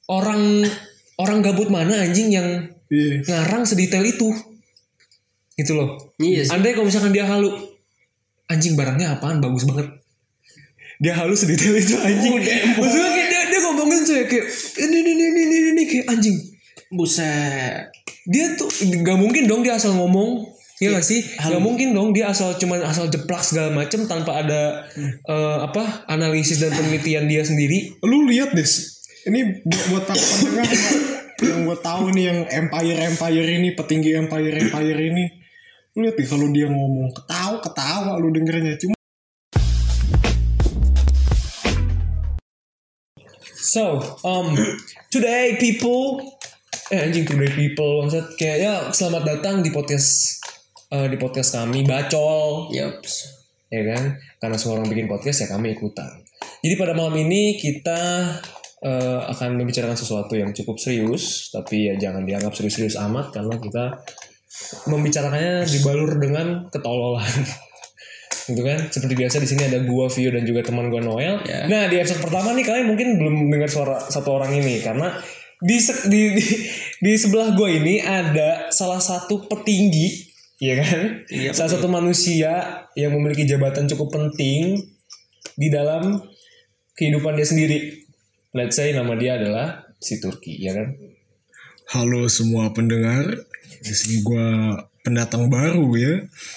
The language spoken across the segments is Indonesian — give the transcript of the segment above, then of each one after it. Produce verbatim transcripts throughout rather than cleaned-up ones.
orang orang gabut mana anjing yang Iya. ngarang sedetail itu. Gitu loh. Iya sih. Andai kalau misalkan dia halu, anjing barangnya apaan bagus banget. Dia halu sedetail itu anjing. Maksudnya kayak dia, dia ngomongin saya kayak ini ini ini ini ini kayak anjing. Buset. Dia tuh nggak mungkin dong dia asal ngomong. Iya gak sih? Halu. Gak mungkin dong dia asal cuman asal jeplak segala macem tanpa ada hmm. uh, apa analisis dan penelitian dia sendiri. Lu lihat deh. Ini buat buat para pendengar yang gue tahu nih yang empire empire ini, petinggi empire empire ini. Lu lihat deh kalau dia ngomong ketawa ketawa lu dengernya. Cuma So, um, today people, eh anjing today people, maksud kayak ya selamat datang di podcast uh, di podcast kami Bacol, Yaps. ya kan? Karena semua orang bikin podcast ya kami ikutan. Jadi pada malam ini kita uh, akan membicarakan sesuatu yang cukup serius, tapi ya jangan dianggap serius-serius amat karena kita membicarakannya dibalur dengan ketololan. Gitu kan, seperti biasa di sini ada gua Vio dan juga teman gua Noel. Ya. Nah di episode pertama nih kalian mungkin belum dengar suara satu orang ini karena di di di, di sebelah gua ini ada salah satu petinggi, ya kan, Iya, salah satu manusia yang memiliki jabatan cukup penting di dalam kehidupan dia sendiri. Let's say nama dia adalah si Turki, ya kan. halo semua pendengar, di sini gue pendatang baru ya.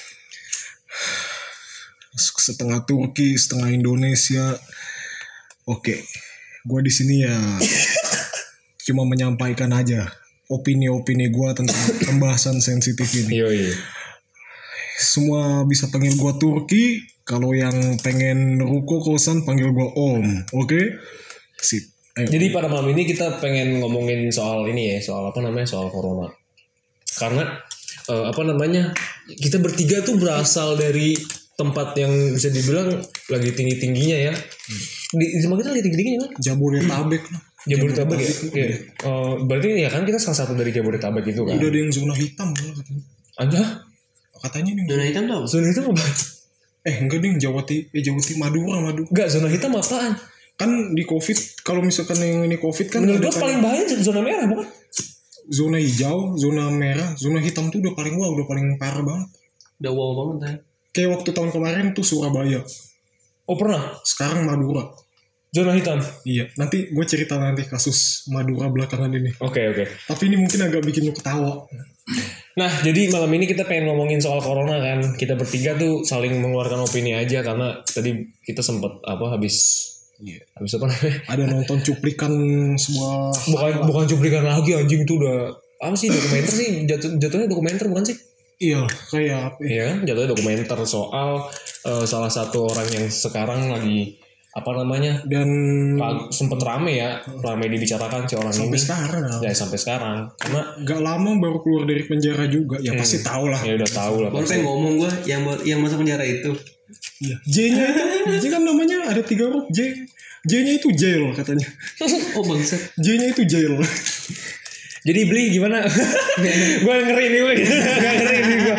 Setengah Turki, setengah Indonesia. Oke, gue di sini ya cuma menyampaikan aja opini-opini gue tentang pembahasan sensitif ini. Yoi. Semua bisa panggil gue Turki. Kalau yang pengen ruko kosan panggil gue Om. Oke? Sip. Ayo. Jadi pada malam ini kita pengen ngomongin soal ini ya, soal apa namanya, soal corona. Karena uh, apa namanya, kita bertiga tuh berasal dari tempat yang bisa dibilang lagi tinggi-tingginya ya. Di, di tempat kita lagi tinggi-tingginya kan? Jabodetabek lah. Jabodetabek ya? Ya. Uh, berarti ya kan kita salah satu dari Jabodetabek itu kan? Udah ada yang zona hitam kan katanya. Aja? Katanya nih. Zona hitam tuh apa? Zona hitam apa? Eh enggak ding, Jawa Timur, eh Jawa Timur, Madura, Madura. Enggak, zona hitam apaan? Kan di Covid, kalau misalkan yang ini Covid kan Menurut ada gue kayak paling bahaya zona merah bukan? zona hijau, zona merah, zona hitam tuh udah paling wah, udah paling parah banget. Udah wow banget ya. Kayak waktu tahun kemarin tuh Surabaya, Oh pernah? sekarang Madura. Zona hitam? Iya, nanti gue cerita nanti kasus Madura belakangan ini. Oke, oke. Tapi ini mungkin agak bikin lu ketawa. Nah, jadi malam ini kita pengen ngomongin soal corona kan. Kita bertiga tuh saling mengeluarkan opini aja karena tadi kita sempet apa habis Iya. habis apa namanya? Ada nonton cuplikan sebuah Bukan bukan cuplikan lagi anjing itu udah apa sih, dokumenter sih, jatuh jatuhnya dokumenter bukan sih? iya kayak apa ya? Iya kan, jatuhnya dokumenter soal uh, salah satu orang yang sekarang lagi apa namanya? Dan Lag- sempet rame ya, rame dibicarakan si orang sampai ini. sekarang Ya sampai sekarang karena gak lama baru keluar dari penjara juga ya, Hmm. pasti tahu lah. ya udah tahu lah Baru pasti. pengen ngomong gue yang yang masuk penjara itu. Iya. J-nya itu, J kan namanya ada tiga huruf J. J-nya itu jail katanya. Oh bangsat. J-nya itu jail. Jadi beli gimana? Gue ngeri nih gue, gak ngeri nih gue.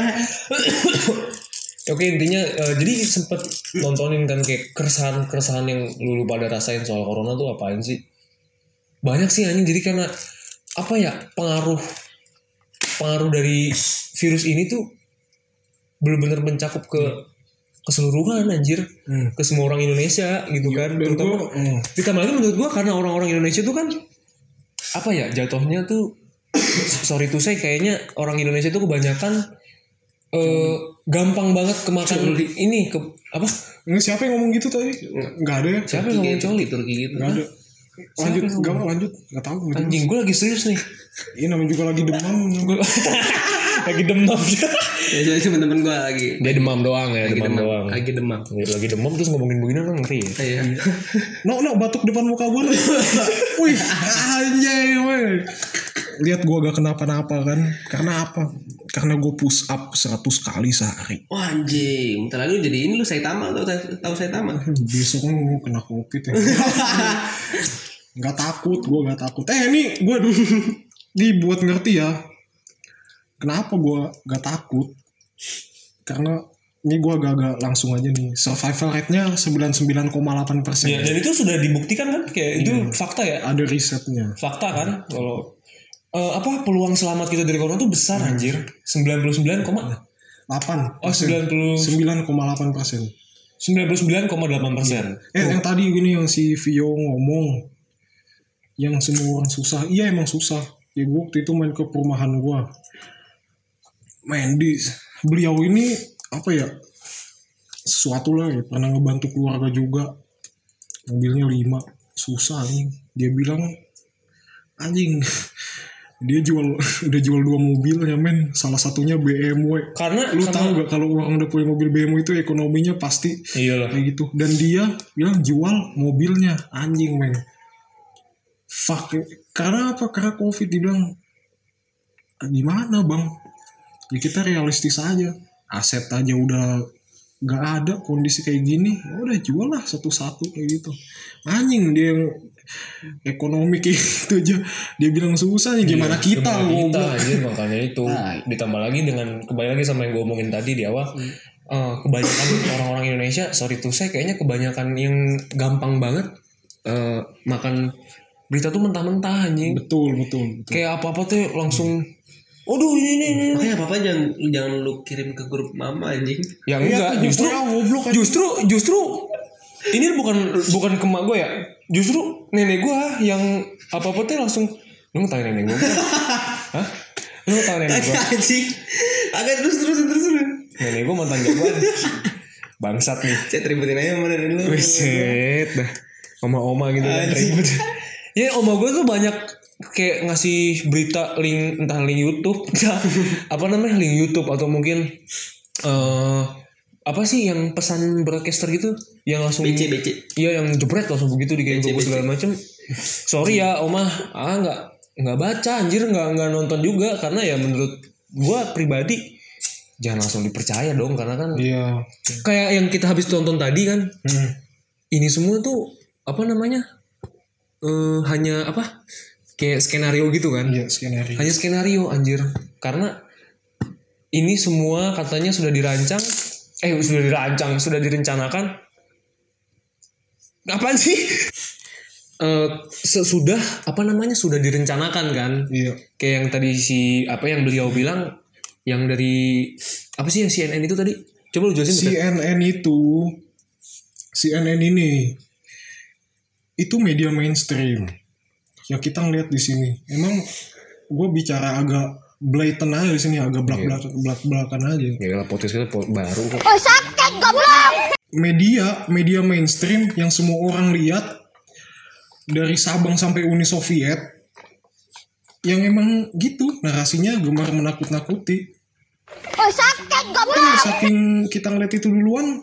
Oke intinya uh, jadi sempet nontonin kan kayak keresahan-keresahan yang lu pada rasain soal corona tuh apain sih? Banyak sih anjing, jadi karena apa ya, pengaruh pengaruh dari virus ini tuh benar-benar mencakup ke keseluruhan anjir, Hmm. ke semua orang Indonesia gitu kan. Dan Terutama gua, hmm. ditambah lagi menurut gue karena orang-orang Indonesia tuh kan apa ya, jatuhnya tuh sorry tuh saya kayaknya orang Indonesia tuh kebanyakan eh, gampang banget kemakan ini ke apa? Nggak, siapa yang ngomong gitu tadi? Nggak ada ya? Siapa yang ngomong coli? Turki gitu. Nggak ada. Lanjut, Siapa yang gak mau lanjut. Nggak tahu. Gitu. Anjing gue lagi serius nih. Ini namanya juga lagi demam. Gua- lagi demam. Ya soalnya teman-teman gue lagi. Dia demam doang ya, Lagi demam, demam. doang. Lagi demam. Lagi demam terus ngomongin begini kan ngeri. Ya? Iya. No, no, batuk depan muka gue. Wih, anjay, weh. Lihat gue gak kenapa-napa kan. Karena apa? Karena gue push up seratus kali sehari. Wah anjing. Bentar lagi lu jadi ini lu Saitama atau tahu Saitama? Besok kan gue kena covid ya. Gak takut, gue gak takut. Eh ini gue dibuat ngerti ya. Kenapa gue gak takut? Karena ini gue agak-agak langsung aja nih. Survival rate-nya sembilan puluh sembilan koma delapan persen. Ya, dan itu sudah dibuktikan kan, kayak itu fakta ya. Ada risetnya. Fakta kan, kalau uh, apa peluang selamat kita dari corona tuh besar anjir. sembilan puluh sembilan koma delapan. Oh, sembilan puluh sembilan koma delapan persen. sembilan puluh sembilan koma delapan persen. Eh, yang tadi gini yang si Vio ngomong, yang semua orang susah. Iya emang susah. Ya gue waktu itu main ke perumahan gue. Main di beliau ini apa ya? Sesuatu lah ya. Pernah ngebantu keluarga juga. Mobilnya lima. Susah nih. Dia bilang anjing. Dia jual udah jual dua mobil ya men. Salah satunya B M W. Karena lu karena, tahu gak kalau orang udah punya mobil B M W itu ekonominya pasti iyalah. kayak gitu. Dan dia bilang jual mobilnya anjing men. Fuck. Karena apa? Karena COVID. Dia bilang gimana bang? Ya kita realistis aja. Aset aja udah gak ada, kondisi kayak gini. Ya udah jual lah satu-satu kayak gitu. Anjing dia yang ekonomi kayak gitu aja. Dia bilang susah nih. Gimana iya, kita? Gimana kita anjir, makanya itu. Nah. Ditambah lagi dengan kembali lagi sama yang gue omongin tadi di awal. Hmm. Uh, kebanyakan orang-orang Indonesia, sorry to say, kayaknya kebanyakan yang gampang banget uh, makan berita tuh mentah-mentah anjing. Betul, betul, betul. Kayak apa-apa tuh langsung aduh ini ini ini. Makanya apa-apa jangan jangan lu kirim ke grup mama anjing. Ya enggak, ya, justru goblok justru justru ini bukan bukan ke mak gue ya. Justru nenek gue yang apa-apa tuh langsung lu tahu nenek gue. Hah? Lu tahu nenek gue? Anjing. Agak terus terus terus. Nenek gue mantan jagoan. Bangsat nih. Saya ributin aja sama nenek lu. Wiset dah. Oma-oma gitu kan ribut. Ya oma gue tuh banyak kayak ngasih berita link entah link YouTube apa namanya link YouTube atau mungkin uh, apa sih yang pesan broadcaster gitu yang langsung B C B C iya yang jebret langsung begitu di kayak gue segala macem. Sorry ya oma ah nggak nggak baca anjir nggak nggak nonton juga karena ya menurut gue pribadi jangan langsung dipercaya dong karena kan iya. Kayak yang kita habis tonton tadi kan hmm. Ini semua tuh apa namanya uh, hanya apa kayak skenario gitu kan. Iya, skenario. Hanya skenario anjir. Karena ini semua katanya sudah dirancang eh sudah dirancang, sudah direncanakan. Apaan sih? uh, sesudah apa namanya sudah direncanakan kan? Iya. Kayak yang tadi si apa yang beliau bilang yang dari apa sih yang C N N itu tadi? Coba lu jelasin. C N N itu C N N ini itu media mainstream. Ya kita ngeliat di sini. Emang gue bicara agak blatant aja di sini, agak belak-belak belak-belakan aja. Ya podcast kita baru kok. Oh sakit goblok. Media, media mainstream yang semua orang lihat dari Sabang sampai Uni Soviet yang emang gitu narasinya gemar menakut-nakuti. Oh sakit goblok. Kan saking kita ngeliat itu duluan,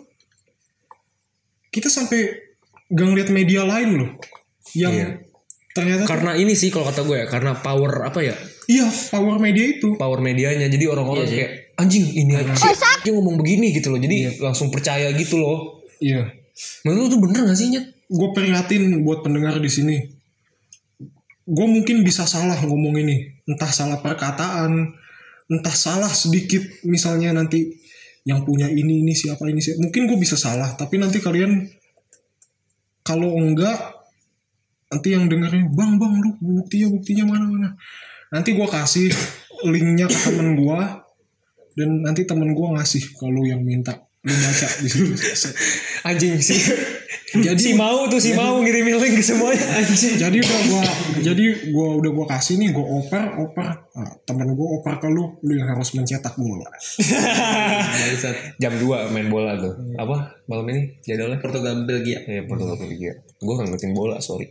kita sampai gak ngeliat media lain loh yang iya. Ternyata karena tuh, ini sih kalau kata gue ya karena power apa ya iya power media itu power medianya jadi orang-orang iya, kayak anjing ini aja dia ngomong begini gitu loh jadi iya. Langsung percaya gitu loh. Iya. Menurut lu tuh bener gak sih Nyet? Gue prihatin buat pendengar di sini. Gue mungkin bisa salah ngomong ini, entah salah perkataan, entah salah sedikit misalnya nanti yang punya ini ini siapa ini siapa mungkin gue bisa salah tapi nanti kalian kalau enggak nanti yang dengerin bang bang lu buktinya buktinya mana mana nanti gue kasih linknya ke temen gue dan nanti temen gue ngasih kalau yang minta lu baca di situ. Anjing sih jadi si mau tuh si jadi, mau ngirimin link ke semuanya anjing. Jadi udah gue jadi gue udah gue kasih nih gue oper oper nah, temen gue oper ke lu lu yang harus mencetak bola. Jam dua main bola tuh hmm. Apa malam ini jadwalnya Portugal Belgia. Ya Portugal Belgia. Gue nggak ngertiin bola sorry.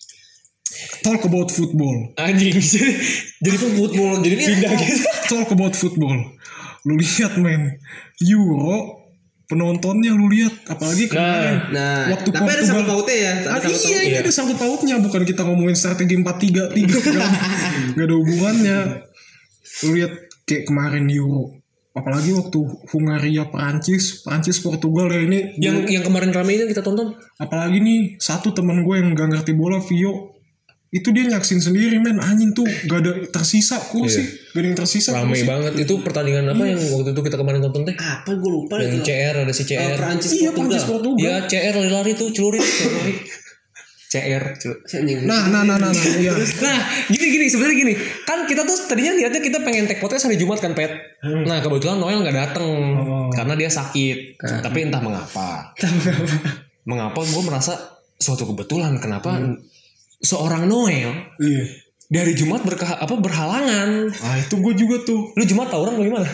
Talk about football. Anjing jadi tuh football jadi pindah gitu. Talk about football. Lu lihat men Euro penontonnya lu lihat apalagi kemarin nah, nah waktu tapi Portugal, ada sangkut pautnya ya ada ada iya ini ada sangkut pautnya bukan kita ngomongin strategi empat tiga tiga kan nggak ada hubungannya. Lu lihat kayak kemarin Euro apalagi waktu Hungaria Prancis Prancis Portugal ya ini yang gua, yang kemarin rame itu kita tonton apalagi nih satu temen gue yang nggak ngerti bola Vio Itu dia nyaksin sendiri men, anjing tuh gak ada tersisa kursi, Iya. gak ada yang tersisa. Rame kursi. banget. Itu pertandingan apa yang waktu itu kita kemarin nonton teh? Apa gue lupa Yang itu. C R ada si C Eh, R. Prancis Iya Portugal. Prancis Portugal. Iya C R lari-lari tuh celurit. celurit. C R. cel- Saya nyinggung. Nah nah nah nah, nah iya. Nah gini gini sebenarnya gini kan kita tuh tadinya niatnya kita pengen take podcast hari Jumat kan Pet. Nah kebetulan Noel nggak dateng karena dia sakit. Tapi entah mengapa. Mengapa gue merasa suatu kebetulan kenapa seorang Noel Iya. dari Jumat berkah apa berhalangan. Ah itu gue juga tuh. Lu Jumat tawuran apa gimana?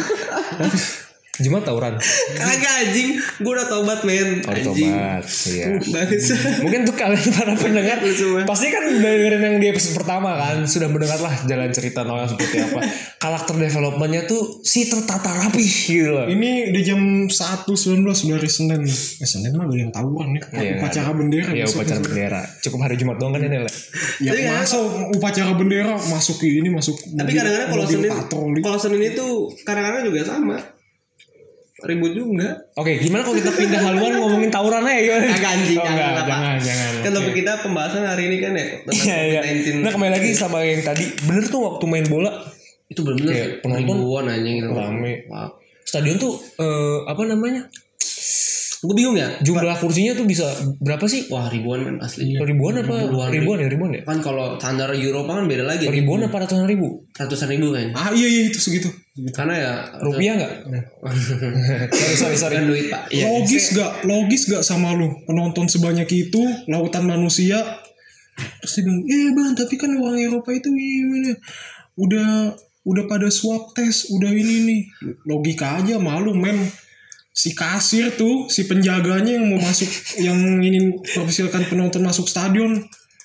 Jumat tawuran. Kagak anjing, gue udah tobat men. Oh Anjing. tobat. Iya. Bangsa. Mungkin tuh kalian para pendengar Lucu banget. pasti kan udah dengerin yang di episode pertama kan sudah mendengar lah jalan cerita Noel seperti apa. Karakter developmentnya tuh si tertata rapi gitu loh. Ini di jam satu sembilan belas dari Senin. Eh Senin mah gak yang tawuran ya. Iya, Upacara bendera. Iya besok. upacara bendera. Cukup hari Jumat doang kan ya Nel? Ya Tapi masa upacara bendera masuk ke ini masuk. Tapi mobil- kadang-kadang kalau mobil Senin, patroli. kalau Senin itu kadang-kadang juga sama. Ribut juga. Oke, gimana kalau kita pindah haluan ngomongin tawuran aja gimana? Agak anjing, Oh, jangan, enggak, apa. jangan, jangan. Kan topik kita pembahasan hari ini kan ya tentang Iya, iya. covid sembilan belas. Nah, kembali lagi sama yang tadi. Bener tuh waktu main bola Itu benar-benar Kayak penonton ribuan anjing itu. rame. Wow. Stadion tuh eh, apa namanya? Gue bingung ya. Jumlah kursinya tuh bisa berapa sih? Wah ribuan men asli. Ribuan apa? Ribuan, Ribuan ya, ribuan ya? Kan kalau standar Eropa kan beda lagi. Ribuan apa ratusan ribu? Ratusan ribu kan. Ah iya iya itu segitu. Karena ya Rupiah nggak? sorry sorry sorry. kan duit pak. Iya. Logis gak? Logis gak sama lu? Penonton sebanyak itu, lautan manusia. Terus dia bilang, eh bang tapi kan orang Eropa itu gimana? Udah udah pada swab test, udah ini nih. Logika aja malu men. Si kasir tuh, si penjaganya yang mau masuk, yang ingin persilakan penonton masuk stadion.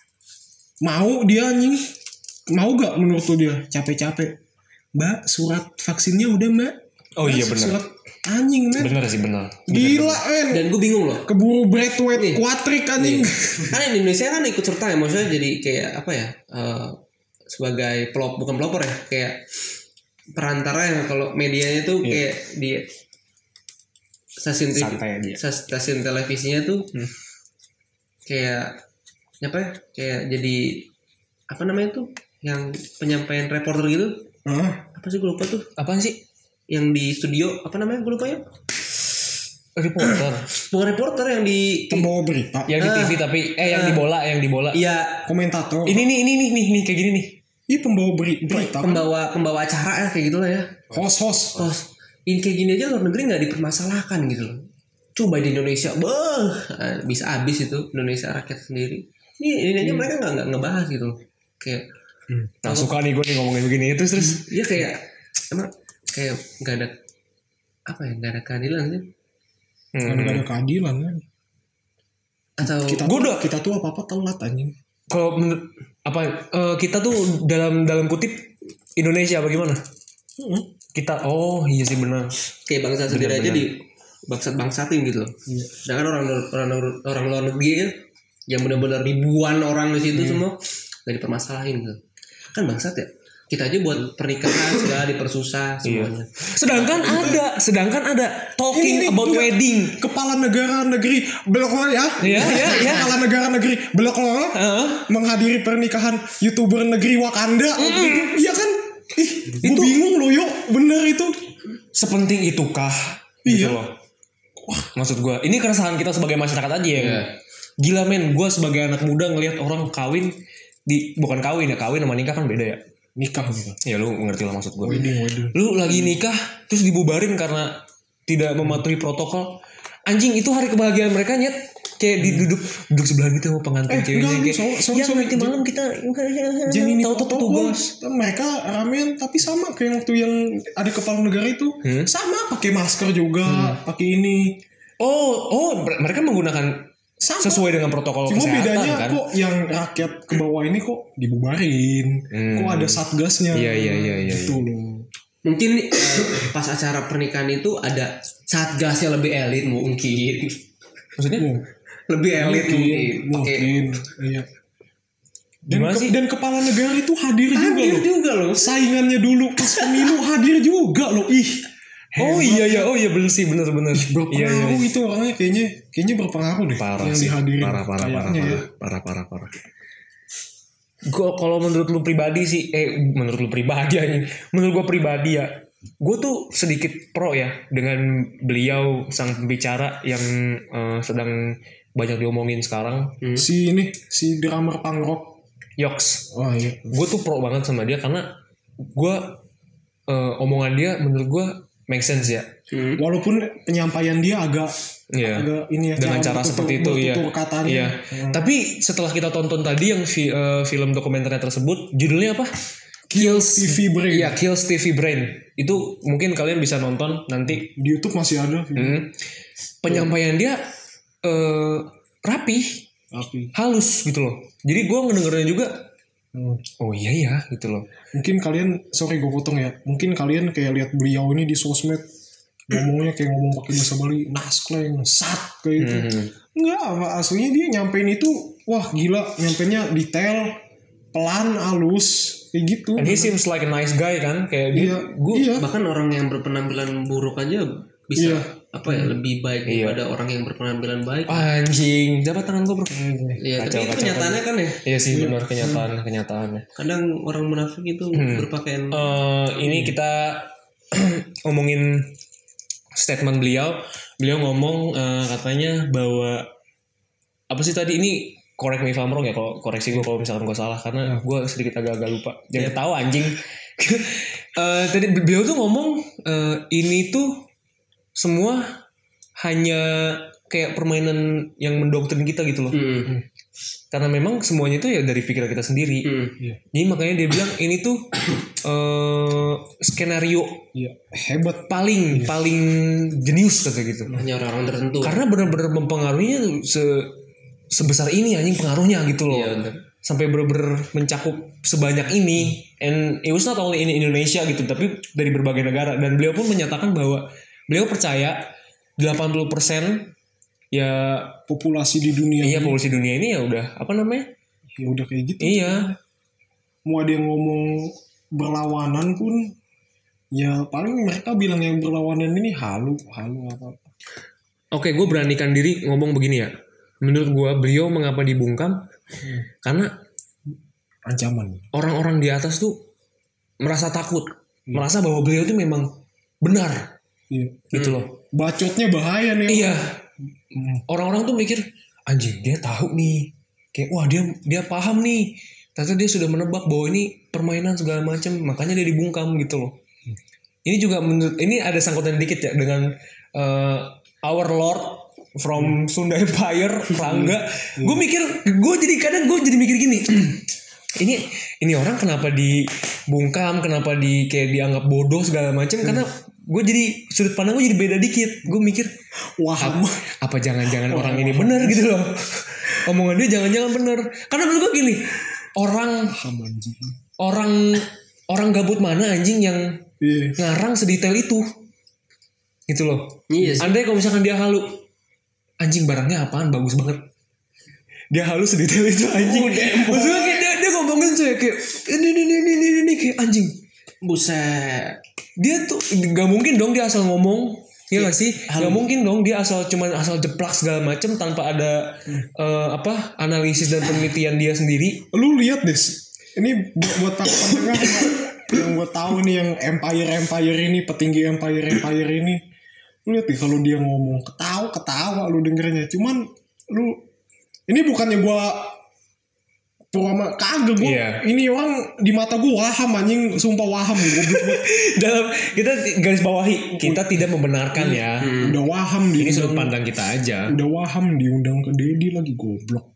Mau dia anjing? Mau gak menurut lu dia? Capek-capek. Mbak, surat vaksinnya udah mbak? Oh iya Mas, benar. Surat anjing men. Bener sih benar. Gila men. Dan gue bingung loh. Keburu Braithwaite Nih. kuatrik anjing. Kan Indonesia kan ikut serta ya, maksudnya jadi kayak apa ya? eh, sebagai pelop bukan pelopor ya, kayak perantara yang kalau medianya tuh kayak di stasiun T V, Santai aja. stasiun televisinya tuh kayak apa ya? Kayak jadi apa namanya tuh? Yang penyampaian reporter gitu. Hah? Apa sih gue lupa tuh? Apaan sih? Yang di studio apa namanya? Gue lupa ya. Reporter. Bukan reporter yang di Pembawa berita. Yang di T V tapi eh yang di bola, yang di bola. Iya, Komentator. Ini nih, ini nih, nih, nih kayak gini nih. Iya pembawa beri- berita. kan? pembawa pembawa acara ya kayak gitu lah ya. Host-host. Oh, ini kayak gini aja luar negeri nggak dipermasalahkan gitu loh. Coba di Indonesia, beuh, bisa habis itu Indonesia rakyat sendiri. Ini ini aja mereka nggak nggak ngebahas gitu loh. Kayak, Nah suka nih gue nih ngomongin begini terus terus. ya kayak emang kayak nggak ada apa ya nggak ada keadilan sih. Kan gak ada keadilan kan. Atau Kita Gua tuh, udah- kita tuh apa-apa telat anjing. Kalau menurut apa eh, kita tuh dalam dalam kutip Indonesia bagaimana? Kita oh iya sih benar. kayak bangsa sendiri aja di bangsat bangsatin gitu loh. Sedangkan orang orang orang luar negeri kan yang benar-benar ribuan orang di situ semua nggak dipermasalahin gitu. Kan bangsat ya. Kita aja buat pernikahan segala dipersusah semuanya. Sedangkan ada, sedangkan ada talking Ini nih, about enggak. wedding. Kepala negara negeri belok ya. Iya, iya, iya. Kepala negara negeri belok Heeh. menghadiri pernikahan YouTuber negeri Wakanda. Iya kan? Ih, gue Itu- bingung loh yuk. Bener itu. Sepenting itukah? Iya. Gitu loh. Wah, maksud gue, ini keresahan kita sebagai masyarakat aja ya. Iya. Gila men, gue sebagai anak muda ngelihat orang kawin di bukan kawin ya, kawin sama nikah kan beda ya. Nikah gitu. Ya lu ngerti lah maksud gue. Wedding, wedding. Lu lagi nikah terus dibubarin karena tidak mematuhi protokol. Anjing itu hari kebahagiaan mereka nyet. Kayak diduduk duduk sebelah gitu sama pengantin Eh, ceweknya enggak, kayak. so- so- ya so- nanti malam kita Jadi ini tahu-tahu petugas. mereka ramean tapi sama kayak waktu yang ada kepala negara itu Hmm? sama pakai masker juga pakai ini Oh, oh ber- mereka menggunakan sama sesuai dengan protokol cuma kesehatan bedanya kan. kok yang rakyat ke bawah ini kok dibubarin Hmm. kok ada satgasnya Iya, iya, iya, iya, gitu loh Mungkin eh, pas acara pernikahan itu ada satgasnya lebih elit mungkin. Maksudnya? Lebih elit mungkin. mungkin Pakai mungkin iya dan, Gimana ke- sih? dan kepala negara itu hadir, juga hadir loh juga loh. saingannya dulu pas pemilu hadir juga loh ih Oh iya ya, oh iya bener sih bener bener. berpengaruh Iya iya. iya. itu orangnya kayaknya kayaknya berpengaruh deh Parah yang sih. dihadirin Parah parah parah Kayaknya parah, ya. parah parah parah. Gue kalau menurut lu pribadi sih, eh menurut lu pribadi aja, menurut gue pribadi ya, gue tuh sedikit pro ya dengan beliau sang pembicara yang uh, sedang banyak diomongin sekarang. Hmm. Si ini, si drummer punk rock. Yoks. Oh iya. Gue tuh pro banget sama dia karena gue uh, omongan dia menurut gue make sense ya. Hmm. Walaupun penyampaian dia agak Iya. agak ini ya, Dengan cara bertutur- seperti itu ya. bertutur katanya. Iya. Hmm. Tapi setelah kita tonton tadi yang fi- uh, film dokumenternya tersebut, judulnya apa? Kills T V Brain. Iya, Kills T V Brain. Itu mungkin kalian bisa nonton nanti. Di YouTube masih ada. Hmm. Penyampaian dia uh, rapi, Tapi halus gitu loh. Jadi gue ngedengernya juga, hmm. oh iya ya gitu loh. mungkin kalian, sorry gue potong ya, mungkin kalian kayak lihat beliau ini di sosmed ngomongnya kayak ngomong pakai bahasa Bali, naskleng, sat kayak itu. Hmm. Enggak, apa aslinya dia nyampein itu, wah gila, nyampeinnya detail, pelan, halus, kayak gitu. And he seems like a nice guy kan, kayak dia, Iya, gue iya. Bahkan orang yang berpenampilan buruk aja bisa Iya. apa ya lebih baik Iya. daripada orang yang berpenampilan baik. anjing, jabat tangan gue bro. Iya, Kacau, tapi itu kacau, kenyataannya kan ya. Iya sih benar kenyataan kenyataannya. Kadang orang munafik itu berpakaian Eh, ini kita ngomongin statement beliau. Beliau ngomong eh, katanya bahwa apa sih tadi ini, correct me if I'm wrong ya, kalau koreksi gue kalau misalkan gue salah karena gue sedikit agak-agak lupa. Jangan ketawa anjing. Eh, tadi beliau tuh ngomong eh, ini tuh semua hanya kayak permainan yang mendoktrin kita gitu loh. Hmm. Karena memang semuanya itu ya dari pikiran kita sendiri. Hmm. Jadi makanya dia bilang ini tuh eh, skenario Iya, hebat. paling paling jenius kata gitu. Hanya orang-orang tertentu. Karena benar-benar mempengaruhinya se sebesar ini anjing pengaruhnya gitu loh. Iya, benar. Sampai benar-benar mencakup sebanyak ini, and it was not only in Indonesia gitu, tapi dari berbagai negara. Dan beliau pun menyatakan bahwa beliau percaya delapan puluh persen ya Populasi di dunia iya ini, populasi dunia ini ya udah apa namanya? ya udah kayak gitu. Iya. Mau ada yang ngomong berlawanan pun, ya paling mereka bilang yang berlawanan ini halu, halu apa. Oke, gue beranikan diri ngomong begini ya. Menurut gue beliau mengapa dibungkam? Hmm. Karena Ancaman. orang-orang di atas tuh merasa takut, merasa bahwa beliau itu memang benar, Iya. gitu loh. Bacotnya bahaya nih. Iya. Orang-orang tuh mikir, anjing dia tahu nih, kayak wah dia dia paham nih. Ternyata dia sudah menebak bahwa ini permainan segala macam, makanya dia dibungkam gitu loh. Ini juga menurut ini ada sangkutan dikit ya dengan uh, Our Lord from Sunda Empire, Rangga. Gue mikir, gue jadi kadang gue jadi mikir gini. ini ini orang kenapa dibungkam, kenapa di kayak dianggap bodoh segala macam? Karena gue jadi sudut pandang gue jadi beda dikit. Gue mikir, Wah, apa, apa jangan-jangan orang ini benar gitu loh. Omongan dia jangan-jangan benar. Karena menurut gue gini, orang anjing. orang orang gabut mana anjing yang Iya. ngarang sedetail itu, gitu loh. Iya sih. Andai kalau misalkan dia halu, anjing barangnya apaan bagus banget, dia halu sedetail itu anjing. Maksudnya kayak dia, dia ngomongin saya kayak ini ini ini ini ini kayak anjing. Buset. Dia tuh nggak mungkin dong dia asal ngomong, ya nggak sih? Nggak mungkin dong dia asal cuman asal jeplak segala macem tanpa ada eh, apa analisis dan penelitian dia sendiri. Lu lihat deh, ini buat, buat para pendengar yang gue tahu nih yang empire empire ini, petinggi empire empire ini, lu lihat deh kalau dia ngomong ketawa ketawa lu dengernya. Cuman lu ini bukannya gue pura kagak gue, Iya. ini orang di mata gue waham anjing, sumpah waham goblok banget. Dalam kita garis bawahi, kita tidak membenarkan ya. Udah waham Ini diundang, sudut pandang kita aja. udah waham diundang ke Dedi lagi goblok.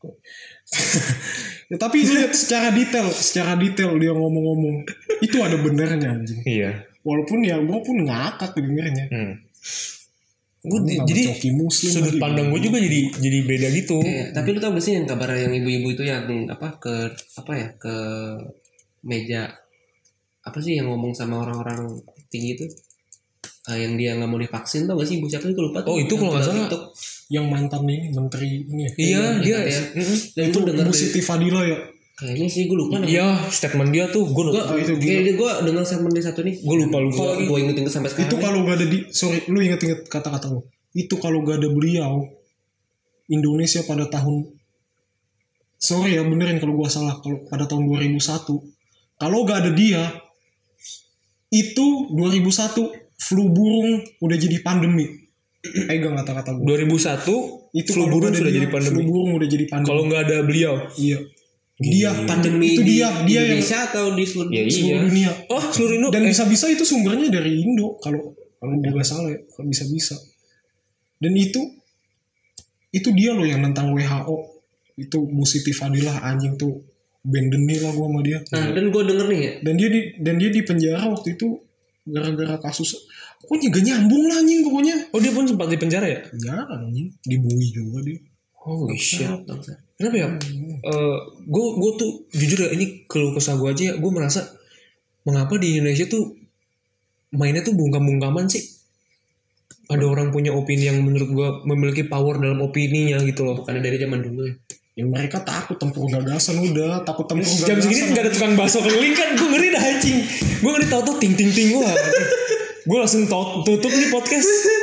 Ya, tapi lihat secara detail, secara detail dia ngomong-ngomong itu ada benernya anjing. Iya. Walaupun ya gue pun ngakak dengernya. Hmm. Gua, Lu jadi nama coki muslim sudut lagi. pandang gue juga jadi jadi beda gitu. Iya, tapi lu tau gak sih yang kabar yang ibu-ibu itu yang apa ke apa ya ke meja apa sih yang ngomong sama orang-orang tinggi itu Ah, yang dia nggak mau divaksin tau gak sih ibu siapa itu lupa tuh. Oh, itu Yang kalau nggak viral salah. TikTok. Yang mantan ini menteri ini ya. Iya, dia. ya. Mm-mm. Dan Itu itu dengar Bu dari- Siti Fadila ya. kayaknya sih gue lupa namanya. Iya, statement dia tuh gue Gue lupa. itu gila. kayak gue dengar statement di satu nih. Gue lupa lupa lagi. Gue inget-inget sampai sekarang. Itu kalau gak ada di, sorry, lu inget-inget kata-kata lu. Itu kalau gak ada beliau, Indonesia pada tahun sorry ya benerin kalau gue salah, kalau pada tahun dua ribu satu kalau gak ada dia itu dua ribu satu flu burung udah jadi pandemi. Pegang kata-kata gue. dua ribu satu Itu flu burung sudah dia, jadi pandemi. Flu burung udah jadi pandemi. Kalau nggak ada beliau. Iya. Dia Pandemi itu di dia dia yang Indonesia atau di seluruh Ya, seluruh iya. dunia. Oh seluruh Indo. Dan eh, bisa-bisa itu sumbernya dari Indo kalau kalau gue nggak salah ya, kalau bisa-bisa. Dan itu itu dia loh yang nentang W H O. Itu Bu Siti Fadilah anjing tuh bendeni lah gue sama dia. Nah, dan gue denger nih ya, Dan dia di dan dia di penjara waktu itu gara-gara kasus pokoknya gak nyambung lah anjing pokoknya. Oh dia pun sempat di penjara ya? Ya anjing dibui juga dia. Holy shit. bangsat. Kenapa ya? Gue gue tuh jujur ya ini keluh kesah gue aja ya. Gue merasa mengapa di Indonesia tuh mainnya tuh bungkam-bungkaman sih. Ada orang punya opini yang menurut gue memiliki power dalam opininya gitu loh. Bukannya dari zaman dulu ya. Ya mereka takut tempur gagasan udah, takut tempur Jam gagasan. segini nggak ada tukang bakso keliling kan, gue ngeri dah anjing. Gue ngeri tau-tau ting ting ting gue. Gue langsung tot- tutup nih podcast.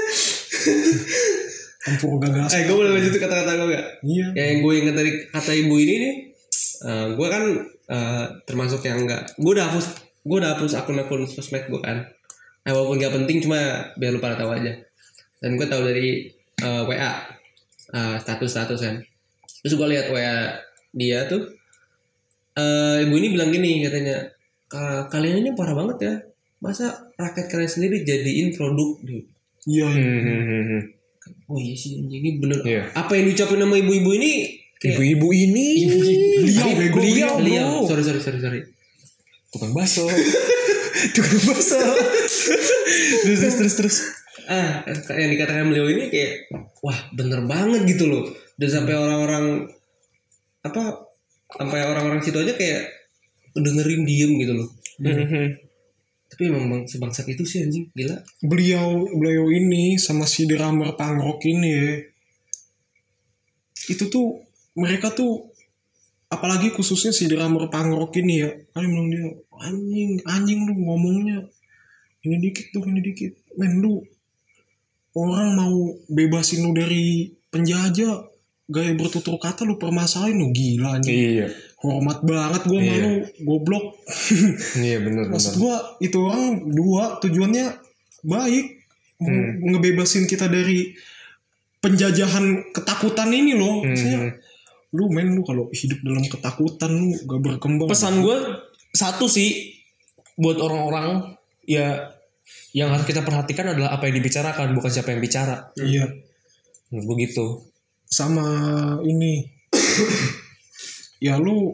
Tempur gagasan. Eh, gue boleh lanjutin kata-kata gue gak? Iya. Ya, yang gue ingat dari kata ibu ini nih, uh, gue kan uh, termasuk yang enggak, gue udah hapus, gue udah hapus akun-akun sosmed gue kan. Nah, walaupun gak penting, cuma biar lu pada tahu aja. Dan gue tahu dari uh, W A, uh, status-status kan. Terus gue lihat W A dia tuh, uh, ibu ini bilang gini katanya, kalian ini parah banget ya, masa rakyat kalian sendiri jadiin produk? Iya. Hmm. Oh iya sih, ini bener. Iya. Apa yang diucapin sama ibu-ibu ini? Kayak, Ibu-ibu ini. Beliau, Tapi bego, beliau, beliau, bro. sorry sorry sorry sorry. Tukang bakso. Tukang bakso. terus terus terus terus. Ah, yang dikatakan beliau ini kayak, wah bener banget gitu loh. Dan sampai orang-orang apa, sampai orang-orang situ aja kayak dengerin diem gitu loh. Tapi emang bang, sebangsat itu sih anjing, gila. Beliau beliau ini sama si drummer punk rock ini ya. Itu tuh mereka tuh apalagi khususnya si drummer punk rock ini ya. Kalian bilang dia anjing, anjing lu ngomongnya. Ini dikit tuh, ini dikit. Men lu orang mau bebasin lu dari penjajah, gaya bertutur kata lu permasalahin lu gila anjing. Iya. Hormat banget gue Iya. malu goblok. Iya benar Maksud benar. gue itu orang dua tujuannya baik. Mau Hmm. ngebebasin kita dari penjajahan ketakutan ini loh. Maksudnya Hmm. lu men lu kalau hidup dalam ketakutan lu gak berkembang. Pesan gue satu sih buat orang-orang ya yang harus kita perhatikan adalah apa yang dibicarakan bukan siapa yang bicara. Iya. Menurut gue gitu. Sama ini ya lu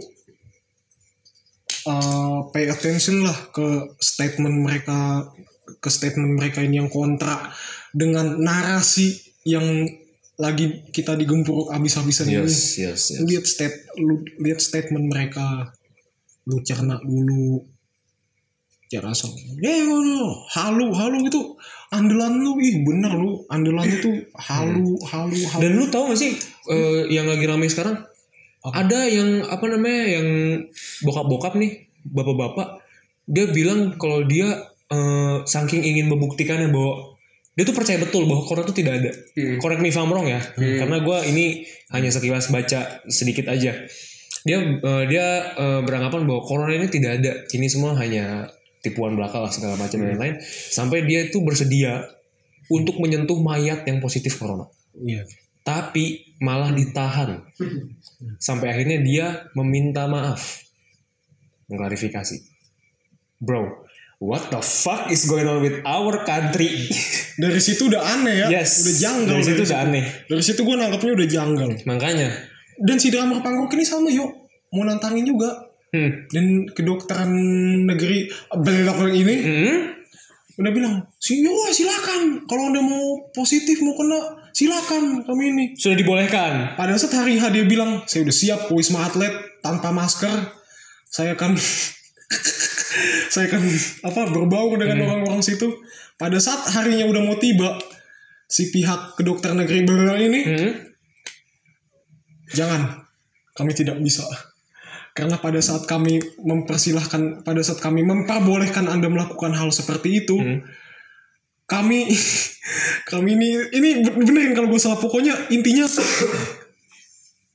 uh, pay attention lah ke statement mereka ke statement mereka ini yang kontra dengan narasi yang lagi kita digempur abis-abisan ini. Yes yes yes. Lihat state lu lihat statement mereka, lu cerna dulu. Ya rasa eh lu halu halu itu andalan lu, ih bener lu andalan itu halu halu halu. Dan lu tahu gak sih eh, yang lagi ramai sekarang? Ada yang apa namanya yang bokap-bokap nih, bapak-bapak, dia bilang kalau dia eh, saking ingin membuktikannya bahwa dia tuh percaya betul bahwa corona itu tidak ada. Hmm. Correct me if I'm wrong ya, karena gue ini hanya sekilas baca sedikit aja. Dia eh, dia eh, beranggapan bahwa corona ini tidak ada, ini semua hanya tipuan belaka lah segala macam dan lain-lain. Sampai dia itu bersedia untuk menyentuh mayat yang positif corona. Iya. Tapi malah ditahan. Sampai akhirnya dia meminta maaf. Mengklarifikasi. Bro, what the fuck is going on with our country? Dari situ udah aneh ya, Yes. udah janggal. Dari situ udah aneh. Dari situ gue nangkepnya udah janggal. Makanya. Dan si drummer punk rock ini sama yuk, mau nantangin juga. Hmm. Dan kedokteran negeri belok ini Hmm? udah bilang, si yo silakan, kalau anda mau positif mau kena silakan kami ini. Sudah dibolehkan. Pada saat hari H dia bilang, saya udah siap ke Wisma Atlet tanpa masker, saya akan saya akan apa berbaur dengan Hmm. orang-orang situ. Pada saat harinya udah mau tiba, si pihak kedokteran negeri Berlin ini, Hmm? jangan, kami tidak bisa. Karena pada saat kami mempersilahkan, pada saat kami memperbolehkan Anda melakukan hal seperti itu, Hmm. kami, kami ini, ini benerin kalau gue salah, pokoknya intinya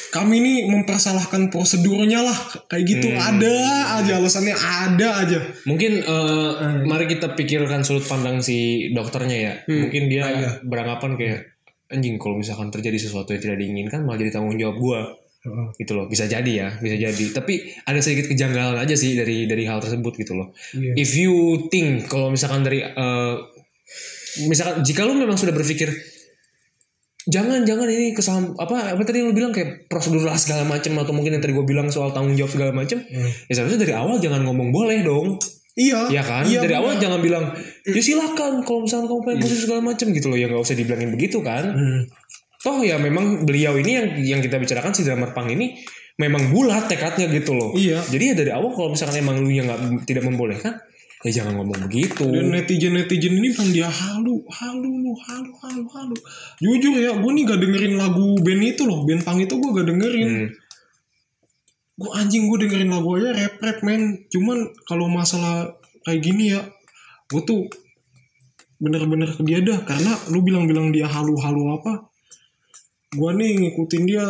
kami ini mempersalahkan prosedurnya lah kayak gitu. Hmm. Ada aja alasannya, ada aja. Mungkin uh, hmm. mari kita pikirkan sudut pandang si dokternya ya. Hmm. Mungkin dia ah, beranggapan kayak anjing kalau misalkan terjadi sesuatu yang tidak diinginkan malah jadi tanggung jawab gua. Uh. Gitu loh, bisa jadi ya, bisa jadi. Tapi ada sedikit kejanggalan aja sih dari dari hal tersebut gitu loh. Yeah. If you think kalau misalkan dari uh, misalkan jika lu memang sudah berpikir jangan jangan ini kesalahan apa apa tadi lu bilang kayak prosedur lah segala macam atau mungkin yang tadi gue bilang soal tanggung jawab segala macam, hmm. ya seharusnya dari awal jangan ngomong boleh dong. Iya. Ya kan? Iya, dari bener. Awal jangan bilang ya silakan kalau misalkan kamu pengen prosedur segala macam gitu loh, ya nggak usah dibilangin begitu kan. Hmm. Toh ya memang beliau ini yang yang kita bicarakan si drummer punk ini memang bulat tekadnya gitu loh. Iya. Jadi ya dari awal kalau misalkan emang lu yang nggak tidak membolehkan, ya jangan ngomong begitu. Dan netizen-netizen ini bilang dia halu, halu, lu, halu, halu, halu. Jujur ya, gue nih gak dengerin lagu band itu loh, band punk itu gue gak dengerin. Hmm. Gue anjing gue dengerin lagu aja rap-rap men. Cuman kalau masalah kayak gini ya, gue tuh bener-bener ke dia dah. Karena lu bilang-bilang dia halu-halu apa, gue nih ngikutin dia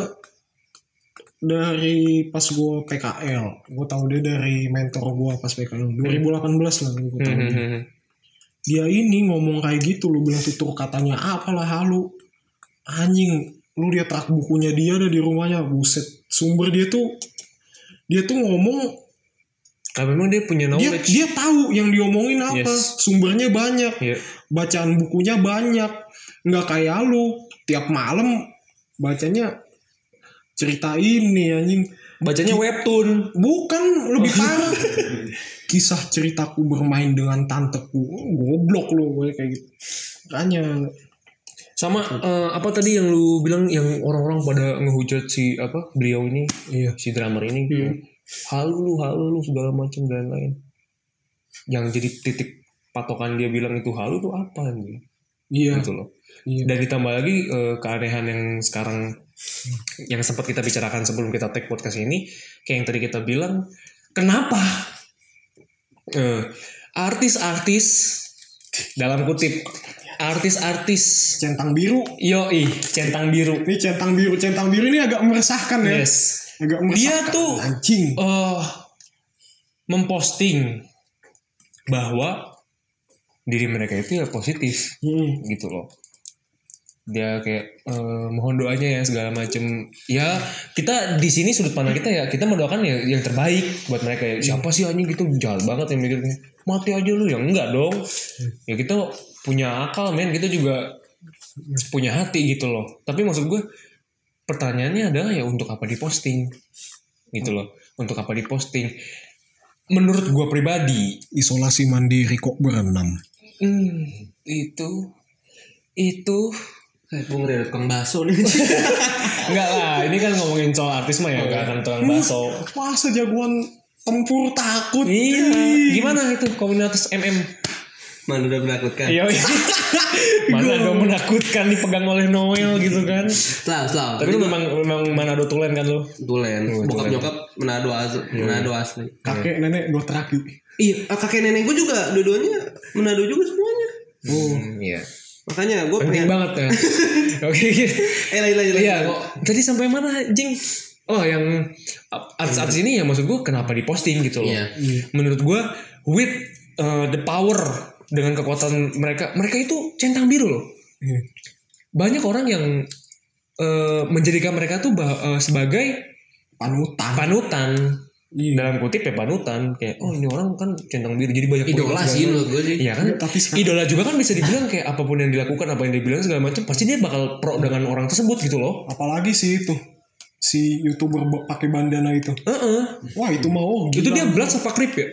dari pas gue P K L. Gue tahu dia dari mentor gue pas P K L dua ribu delapan belas lah gue tahu. Mm-hmm. Dia ini ngomong kayak gitu, lu bilang tutur katanya apalah halu. Anjing, lu lihat rak bukunya dia ada di rumahnya, buset. Sumber dia tuh dia tuh ngomong karena memang dia punya knowledge. Dia, dia tahu yang diomongin apa. Yes. Sumbernya banyak. Yeah. Bacaan bukunya banyak. Nggak kayak lu tiap malam bacanya cerita ini anjing, bacanya webtoon. Bukan, lebih parah. Kisah ceritaku bermain dengan tanteku. Goblok lu gue kayak gitu. Makanya sama uh, apa tadi yang lu bilang yang orang-orang pada ngehujat si apa beliau ini, iya. si drummer ini, hmm. halu halu lu segala macam dan lain. Yang jadi titik patokan dia bilang itu halu tuh apa nih? Iya. Gitu loh. Iya. Dan ditambah lagi uh, keanehan yang sekarang yang sempat kita bicarakan sebelum kita take podcast ini, kayak yang tadi kita bilang, kenapa uh, artis-artis dalam kutip artis-artis centang biru, yoi centang biru, ini centang biru, centang biru ini agak meresahkan ya, yes. agak meresahkan. Dia tuh uh, memposting bahwa diri mereka itu ya positif, hmm. gitu loh. Dia kayak eh, mohon doanya ya segala macem. Ya kita di sini sudut pandang kita ya kita mendoakan ya yang terbaik buat mereka ya. Siapa sih anjing gitu jahat banget yang mikirnya mati aja lu, ya enggak dong. Ya kita punya akal men, kita juga punya hati gitu loh. Tapi maksud gue pertanyaannya adalah ya untuk apa diposting gitu loh. Untuk apa diposting? Menurut gue pribadi isolasi mandiri kok berenam. Hmm, itu itu kayak gue ngeliat tukang bakso nih. Enggak lah, ini kan ngomongin soal artis mah ya, enggak akan tukang bakso. Masa jagoan tempur takut. Iya. Gimana itu komunitas M M? Mana udah menakutkan. Iya. Mana udah menakutkan dipegang oleh Noel gitu kan. Setelah, setelah. Tapi lu memang memang Manado Tulen kan lu? Tulen. Oh, bokap nyokap Manado asli. Yeah. Manado asli. Kakek yeah. nenek dua teraki. Iya, kakek nenek gue juga dua-duanya Manado juga semuanya. Oh, iya. Makanya gue penting pengen... banget ya. Oke. Eh lain lain. Iya, kok tadi sampai mana, Jing? Oh, yang artis-artis ini ya maksud gue kenapa diposting gitu loh. Yeah. Menurut gue with uh, the power, dengan kekuatan mereka, mereka itu centang biru loh. Yeah. Banyak orang yang uh, menjadikan mereka tuh bah, uh, sebagai panutan. Panutan. Iya. Dalam kutip ya panutan, kayak oh ini orang kan centang biru jadi banyak idola sih menurut gue sih. Iya kan? Tapi idola juga kan bisa dibilang kayak apapun yang dilakukan, apa yang dibilang segala macam pasti dia bakal pro dengan orang tersebut gitu loh. Apalagi sih itu si YouTuber pakai bandana itu. Uh-uh. Wah, itu mau oh, itu dia Bloods apa Crip ya?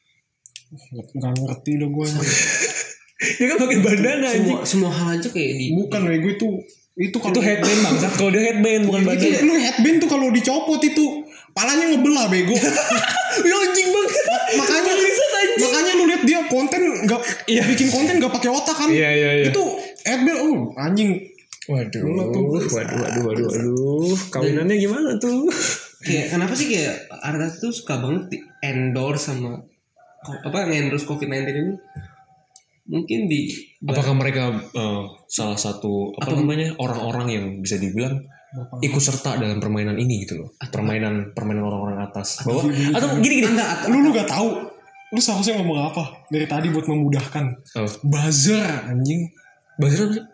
Gak ngerti dong gue. Dia kan pakai bandana semua, semua, semua hal aja kayak di bukan weh gue itu itu kalau itu headband bangsat, kalau dia headband bukan bandana. Itu lu headband tuh kalau dicopot itu palanya ngebelah bego. Ya anjing banget. Makanya makanya lu lihat dia konten enggak iya. bikin konten enggak pakai otak kan. Iya iya iya. Itu headband oh anjing. Waduh. Waduh waduh waduh waduh. Kawinannya gimana tuh? Kayak kenapa sih kayak artis tuh suka banget di endorse sama apa nge-endorse covid sembilan belas ini? Mungkin di apakah mereka uh, salah satu apa, apa namanya orang-orang yang bisa dibilang ikut serta dalam permainan ini gitu loh. Permainan permainan orang-orang atas. Bahwa atau gini gini. Enggak, Lu lu gak tahu. Lu seharusnya ngomong apa dari tadi buat memudahkan. Oh. Buzzer anjing. Buzzer apa sih?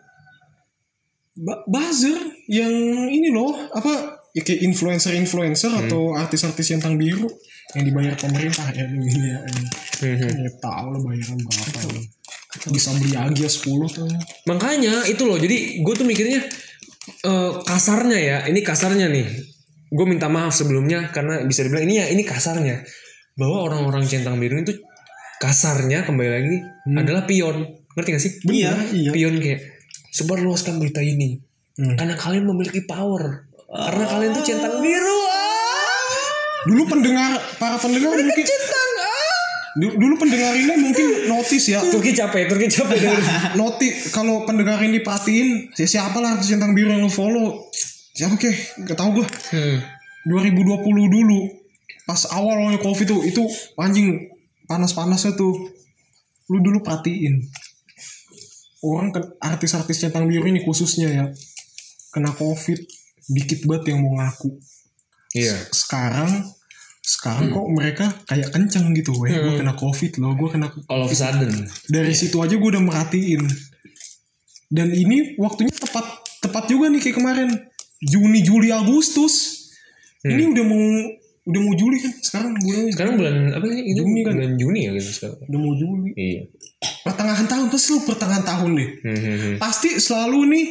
Ba- buzzer yang ini loh, apa ya kayak influencer-influencer hmm. atau artis-artis centang biru yang dibayar pemerintah ya ini ya. Hmm. Ya tahu lah bayaran berapa ini. Bisa beli Agia sepuluh tuh. Makanya itu loh. Jadi gue tuh mikirnya Uh, kasarnya ya, ini kasarnya nih. Gue minta maaf sebelumnya karena bisa dibilang ini ya ini kasarnya. Bahwa orang-orang centang biru itu kasarnya kembali lagi hmm. adalah pion. Ngerti gak sih? Iya, iya. Pion kayak sebarluaskan berita ini. Hmm. Karena kalian memiliki power. Oh. Karena kalian tuh centang biru. Ah. Dulu pendengar para pendengar mungkin centang. Dulu pendengar ini mungkin notice ya. Turki capek, Turki capek. Notice kalau pendengar ini perhatiin siapa lah artis centang biru yang lo follow. Siapa kek? Gak tau gue. Hmm. dua ribu dua puluh dulu pas awal-awalnya Covid tuh itu anjing panas-panasnya tuh. Lu dulu perhatiin orang kan artis-artis centang biru ini khususnya ya kena Covid dikit banget yang mau ngaku. Iya. Sekarang Sekarang hmm. kok mereka kayak kenceng gitu, weh, hmm. gue kena Covid loh, gue kena COVID. All of a sudden. Dari situ aja gue udah merhatiin. Dan ini waktunya tepat tepat juga nih kayak kemarin Juni, Juli, Agustus. Hmm. Ini udah mau udah mau Juli kan sekarang bulan. Sekarang bulan apa sih? Ini Juni kan? Bulan Juni ya gitu sekarang. Udah mau Juli. Iya. Pertengahan tahun pasti selalu pertengahan tahun deh. Hmm, hmm, hmm. Pasti selalu nih.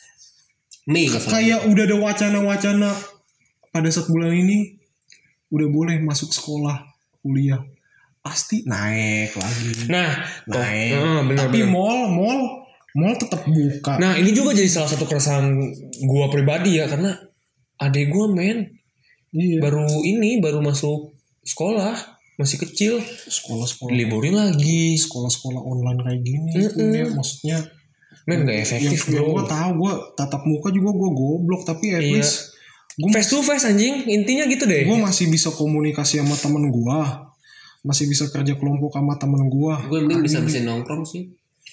Mei kayak udah ada wacana-wacana pada saat bulan ini. Udah boleh masuk sekolah, kuliah, pasti naik lagi. Nah, naik. Oh, bener, tapi bener. mall, mall, mall tetap buka. Nah, ini juga jadi salah satu keresahan gue pribadi ya, karena adek gue men, iya. baru ini baru masuk sekolah, masih kecil, sekolah-sekolah liburin lagi, sekolah-sekolah online kayak gini, ya, maksudnya, men nggak efektif ya, bro. Gue tahu gue tatap muka juga gue goblok, tapi at iya. least Gua face to face anjing, intinya gitu deh. Gue masih bisa komunikasi sama temen gue, masih bisa kerja kelompok sama temen gue. Gue mending bisa bisa nongkrong sih.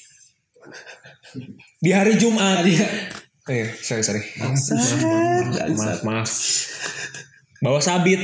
Di hari Jumat. Iya. Oh iya, sorry sorry. Maaf maaf maaf. maaf. Bawa sabit.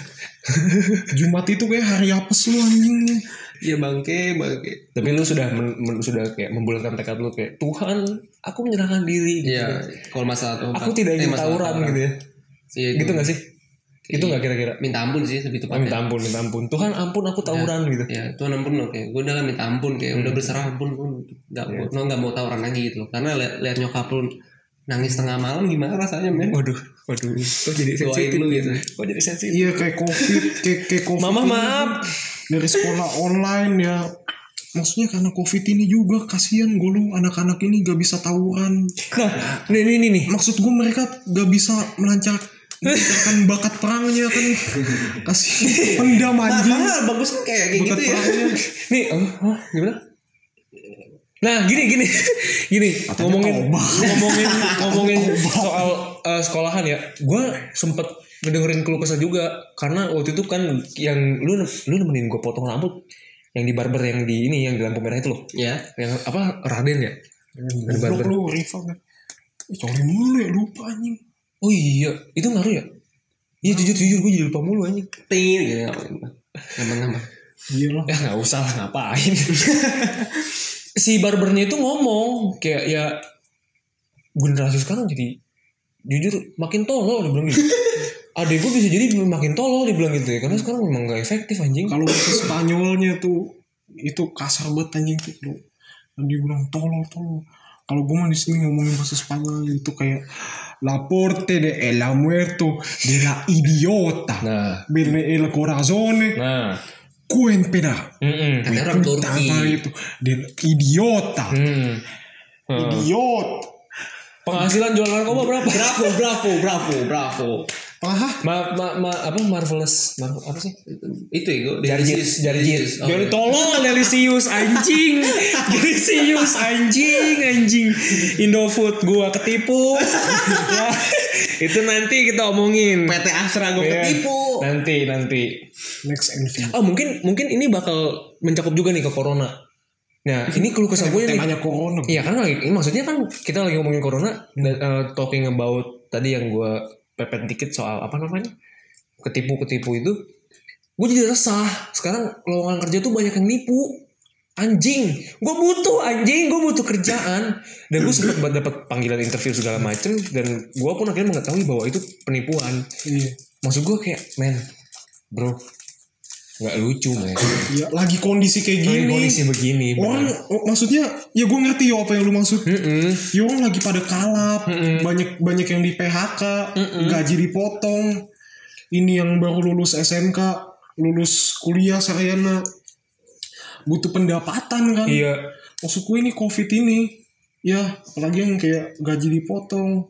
Jumat itu kayak hari apes lu anjing. Iya bangke bangke. Tapi lu sudah men, men, sudah kayak membulatkan tekad lu kayak Tuhan, aku menyerahkan diri. Iya. Gitu. Kalau masalah tuh. Aku tidak ingin eh, tawuran gitu ya. Iya, gitu nggak sih? Itu nggak kira-kira? Minta ampun sih lebih tepatnya. Minta ampun, minta ampun. Tuhan ampun aku tawuran ya, gitu. Ya Tuhan ampun oke. Okay. Gue udah minta ampun kayak hmm. udah berserah ampun pun nggak mau yeah. nggak mau tawuran lagi gitu loh. Karena lihat lihat nyokap lu nangis tengah malam gimana rasanya men? Waduh, waduh. Kok jadi sensitif lu gitu? Kok jadi sensitif? Iya kayak Covid, kayak kayak Covid. Mama maaf. Dari sekolah online ya. Maksudnya karena Covid ini juga kasihan gue lu anak-anak ini gak bisa tawuran. Nah, nih nih nih. Maksud gue mereka gak bisa melancar melancarkan bakat perangnya kan. Kasih pendam anjing. Nah, bagus kan kayak kayak gitu ya. Nih, oh, oh, gimana? Nah, gini gini. Gini, Atanya ngomongin ngomongin ngomongin soal uh, sekolahan ya. Gue sempet ngedengerin keluh kesah juga karena waktu itu kan yang lu lu nemenin gue potong rambut yang di barber yang di ini yang di lampu merah itu loh. Ya. Yang apa Raden ya? Di barber lu rival kan. Coli mulu ya lupa anjing. Oh iya, itu ngaruh ya? Iya jujur jujur gue jadi lupa mulu anjing. Tin gitu ngapain. Iya lah. Ya enggak usah lah ngapain. Si barbernya itu ngomong kayak ya generasi sekarang jadi jujur makin tolol dia bilang gitu. Adek gue bisa jadi makin tolol dia bilang gitu ya karena sekarang memang gak efektif anjing. Kalau bahasa Spanyolnya tuh itu kasar banget anjing tuh bro. Dan dia bilang tolol tolol. Kalau gue mah di sini ngomongin bahasa Spanyol itu kayak la porte de el muerto de la idiota. Nah, bene el corazón. Nah, cuempera. Heeh. Kata orang Turki itu del idiota. Hmm. Idiot. Penghasilan jual narkoba berapa? Bravo, bravo, bravo, bravo. Pahah? Ma, ma, ma, apa marvelous, Mar, apa sih? Itu ya, gue Jarjit, Jarjit. Jadi tolong Delicious anjing, Delicious anjing, anjing. Indofood gua ketipu. Ya, itu nanti kita omongin. P T Astra gua yeah. ketipu. Nanti, nanti. Next Envy. Oh mungkin, mungkin ini bakal mencakup juga nih ke corona. Nah ini keluh kesah gue nih. Temanya corona. Iya kan lagi, maksudnya kan kita lagi ngomongin corona, hmm. uh, talking about tadi yang gue pepet dikit soal apa namanya ketipu-ketipu itu, gue jadi resah. Sekarang lowongan kerja tuh banyak yang nipu. Anjing, gue butuh anjing, gue butuh kerjaan. Dan gue sempat dapat panggilan interview segala macem, dan gue pun akhirnya mengetahui bahwa itu penipuan. Iya. Maksud gue kayak, men, bro, nggak lucu men. Ya lagi kondisi kayak gini. Lagi kondisi begini. Orang oh, maksudnya, ya gue ngerti ya apa yang lu maksud. Mm-mm. Ya orang lagi pada kalap, Mm-mm. banyak banyak yang di P H K, Mm-mm. gaji dipotong. Ini yang baru lulus S M K, lulus kuliah sarjana, butuh pendapatan kan. Iya. Maksud gue ini COVID ini, ya apalagi yang kayak gaji dipotong,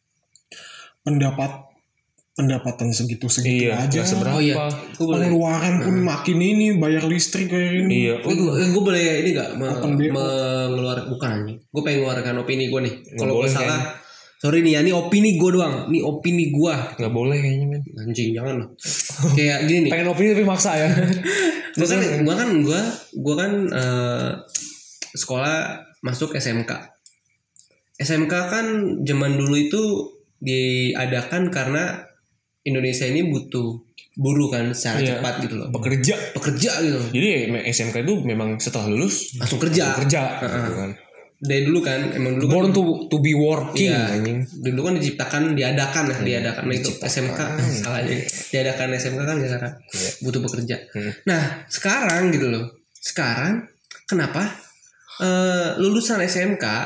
pendapat pendapatan segitu-segitu Iya, aja. nggak seberapa. Oh iya, gue boleh. Pengeluaran pun makin ini, bayar listrik kayak ini. Iya. Gue gue boleh ini gak me, Open B O. mengeluarkan bukan anjing. Gue pengen mengeluarkan opini gue nih. Kalau gue boleh, salah, sorry nih ya, ini opini gue doang. Ini opini gue. Nggak boleh kayaknya men. Anjing jangan loh. Kayak gini nih. Pengen opini tapi maksa ya. Gue kan gue kan gue gue kan eh, sekolah masuk S M K. S M K kan zaman dulu itu diadakan karena Indonesia ini butuh buruh kan secara Iya. cepat gitu loh. Pekerja. Pekerja gitu. Jadi S M K itu memang setelah lulus Langsung kerja. kerja. Heeh. gitu kan. Dari dulu kan emang dulu Born kan to to be working. iya, anjing. dulu kan diciptakan diadakan lah diadakan nah, itu S M K salah aja diadakan S M K kan karena butuh bekerja. Hmm. Nah sekarang gitu loh sekarang kenapa eh, lulusan S M K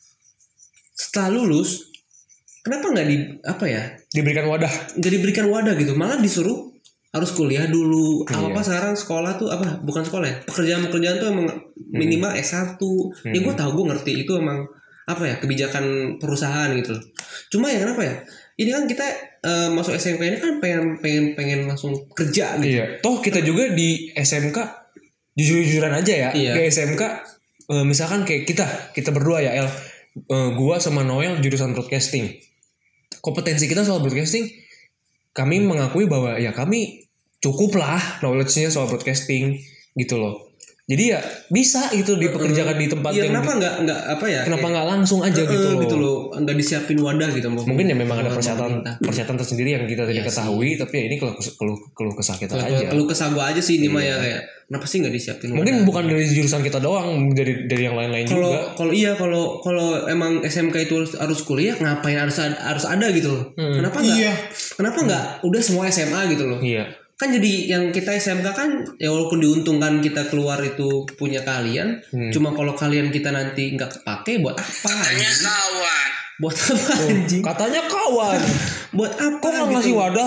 setelah lulus kenapa nggak di apa ya Diberikan wadah. nggak diberikan wadah gitu malah disuruh harus kuliah dulu apa apa Iya. sekarang sekolah tuh apa bukan sekolah ya pekerjaan-pekerjaan tuh emang minimal S satu ya gue tahu gue ngerti itu emang apa ya kebijakan perusahaan gitu loh cuma ya kenapa ya ini kan kita eh, masuk S M K ini kan pengen pengen pengen langsung kerja gitu Iya. Toh kita juga di S M K jujur-jujuran aja ya. Iya. Di S M K eh, misalkan kayak kita kita berdua ya El, Eh, gua sama Noel jurusan broadcasting. Kompetensi kita soal broadcasting, kami mengakui bahwa ya kami cukup lah knowledge-nya soal broadcasting gitu loh. Jadi ya bisa gitu dipekerjakan di tempat Iya yang kenapa nggak nggak apa ya kenapa kayak- nggak langsung aja Eh, gitu loh. gitu loh nggak disiapin wadah gitu Mungkin ya memang ada Sama persyaratan pemerintah. persyaratan tersendiri yang kita tidak Iya ketahui, tapi ya ini keluh keluh keluh kesah kita aja. Kalau kesah gue aja sih ini mah ya kayak kenapa sih nggak disiapin Mungkin wadah? bukan dari jurusan kita doang, dari dari yang lain-lain kalau juga. kalau iya kalau kalau emang S M K itu harus, harus kuliah ngapain harus ada, harus ada gitu loh kenapa nggak Iya. kenapa nggak udah semua S M A gitu loh Iya. kan jadi yang kita S M K kan ya walaupun diuntungkan kita keluar itu punya kalian cuma kalau kalian kita nanti nggak kepake buat apa katanya kawan buat apa anjing Katanya kawan. buat apa Kok nggak ngasih wadah?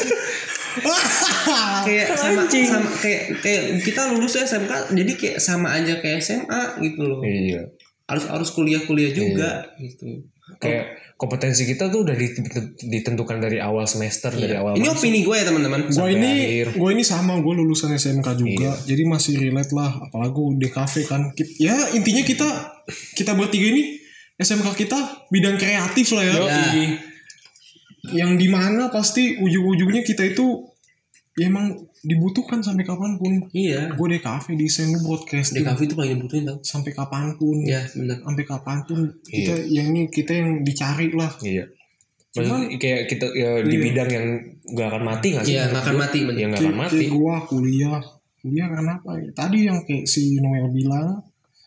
kayak sama, sama kayak kayak kita lulus S M K jadi kayak sama aja kayak S M A gitu loh Iya. harus harus kuliah-kuliah juga gitu Kayak kompetensi kita tuh udah ditentukan dari awal semester, dari awal ini masuk. opini gue ya teman-teman Gue Sampai ini akhir. gue ini sama gue lulusan S M K juga, jadi masih relate lah. Apalagi di kafe kan, Kit- ya intinya kita kita bertiga ini S M K kita bidang kreatif lah ya. Ya. Yang dimana pasti ujung-ujungnya kita itu ya emang dibutuhkan sampai kapanpun. iya Gue di kafe desain lu di broadcasting kafe itu paling dibutuhin tau sampai kapanpun. ya benar Sampai kapanpun kita yang ini kita yang dicari lah. Iya. Maksudnya kayak kita ya, di Iya. bidang yang gak akan mati gak sih? iya nggak akan mati Ya gak akan Kayak, mati. kayak gue kuliah kuliah karena apa ya tadi yang kayak si Noel bilang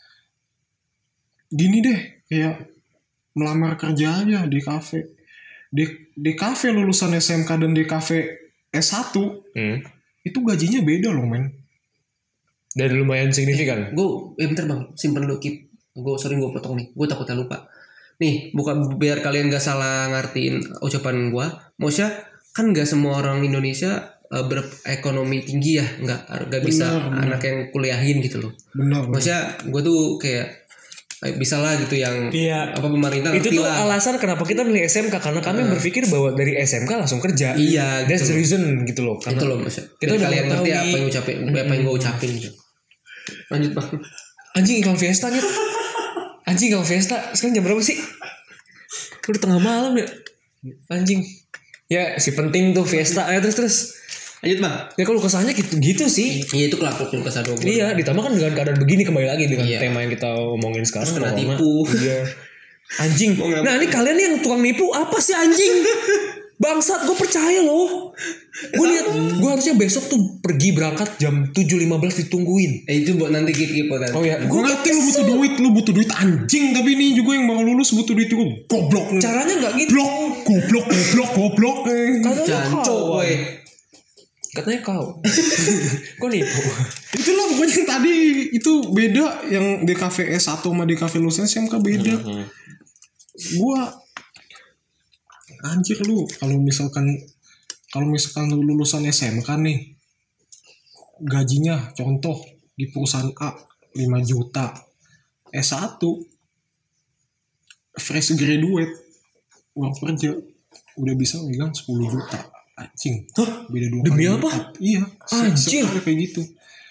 gini deh kayak melamar kerja aja di kafe di, di kafe lulusan S M K dan di kafe S satu Hmm. itu gajinya beda loh men. Dan lumayan signifikan. gue eh bentar bang simpen dulu keep gue sering gue potong nih gue takutnya lupa nih bukan biar kalian gak salah ngertiin ucapan gue maksudnya kan gak semua orang Indonesia uh, berekonomi tinggi ya nggak nggak bisa Benar, benar. anak yang kuliahin gitu loh Benar. benar. maksudnya gue tuh kayak eh, bisa lah gitu yang Iya. apa pemerintah Itu ngerti tuh lah. alasan kenapa kita milih S M K, karena kami berpikir bahwa dari S M K langsung kerja. Iya, That's gitu. the reason gitu loh. Karena itu loh maksudnya kita biar udah kalian ngerti mengetahui. apa yang ucapin apa yang gue ucapin gitu lanjut bang Anjing iklan Fiesta nih. Anjing iklan Fiesta. Sekarang jam berapa sih? Udah tengah malam ya. Anjing. Ya si penting tuh Fiesta. Ayo terus terus. lanjut bang Ya kalau kesahnya gitu, gitu sih. iya itu kelaku kesah dua Iya, ditambah kan dengan keadaan begini kembali lagi dengan Iya. tema yang kita omongin sekarang. Terus kena Corona. tipu. Iya. Anjing. Nah ini kalian yang tukang nipu apa sih anjing? Bangsat, gue percaya loh. Gue lihat, gue harusnya besok tuh pergi berangkat jam tujuh lima belas ditungguin. Eh itu buat nanti keep-keep kan. Oh ya, Gue ngerti lu butuh duit, lu butuh duit anjing. Tapi ini juga yang baru lulus butuh duit juga goblok. Caranya nggak gitu. Blok, goblok, goblok, goblok. Katanya Jancok, kau. woi. Katanya kau. Kok nipu? Itulah pokoknya yang tadi itu beda yang D K V S satu sama D K V lulusan S M K beda. Hmm. Gua anjir lu kalau misalkan kalau misalkan lu lulusan S M K nih gajinya contoh di perusahaan A lima juta, S satu fresh graduate uang kerja udah bisa megang sepuluh juta. Anjing. Hah? Beda dua Demi kali apa? lipat. Iya. Anjir. Sekali kayak gitu.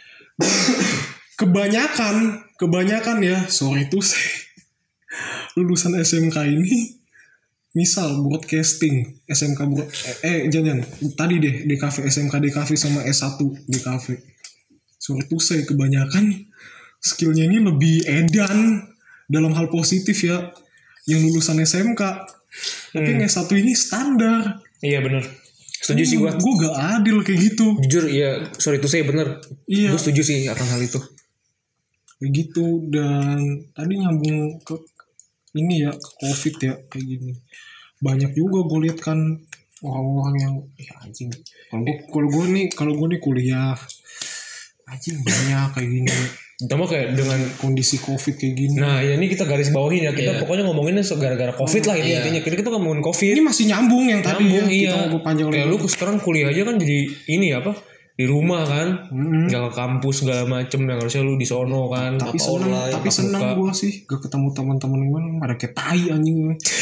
kebanyakan, kebanyakan ya, sorry tuh lulusan S M K ini misal broadcasting, S M K broad, eh, eh jangan, tadi deh D K V, S M K D K V sama S satu D K V. Sorry tuh saya kebanyakan skillnya ini lebih edan dalam hal positif ya, yang lulusan S M K. Tapi yang S satu ini standar. Iya benar. Setuju sih gue. Gue gak adil kayak gitu. Jujur iya, sorry itu saya bener. Iya. Gue setuju sih akan hal itu. Kayak gitu. Dan tadi nyambung ke ini ya, ke COVID ya, kayak gini. Banyak juga gue lihat kan orang-orang yang ya anjing. Kalau gue kalau gue nih kalau gue nih kuliah anjing banyak kayak gini. Ditambah kayak dengan Kondisi COVID kayak gini. nah ya ini kita garis bawahin ya, kita Iya. pokoknya ngomonginnya so- gara-gara COVID lah ini Iya. intinya. Kita kita ngomongin COVID. Ini masih nyambung yang tadi Nyambung, ya. iya. Kita ngobrol panjang Kayak lebar. lu sekarang kuliah aja kan jadi ini apa? Di rumah kan, Mm-mm. nggak ke kampus segala macem, yang harusnya lu di sono kan. Tapi apa seneng, online, tapi tatap seneng muka. gue sih gak ketemu teman-teman gue pada kayak tai anjing.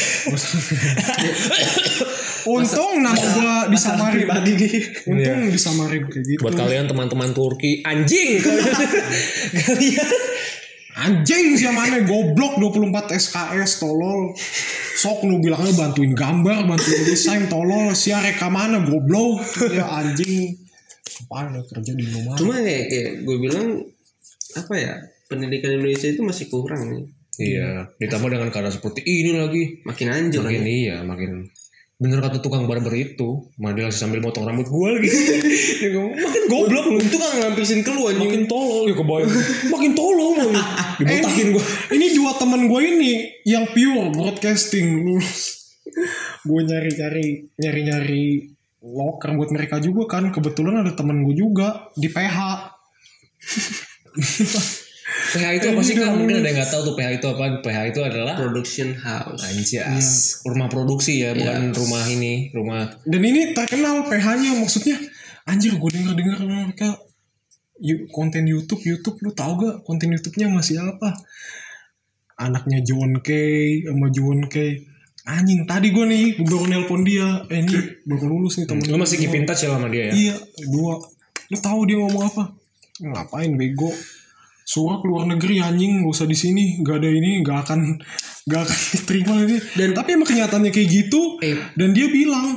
Untung nama gue disamarin. Untung disamarin kayak gitu. Buat kalian teman-teman Turki, anjing kalian. Anjing siapa mana goblok dua puluh empat S K S tolol. Sok lu bilangnya bantuin gambar, bantuin desain tolol. Sia rekamannya goblok. Ya anjing. Apaan ya kerja di rumah. Cuma kayak, kayak gue bilang apa ya, pendidikan Indonesia itu masih kurang nih. Iya, ditambah dengan keadaan seperti ini lagi. Makin anjir Makin lagi. iya, makin bener kata tukang barber itu, malah dia sambil motong rambut gua lagi. Dia ngomong, makin goblok lu. Itu kan ngampisin ke lu anjing. Makin tolol ya kebayang. Makin tolol lu. Dibotakin gua. Ini dua teman gue ini yang pure broadcasting lulus. Gue nyari-nyari nyari-nyari loker buat mereka juga kan. Kebetulan ada temen gue juga di P H. P H itu apa sih Kak? Mungkin ada yang gak tahu tuh P H itu apa. P H itu adalah Production house. Anjas, rumah produksi ya, bukan rumah ini, rumah. Dan ini terkenal P H-nya, maksudnya anjir gue denger-denger mereka yu- konten YouTube, YouTube lu tau gak konten YouTube-nya masih apa? Anaknya John Kay sama John Kay. Anjing tadi gue nih baru nelpon dia, eh ini baru lulus nih temen. Lu masih keep in touch ya sama dia ya? Iya, dua. Lu tahu dia ngomong apa? Ngapain bego? Surat keluar negeri anjing, gak usah di sini, gak ada ini, gak akan gak akan diterima ini. Dan tapi emang kenyataannya kayak gitu. Eh. Dan dia bilang,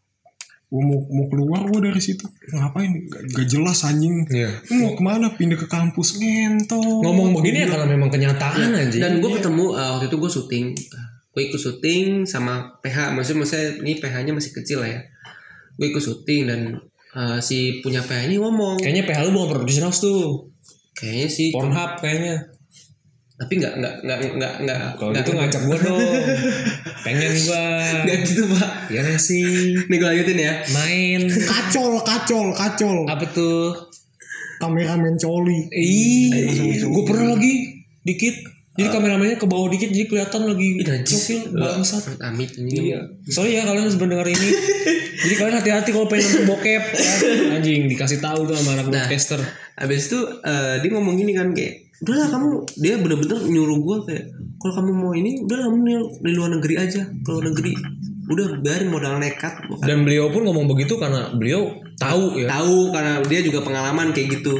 gua mau mau keluar gua dari situ. Ngapain? Gak, gak jelas anjing. Iya. Lu mau kemana? Pindah ke kampus ngentot. Ngomong begini ya karena memang kenyataan aja. Dan gue ketemu uh, waktu itu gue syuting, gue ikut syuting sama P H, maksudnya maksudnya ini P H-nya masih kecil lah ya. Gue ikut syuting dan uh, si punya P H ini ngomong, Kayaknya P H lu mau production house tuh. kayaknya sih, Pornhub kayaknya. tapi nggak nggak nggak nggak nggak Kalau nggak gitu ngajak gua dong. Pengen gua. nggak gitu pak. Ya gak sih. Nih gue lanjutin ya. Main. Kacol, kacol, kacol. Apa tuh? Kameramen coli. Ih, gue pernah lagi dikit. Jadi kameramennya ke bawah dikit jadi kelihatan lagi cokil bangsat. Amit ini. Iya. Sorry ya kalian harus mendengar ini. Jadi kalian hati-hati kalau pengen nonton bokep. Ya. Anjing dikasih talu tuh sama anak Nah. broadcaster. Habis itu uh, dia ngomong gini kan kayak, udahlah kamu, dia bener-bener nyuruh gue kayak, kalau kamu mau ini, udahlah kamu di luar negeri aja, kalau negeri, udah biarin modal nekat. Dan beliau pun ngomong begitu karena beliau tahu ya. Tahu karena dia juga pengalaman kayak gitu.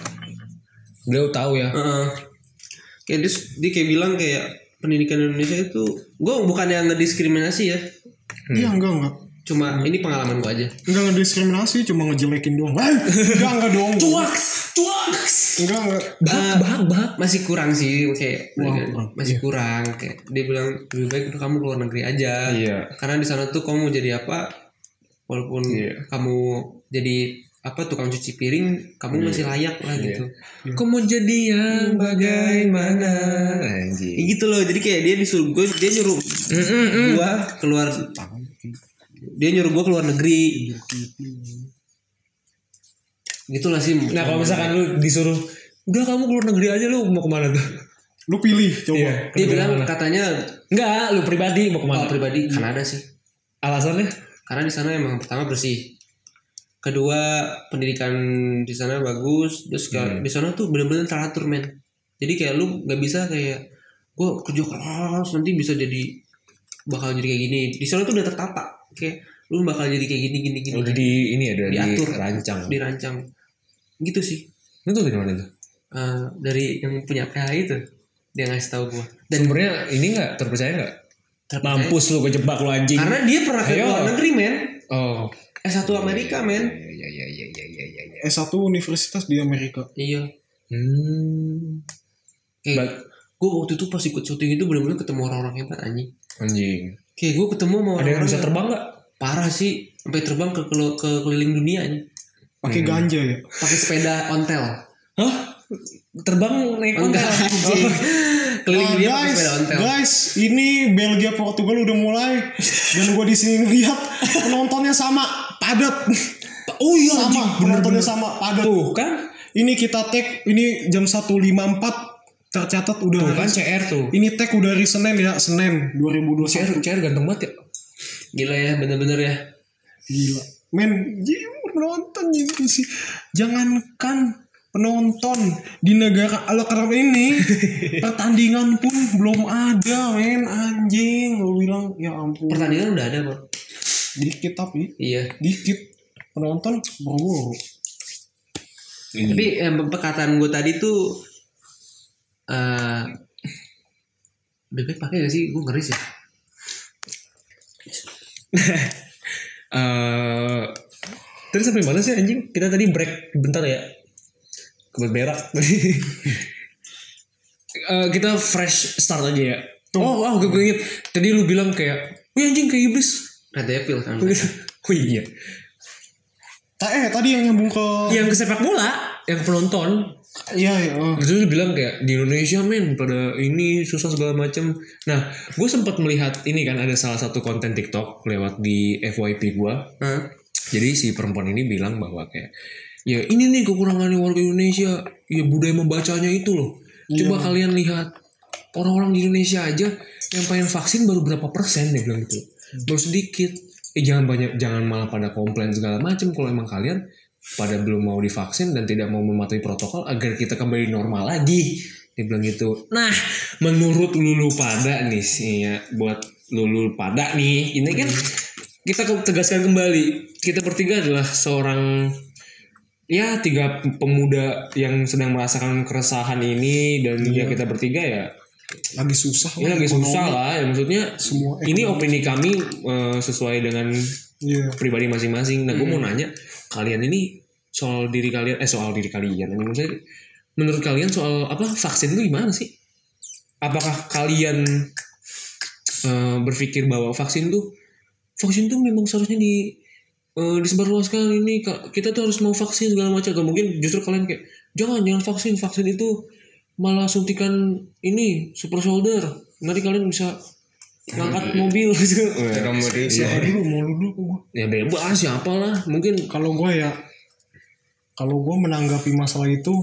Beliau tahu ya. Uh, kayak dia, dia kayak bilang kayak pendidikan Indonesia itu, gue bukan yang ngediskriminasi ya, Iya enggak enggak. cuma ini pengalaman gue aja. Enggak ngediskriminasi, cuma ngejelekin doang. Eh, enggak enggak dong. Cuaks. Cuaks. Enggak enggak. Bahak, bahak, bahak. Masih kurang sih kayak Wah, mereka- kurang. masih kurang kayak dia bilang lebih baik udah kamu keluar negeri aja. Iya. Karena di sana tuh kamu jadi apa? Walaupun Iya. kamu jadi apa tukang cuci piring, kamu masih layak lah Iya. gitu. Kau mau jadi yang bagaimana? Kayak Anjing. gitu loh. Jadi kayak dia disuruh gue, dia nyuruh gua keluar, dia nyuruh gua keluar negeri. Gitulah sih. Nah kalau misalkan lu disuruh, udah kamu keluar negeri aja, lu mau kemana tuh? Lu pilih coba. Iya. dia Negeri bilang mana? katanya Enggak, lu pribadi mau oh, kemana? pribadi Kanada sih. Alasannya? Karena di sana emang pertama bersih. Kedua pendidikan di sana bagus. Terus kayak di sana tuh benar-benar teratur men. Jadi kayak lu nggak bisa kayak gue kerja keras nanti bisa jadi bakal jadi kayak gini. Di sana tuh udah tertata. Kayak lu bakal jadi kayak gini gini gini. Udah di ini ya, udah Diatur. dirancang. Dirancang. Gitu sih. Itu dari mana tuh? Eh, dari yang punya P H itu dia ngasih tahu gue. Dan Sumbernya ini nggak terpercaya nggak? terpercaya. Mampus lu kejebak lu anjing. Karena dia pernah ke Ayo. luar negeri men. Oh. S satu Amerika men. Iya iya iya iya iya iya. S satu universitas di Amerika. Iya. Hmm. Kayak gue waktu itu pas ikut syuting itu benar-benar ketemu orang-orang hebat anjing. Anjing. Kayak gue ketemu sama Ada yang orang-orang bisa yang terbang nggak? parah sih, sampai terbang ke ke, ke keliling dunia anjing. Pakai ganja ya. Pakai sepeda ontel. Hah? Terbang naik Enggak ontel? anjing. Keliling Ah, dunia pakai guys, sepeda ontel. guys, ini Belgia Portugal udah mulai dan gue di sini ngeliat penontonnya sama padat. Oh iya Sama anjing. penontonnya sama padat. Tuh kan? Ini kita tag ini jam satu lima puluh empat tercatat udah Tuh kan hari- C R tuh. Ini tag udah hari Senin ya, Senin dua ribu dua puluh C R, satu. C R ganteng banget ya. Gila ya, bener-bener ya. Gila. Men, jadi penonton gitu sih. Jangankan penonton di negara ala kerap ini pertandingan pun belum ada, men. Anjing, lu bilang ya ampun. Pertandingan udah ada bang. Dikit tapi Iya. dikit penonton boro-boro. Tapi eh, perkataan gue tadi tuh eh lebih baik pakai gak sih? Gue ngeri sih. Eh, Terus sampai mana sih anjing? Kita tadi break bentar ya. Kebelet berak tadi. Eh, kita fresh start aja ya. Oh wow, gue, gue inget. Tadi lu bilang kayak, wih anjing kayak iblis. Red Devil kan. Oh iya. Ta eh tadi yang nyambung ke Yang ke sepak bola, yang penonton. iya ya. oh. Terus lu bilang kayak di Indonesia men pada ini susah segala macem. Nah, gue sempat melihat ini kan ada salah satu konten TikTok lewat di F Y P gue. Hah? Jadi si perempuan ini bilang bahwa kayak ya ini nih kekurangannya warga Indonesia, ya budaya membacanya itu loh. Coba kalian lihat orang-orang di Indonesia aja yang pengen vaksin baru berapa persen, dia bilang gitu. Baru sedikit. Eh jangan banyak, jangan malah pada komplain segala macam kalau emang kalian pada belum mau divaksin dan tidak mau mematuhi protokol agar kita kembali normal lagi. Dia bilang gitu. Nah, menurut lulu pada nih sih ya, buat lulu pada nih, ini kan kita tegaskan kembali, kita bertiga adalah seorang ya tiga pemuda yang sedang merasakan keresahan ini dan ya kita bertiga ya Lagi susah ini lah, lagi ekonomi. susah lah ya maksudnya Semua ini opini kami eh, sesuai dengan Iya. pribadi masing-masing. Nah gue mau nanya kalian ini soal diri kalian eh soal diri kalian ini maksudnya menurut kalian soal apa vaksin itu gimana sih? Apakah kalian eh, berpikir bahwa vaksin tuh vaksin tuh memang seharusnya di uh, disebarluaskan ini Kak, kita tuh harus mau vaksin segala macam. Gak mungkin justru kalian kayak jangan jangan vaksin vaksin itu malah suntikan ini super soldier nanti kalian bisa ngangkat mobil gitu. Siapa dulu mau lu dulu gua. Ya bebas siapa lah mungkin Kalau gue ya, kalau gue menanggapi masalah itu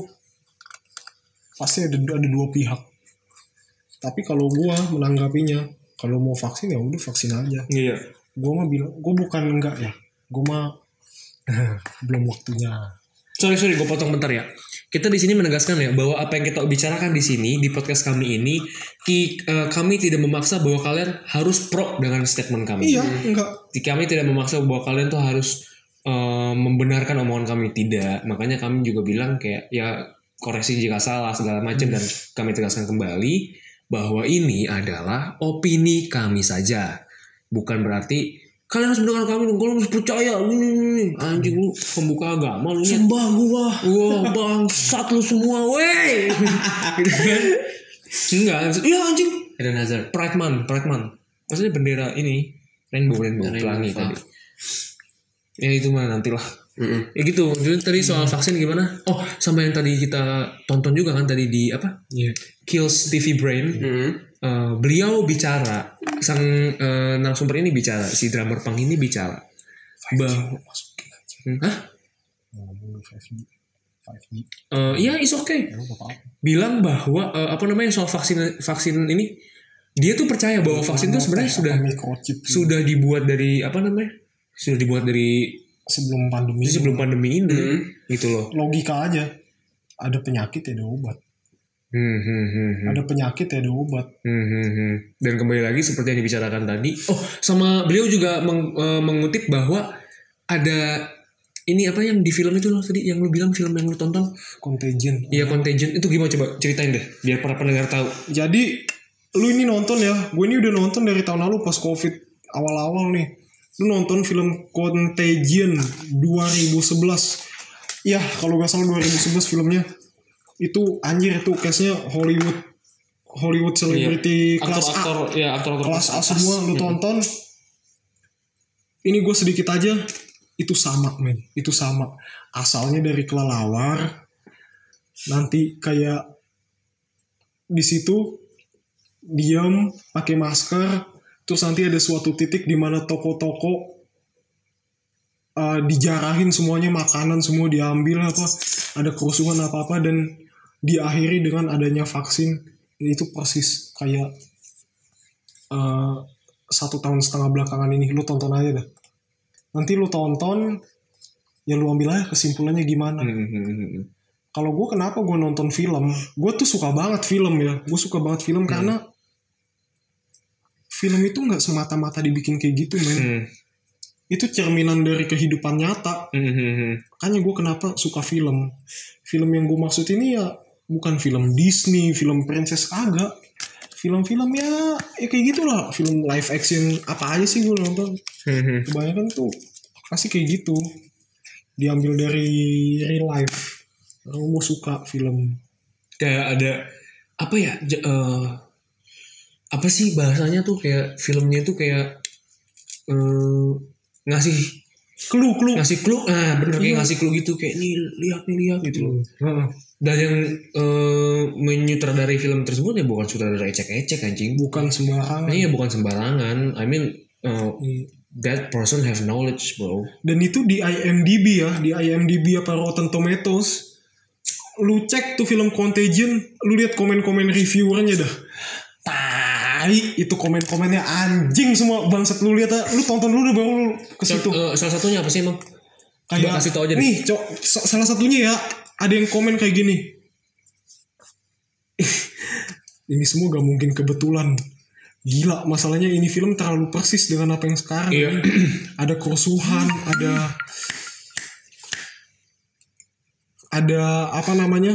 pasti ada ada dua pihak. Tapi kalau gue menanggapinya, kalau mau vaksin ya udah vaksin aja. iya Gue mah bilang, gue bukan enggak ya. Gue mah belum waktunya. sorry sorry gue potong bentar ya. Kita di sini menegaskan ya bahwa apa yang kita bicarakan di sini di podcast kami ini ki, uh, kami tidak memaksa bahwa kalian harus pro dengan statement kami. Iya, enggak. Kami tidak memaksa bahwa kalian tuh harus uh, membenarkan omongan kami, tidak. Makanya kami juga bilang kayak ya koreksi jika salah segala macam dan kami tegaskan kembali bahwa ini adalah opini kami saja. Bukan berarti kalian harus mendengar kami, kalian harus percaya. Nih, anjing lu pembuka agama lu. Sembah gua. Wah bangsat lu semua, wey. Gitu kan? Enggak, iya anjing. Eden Hazard. Pride Month, Pride Month. Maksudnya bendera ini rainbow, rainbow, pelangi tadi. Ya itu mah nantilah. Mm-mm. Ya gitu. Jadi tadi soal vaksin gimana? Oh, sama yang tadi kita tonton juga kan tadi di apa? Iya. Kills T V Brain. Mm-mm. Uh, beliau bicara, sang uh, narasumber ini bicara, si drummer punk ini bicara bahwa, hah? Ngomong five G. five G. Uh, iya, is okay. Bilang bahwa uh, apa namanya soal vaksin vaksin ini, dia tuh percaya bahwa vaksin itu sebenarnya sudah microchip sudah dibuat dari apa namanya? Sudah dibuat dari sebelum pandemi. sebelum pandemi ini, Mm-hmm. gitu loh. Logika aja. Ada penyakit ya ada obat. Hmm, hmm, hmm, hmm. Ada penyakit ya ada obat. Hmm, hmm, hmm. Dan kembali lagi seperti yang dibicarakan tadi. Oh, sama beliau juga meng, uh, mengutip bahwa ada ini apa yang di film itu loh tadi yang lu bilang film yang lu tonton. Contagion. Iya, Contagion itu gimana coba ceritain deh biar para pendengar tahu. Jadi lu ini nonton ya. Gue ini udah nonton dari tahun lalu pas Covid awal-awal nih. Lu nonton film Contagion dua ribu sebelas. Ya, kalau gak salah dua ribu sebelas filmnya. Itu anjir itu case-nya Hollywood Hollywood celebrity kelas A. Aktor-aktor ya, aktor-aktor Kelas A semua lu tonton. Ini gue sedikit aja. Itu sama men. Itu sama. Asalnya dari kelelawar. Nanti kayak di situ diam pakai masker. Terus nanti ada suatu titik di mana toko-toko uh, dijarahin semuanya, makanan semua diambil apa, ada kerusuhan apa-apa dan diakhiri dengan adanya vaksin. Itu persis kayak uh, satu tahun setengah belakangan ini. Lu tonton aja dah. Nanti lu tonton, ya lu ambil aja kesimpulannya gimana. Hmm. Kalau gue kenapa gue nonton film, gue tuh suka banget film ya. Gue suka banget film hmm. karena film itu nggak semata-mata dibikin kayak gitu men. Hmm. Itu cerminan dari kehidupan nyata. Hmm. Makanya gue kenapa suka film. Film yang gue maksud ini ya bukan film Disney, film princess kagak. Film-film ya, ya kayak gitulah. Film live action apa aja sih gue nonton. Hmm. Kebanyakan tuh pasti kayak gitu. Diambil dari real life. Kalau gue suka film. Kayak ada apa ya? J- uh, apa sih bahasanya tuh kayak filmnya tuh kayak uh, ngasih clue clue ngasih clue ah bener kayak iya. ngasih clue gitu kayak nih lihat nih lihat gitu loh. Hmm. Dan yang uh, menyutradarai film tersebut ya bukan sutradara ecek-ecek anjing, bukan sembarangan. Iya bukan sembarangan. I mean uh, that person have knowledge bro. Dan itu di I M D B ya, di I M D B apa Rotten Tomatoes. Lu cek tuh film Contagion, lu lihat komen-komen reviewernya dah. Tai, itu komen-komennya anjing semua bangsat. Lu lihat, lu tonton dulu deh baru lu ke situ. Uh, salah satunya apa sih emang? Kayak kasih tau aja deh. Nih, cok, salah satunya ya ada yang komen kayak gini. Ini semua gak mungkin kebetulan. Gila, masalahnya ini film terlalu persis dengan apa yang sekarang. Iya. Ada kerusuhan, ada ada apa namanya?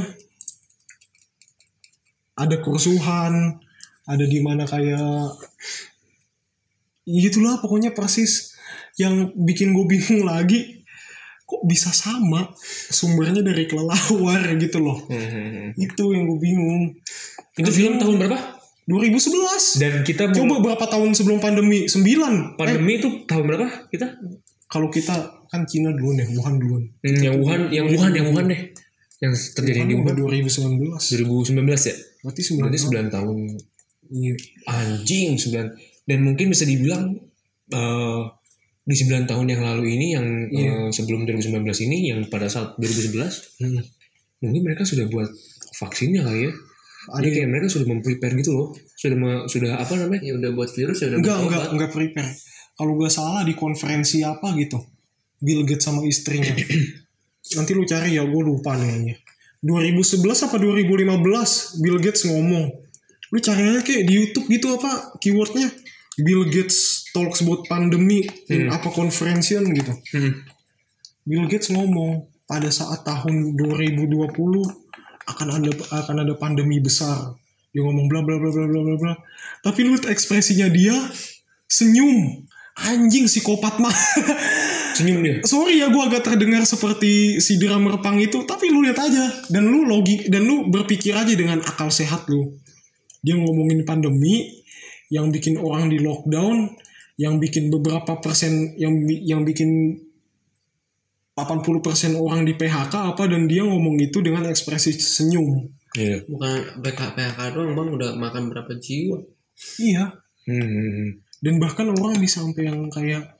Ada kerusuhan, ada di mana kayak gitulah pokoknya persis. Yang bikin gue bingung lagi, kok bisa sama sumbernya dari kelelawar gitu loh. Hmm. Itu yang gue bingung. Itu film tahun berapa? dua ribu sebelas. Dan kita coba berapa tahun sebelum pandemi? sembilan. Pandemi eh. itu tahun berapa kita? Kalau kita kan Cina duluan ya, Wuhan duluan. Hmm, yang Wuhan, yang Wuhan, yang Wuhan deh. Yang terjadi di Wuhan dua ribu sembilan belas. dua ribu sembilan belas ya? Berarti sembilan, Berarti sembilan tahun. Iya. Anjing sembilan. Dan mungkin bisa dibilang uh, di sembilan tahun yang lalu ini yang iya. uh, sebelum dua ribu sembilan belas ini yang pada saat dua ribu sebelas hmm. mungkin mereka sudah buat vaksinnya kali ya. Ada kayak mereka sudah memprepare gitu loh. Sudah me, sudah apa namanya? Ya udah buat virus ya udah. Enggak, enggak, enggak prepare. Kalau gak salah di konferensi apa gitu. Bill Gates sama istrinya. Nanti lu cari ya, gue lupa nih. dua ribu sebelas apa dua ribu lima belas Bill Gates ngomong. Lu cari aja kayak di YouTube gitu apa keywordnya. Bill Gates talks about pandemi in hmm. apa conferention gitu. Hmm. Bill Gates ngomong pada saat tahun dua ribu dua puluh akan ada akan ada pandemi besar. Dia ngomong bla bla bla bla bla bla bla. Tapi lu ekspresinya dia senyum. anjing psikopat mah. Senyum dia. Sorry ya gue agak terdengar seperti si drummer punk itu, tapi lu lihat aja dan lu logik dan lu berpikir aja dengan akal sehat lu. Dia ngomongin pandemi yang bikin orang di lockdown, yang bikin beberapa persen yang yang bikin delapan puluh persen orang di P H K apa, dan dia ngomong itu dengan ekspresi senyum. Iya. Bukan P H K doang bang, udah makan berapa jiwa. Iya. Hmm. Dan bahkan orang bisa sampai yang kayak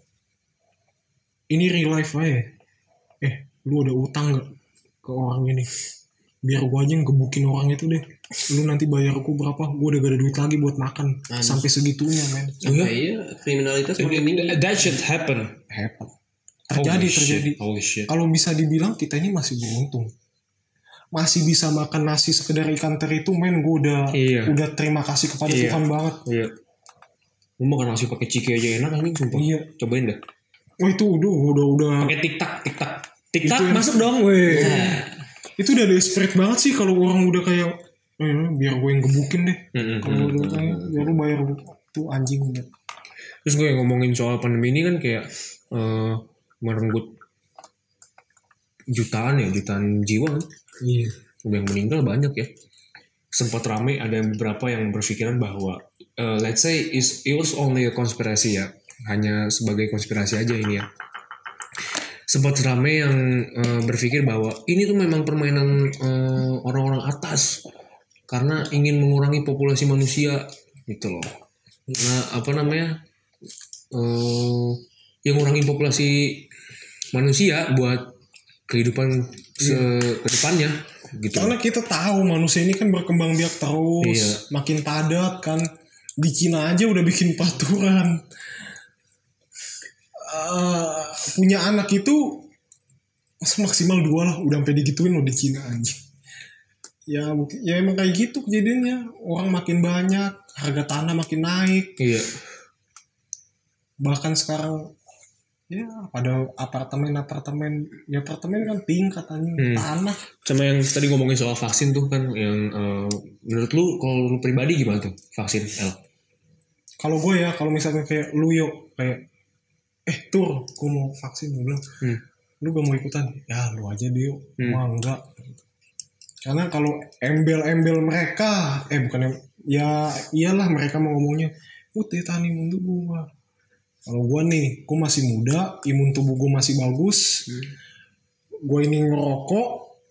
ini real life aja. Eh, lu ada utang gak ke orang ini? Biar gua aja yang gebukin orang itu deh. Lu nanti bayar aku berapa? Gua udah gak ada duit lagi buat makan. Anjir. Sampai segitunya, men. Sampai iya kriminalitas makin tinggi. That should happen. Happen. Terjadi, Holy terjadi. Shit. Holy shit. Kalau bisa dibilang kita ini masih beruntung. Masih bisa makan nasi sekedar ikan teri itu, men. Gua udah Iya. udah terima kasih kepada Iya. Tuhan banget. Iya. Lu makan nasi pakai ciki aja enak anjing sumpah. Iya. Cobain dah. Oh itu udah udah udah Pakai tiktak, tiktak. Tiktak Itu yang- masuk dong, weh. itu udah desperate banget sih kalau orang udah kayak eh, biar gue yang gebukin deh. Mm-mm. Kalau udah kayak ya lu bayar tuh anjing udah. Terus gue yang ngomongin soal pandemi ini kan kayak eh, merenggut jutaan ya, jutaan jiwa kan. Iya. Udah yang meninggal banyak ya. Sempat rame ada beberapa yang berpikiran bahwa eh, let's say is it was only a conspiracy ya. Hanya sebagai konspirasi aja ini ya. Sempat rame yang eh, berpikir bahwa ini tuh memang permainan eh, orang-orang atas karena ingin mengurangi populasi manusia gitu loh. Nah, apa namanya? Eh, yang ngurangi populasi manusia buat kehidupan se- ke depannya gitu. Karena kita tahu manusia ini kan berkembang biak terus, Iya. makin padat kan. Di Cina aja udah bikin peraturan. Uh, punya anak itu maksimal dua lah, udah sampai digituin loh di Cina aja. Ya mungkin ya emang kayak gitu kejadiannya. Orang makin banyak, harga tanah makin naik. Iya. Bahkan sekarang ya pada apartemen-apartemen, ya apartemen kan tingkat katanya Hmm. tanah. Sama yang tadi ngomongin soal vaksin tuh kan yang eh, menurut lu kalau lu pribadi gimana tuh vaksin El? Kalau gue ya, kalau misalnya kayak lu yuk kayak eh tur, gue mau vaksin, gue bilang, Hmm. lu gak mau ikutan? Ya lu aja deh yuk, Hmm. mau enggak? Karena kalau embel-embel mereka, eh bukan em- ya iyalah mereka mau ngomongnya, udah tani mundur gue. Kalau gue nih, gue masih muda, imun tubuh gue masih bagus, Hmm. gue ini ngerokok,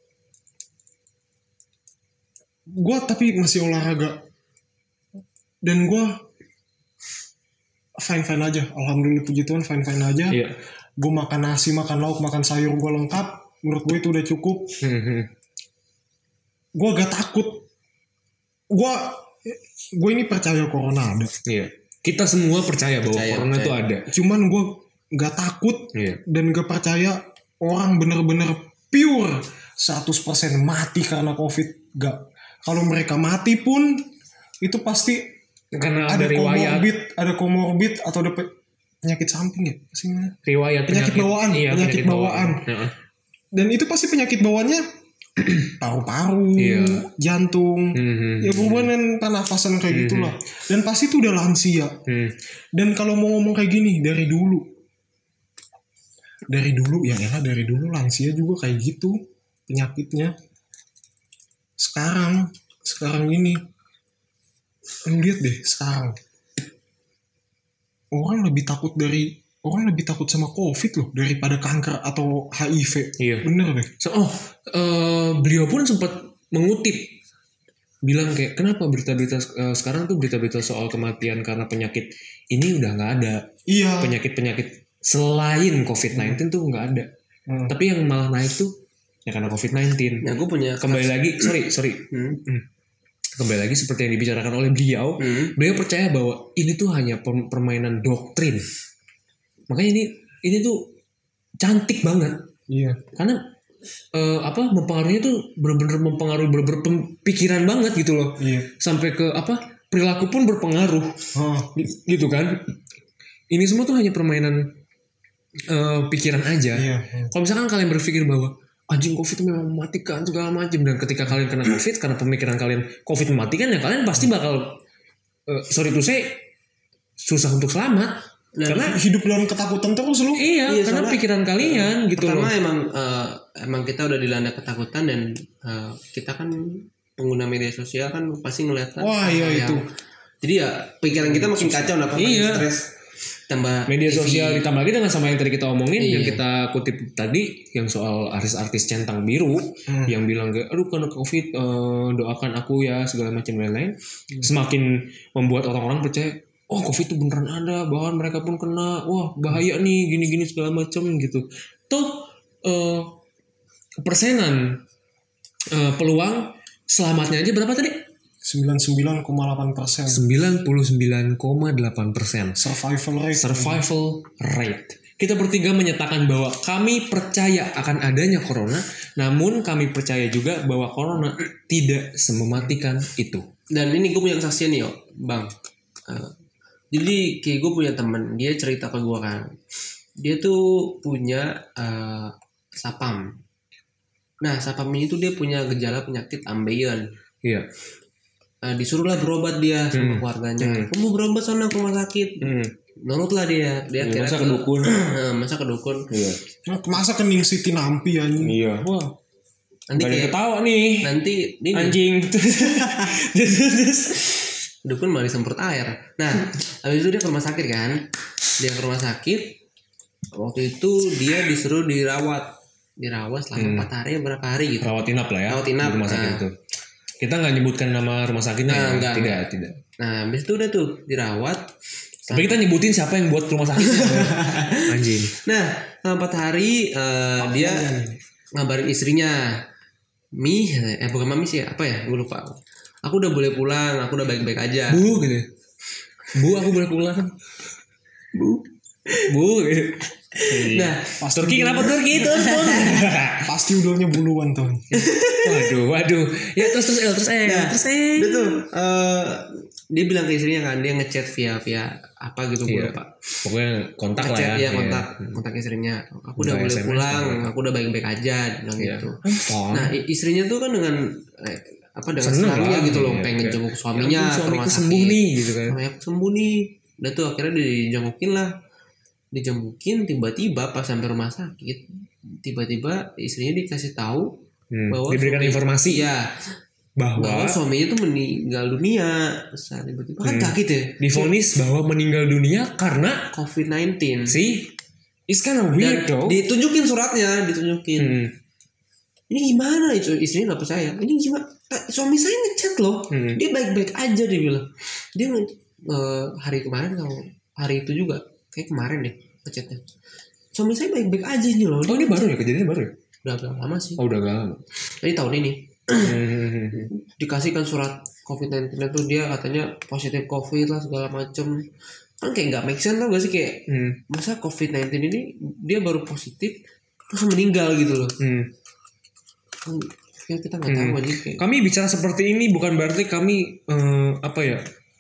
gue tapi masih olahraga, dan gue fine fine aja, alhamdulillah puji Tuhan fine fine aja. Iya. Gue makan nasi, makan lauk, makan sayur gue lengkap, menurut gue itu udah cukup. Hmm, hmm. Gue gak takut, gue gue ini percaya corona ada, Iya. Kita semua percaya bahwa Percaya, corona percaya. tuh ada. cuman gue gak takut Iya. dan gak percaya orang bener-bener pure seratus persen mati karena covid. Gak. Kalau mereka mati pun itu pasti Karena ada ada riwayat, komorbid, ada komorbid atau ada pe- penyakit samping ya, apa sih namanya? riwayat Penyakit bawaan, Iya, penyakit bawaan. Heeh. Dan itu pasti penyakit bawaannya paru-paru, Iya. jantung, Hmm, ya hubungan dengan pernafasan kayak gitulah. Dan pasti itu udah lansia. hmm. Dan kalau mau ngomong kayak gini dari dulu, dari dulu ya elah dari dulu lansia juga kayak gitu penyakitnya. Sekarang, sekarang ini, lu lihat deh sekarang orang lebih takut dari orang lebih takut sama covid loh daripada kanker atau H I V. Iya. Bener deh. So, oh, eh, beliau pun sempat mengutip bilang kayak kenapa berita-berita eh, sekarang tuh berita-berita soal kematian karena penyakit ini udah nggak ada. Iya. Penyakit-penyakit selain covid sembilan belas tuh nggak ada. Hmm. Tapi yang malah naik tuh ya karena covid sembilan belas. Nah gue punya Kembali lagi, sorry, sorry. Hmm. Kembali lagi seperti yang dibicarakan oleh beliau, Hmm. beliau percaya bahwa ini tuh hanya per- permainan doktrin. Makanya ini ini tuh cantik banget Iya. karena eh, apa mempengaruhinya tuh bener-bener mempengaruhi bener-bener pikiran banget gitu loh. Iya. Sampai ke apa perilaku pun berpengaruh Oh, gitu kan. Ini semua tuh hanya permainan eh, pikiran aja. iya. Kalau misalkan kalian berpikir bahwa anjing covid itu memang mematikan segala macam, dan ketika kalian kena covid karena pemikiran kalian covid mematikan, ya kalian pasti bakal eh, sorry to say susah untuk selamat Dan Karena hidup dalam ketakutan terus lu. iya, Iya, karena soalnya- pikiran kalian gitu loh. pertama emang eh, emang kita udah dilanda ketakutan dan eh, kita kan pengguna media sosial kan pasti ngeliat kan Wah, iya yang- itu. jadi ya pikiran kita makin kacau lah, makin Iya. stres, tambah Media T V. sosial ditambah lagi dengan sama yang tadi kita omongin, Iya. yang kita kutip tadi, yang soal artis-artis centang biru Hmm. yang bilang kayak aduh karena covid eh, doakan aku ya segala macam lain-lain, semakin membuat orang-orang percaya oh covid itu beneran ada, bahkan mereka pun kena, wah bahaya nih gini-gini segala macam gitu. Tuh eh, persenan eh, peluang selamatnya aja berapa tadi? sembilan puluh sembilan koma delapan persen sembilan puluh sembilan koma delapan persen survival rate. survival rate. Kita bertiga menyatakan bahwa kami percaya akan adanya corona, namun kami percaya juga bahwa corona tidak semematikan itu. Dan ini gue punya kesaksian nih yo bang. Eh, jadi kayak gue punya temen, dia cerita ke gue kan, dia tuh punya eh, sapam. Nah sapam ini tuh dia punya gejala penyakit ambeien. Iya. Eh, disuruhlah berobat dia sama Hmm. keluarganya. Hmm. Kamu berobat sana ke rumah sakit. Hmm. Nurutlah dia. Dia Ya, kira masa ke dukun? masa ke dukun. Iya. Nah, masa kening Siti nampi anjing. Iya. Wah. Nanti Gak ada yang kayak ketawa nih. nanti ini Anjing. Terus terus. dukun malah disemprot air. Nah, habis itu dia ke rumah sakit kan. Dia ke rumah sakit. Waktu itu dia disuruh dirawat. Dirawat selama empat hari berapa hari gitu. Rawat inap lah ya. Rawat inap, Di rumah sakit nah. itu. Kita nggak nyebutkan nama rumah sakitnya. Nah, ya? enggak, tidak, enggak. tidak. Nah, habis itu udah tuh dirawat. Tapi kita nyebutin siapa yang buat rumah sakit. Anjing. Nah, selama empat hari eh, dia ngabarin istrinya, Mi, eh bukan mami sih, apa ya? Gue lupa. Aku udah boleh pulang, aku udah baik-baik aja. Bu gitu. Bu aku boleh pulang. Bu. Bu. Gitu. Nah, Turki kenapa Turki itu? Pasti udahnya buluan tuh. Waduh, waduh. Ya terus terus L terus eh Nah, terus eh. dia tuh eh, dia bilang ke istrinya kan, dia ngechat via via apa gitu gue Iya. lupa. Pokoknya kontak lah Ngechat ya. ya kontak kontak istrinya. Aku udah Kontak boleh S M S pulang, kan. aku udah baik-baik aja, dia bilang Iya. gitu. Oh, Nah, i- istrinya tuh kan dengan eh, apa dengan seneng senangnya lah, gitu loh, iya. pengen Kayak, jenguk ya suaminya ampun, ke suamiku rumah sembuh sakit. nih gitu kan. Suami aku sembuh nih. Udah tuh akhirnya dijengukin lah. Dijengukin tiba-tiba pas sampai rumah sakit, tiba-tiba istrinya dikasih tahu Hmm, bahwa diberikan suami- informasi ya bahwa bahwa suaminya tuh meninggal dunia saat tiba-tiba kan Hmm. kaget ya divonis bahwa meninggal dunia karena covid sembilan belas. si it's kind of Dan weird though. ditunjukin suratnya, ditunjukin. Hmm. Ini gimana itu istrinya nggak percaya. Ini gimana? Eh, Suami saya ngechat loh. Hmm. Dia baik-baik aja dia bilang. Dia nge- eh, hari kemarin kalau hari itu juga kayak kemarin deh ngechatnya. Suami saya baik-baik aja ini loh. Oh ini baru ya kejadiannya baru ya? Udah agak lama sih. Oh udah gak lama. Jadi tahun ini Hmm. dikasihkan surat covid sembilan belas itu dia katanya positif covid lah segala macem. Kan kayak nggak make sense tau gak sih kayak Hmm. masa covid sembilan belas ini dia baru positif terus meninggal gitu loh. Hmm. Kan kayak kita nggak tahu aja kayak Kami bicara seperti ini bukan berarti kami eh, apa ya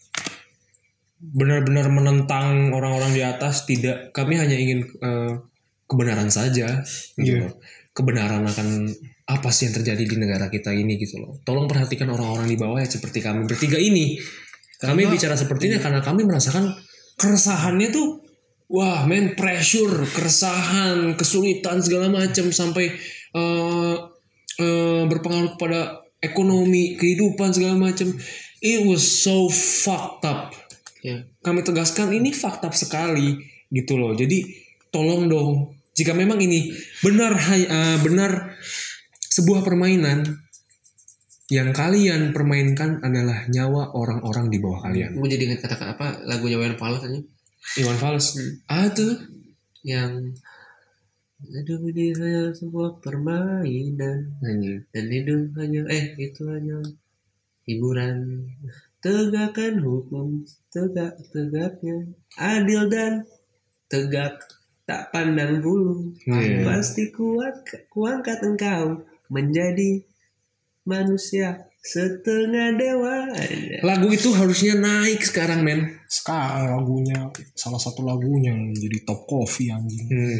benar-benar menentang orang-orang di atas, tidak. Kami hanya ingin eh, kebenaran saja gitu Iya. loh. Kebenaran akan apa sih yang terjadi di negara kita ini gitu loh. Tolong perhatikan orang-orang di bawah ya seperti kami bertiga ini. Kami bicara seperti ini karena kami merasakan keresahannya tuh wah men, pressure, keresahan, kesulitan segala macam sampai eh, eh, berpengaruh kepada ekonomi, kehidupan segala macam. It was so fucked up. ya. Kami tegaskan ini fucked up sekali gitu loh. Jadi tolong dong, jika memang ini benar hai- uh, benar sebuah permainan yang kalian permainkan adalah nyawa orang-orang di bawah kalian. Gue jadi ingat kata apa lagunya Iwan Fals aja Iwan Fals. Ah tuh. yang hidup ini hanya sebuah permainan Anjing. dan hidup hanya eh itu hanya hiburan. Tegakkan hukum tegak tegaknya adil dan tegak tak pandang bulu. Iya. Pasti kuat kuangkat engkau menjadi manusia setengah dewa. Lagu itu harusnya naik sekarang men. Sekarang lagunya salah satu lagunya yang jadi top coffee anjing. Hmm.